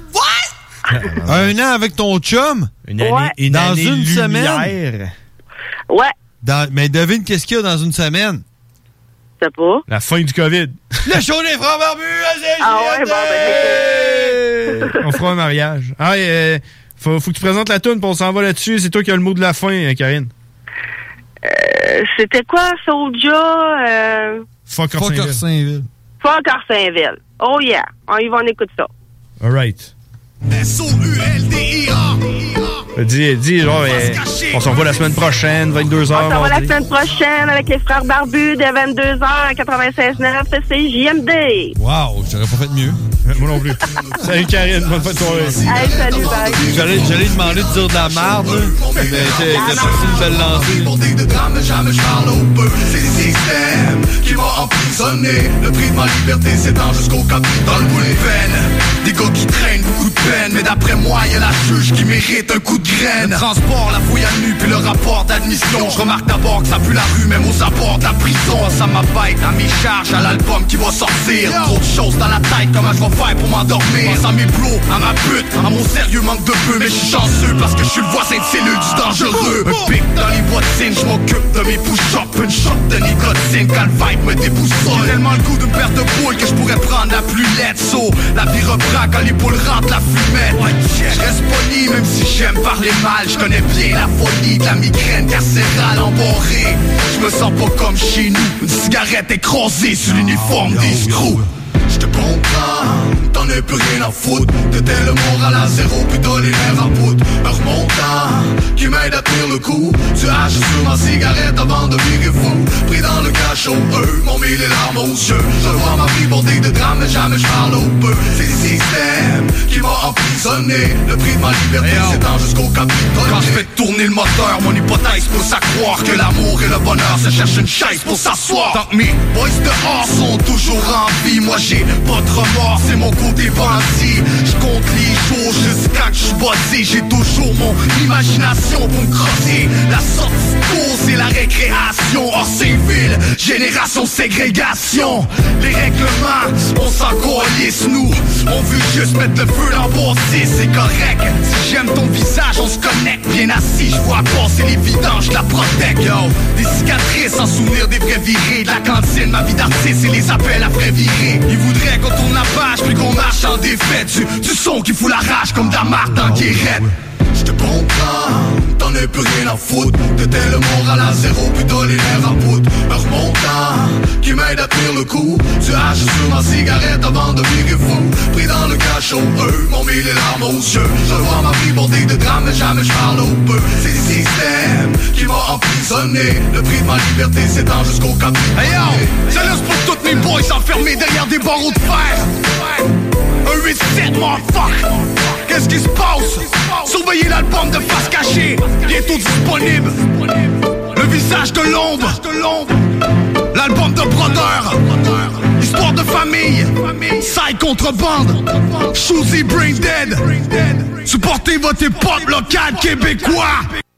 Un an avec ton chum? Une année, Ouais. une Dans année une lumière. semaine? Ouais, Dans- mais devine qu'est-ce qu'il y a dans une semaine? je sais pas. La fin du COVID. Le show des frères barbus à Ah ouais, bon, ben, On fera un mariage. Ah, euh, faut, faut que tu présentes la toune, puis on s'en va là-dessus. C'est toi qui as le mot de la fin, hein, Karine. Euh, c'était quoi, Soulja? Euh... Fuck Orsainville. Fuck Orsainville. Oh yeah. On y va, on écoute ça. All right. S O U L D I A Dis, dis, genre, eh, on s'en va la semaine prochaine, vingt-deux heures. On s'en va la semaine prochaine avec les frères barbus de vingt-deux heures à quatre-vingt-seize neuf C J M D. Wow, j'aurais pas fait mieux. Moi non plus. Salut Karine, bonne fête de soirée. Hey, salut, bye. J'allais, j'allais demander de dire de la merde, là. Mais t'es, t'es parti une belle lancée. De drame, jamais je parle au peu. C'est le système qui m'a emprisonné. Le prix de ma liberté s'étend jusqu'au capitole. Dans le bout de peine, des gars qui traînent beaucoup de peine. Mais d'après moi, y'a la juge qui mérite un coup de graine. Le transport, la fouille à nu, puis le rapport d'admission. Je remarque d'abord que ça pue la rue, même aux abords de la prison. Ça m'abaisse à mes charges, à l'album qui va sortir. Trop de choses dans la tête, comment je vais faire pour m'endormir. Pense à mes plots, à ma pute, à mon sérieux manque de peu. Mais je suis chanceux parce que je suis le voisin de cellule du dangereux. Un pic dans les boîtines, je m'occupe de mes push-ups. Une shot de nicotine quand le vibe me déboussole. J'ai tellement le goût d'une paire de boules que je pourrais prendre la plus laide. So, la vie reprend quand les poules rentrent la fumette. Je reste poli même si j'aime parler mal. Je connais bien la folie de la migraine carcérale emborrée. Je me sens pas comme chez nous, une cigarette écrasée sur l'uniforme des screws. Je te comprends, t'en as plus rien à foutre. T'étais le moral à zéro, puis t'as les nerfs à bout. Un remontant qui m'aide à tenir le coup. Tu haches sur ma cigarette avant de virer fou. Pris dans le cachot, eux m'ont mis les larmes aux yeux. Je vois ma vie bordée de drames, mais jamais je parle au peu. C'est le système qui m'a emprisonné. Le prix de ma liberté s'étend jusqu'au capitole. Quand je fais tourner le moteur, mon hypothèse pousse à croire que l'amour et le bonheur se cherchent une chaise pour s'asseoir. Tant que mes boys dehors sont toujours en vie, moi j'ai pas de remords, c'est mon côté bandit. Je compte les jours jusqu'à que je suis bossé. J'ai toujours mon imagination pour me crosser. La sortie de cours, c'est la récréation. Orsainville, génération ségrégation. Les règlements, on s'en calisse nous. On veut juste mettre le feu dans le bossé, c'est correct. Si j'aime ton visage, on se connecte. Bien assis, je vois passer les vidanges, la protège. Yo, des cicatrices sans souvenir des vrais virés. De la cantine, ma vie d'artiste et les appels après virer. Ils voudraient qu'on tourne la page puis qu'on marche en défaite. Du, du son qui fout la rage comme de la marque dans Guérette. Je te comprends, t'en as plus rien à foutre. T'étais le moral à zéro, puis t'as les nerfs à bout. Un remontant qui m'aide à tenir le coup. Tu haches sur ma cigarette avant de virer fou. Pris dans le cachot, eux m'ont mis les larmes aux yeux. Je vois ma vie bordée de drames, mais jamais je parle au peu. C'est le système qui m'a emprisonné. Le prix de ma liberté s'étend jusqu'au capitole. Hey yo, c'est là pour tous mes boys enfermés derrière des barreaux de fer. Un huit sept, motherfuck. Qu'est-ce qui se passe? Surveillez l'album de face cachée, bientôt disponible. Le visage de l'ombre, l'album de brodeur. Histoire de famille, side contrebande. Shoesy Brain Dead. Supportez votre hip-hop local québécois.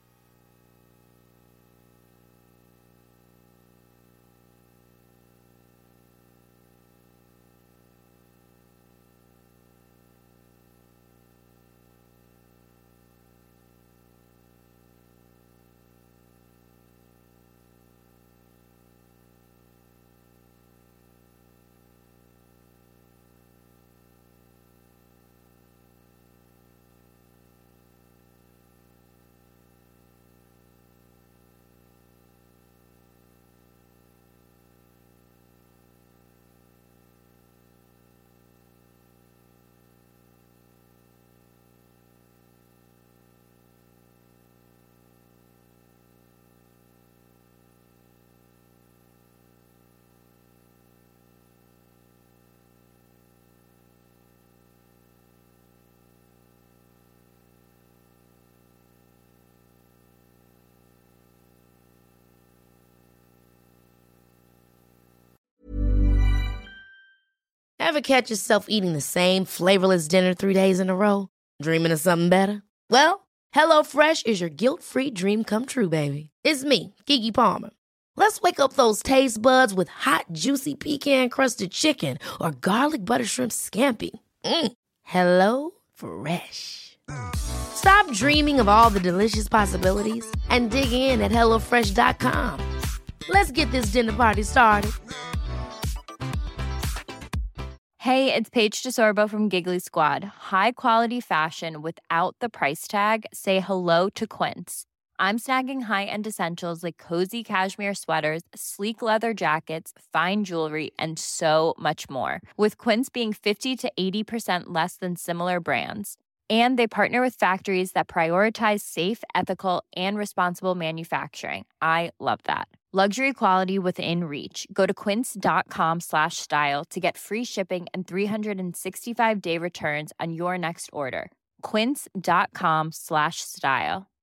Ever catch yourself eating the same flavorless dinner three days in a row? Dreaming of something better? Well, HelloFresh is your guilt-free dream come true, baby. It's me, Keke Palmer. Let's wake up those taste buds with hot, juicy pecan-crusted chicken or garlic butter shrimp scampi. Mm. Hello Fresh. Stop dreaming of all the delicious possibilities and dig in at hello fresh dot com. Let's get this dinner party started. Hey, it's Paige DeSorbo from Giggly Squad. High quality fashion without the price tag. Say hello to Quince. I'm snagging high-end essentials like cozy cashmere sweaters, sleek leather jackets, fine jewelry, and so much more. With Quince being fifty to eighty percent less than similar brands. And they partner with factories that prioritize safe, ethical, and responsible manufacturing. I love that. Luxury quality within reach. Go to quince.com slash style to get free shipping and three sixty-five day returns on your next order. Quince.com slash style.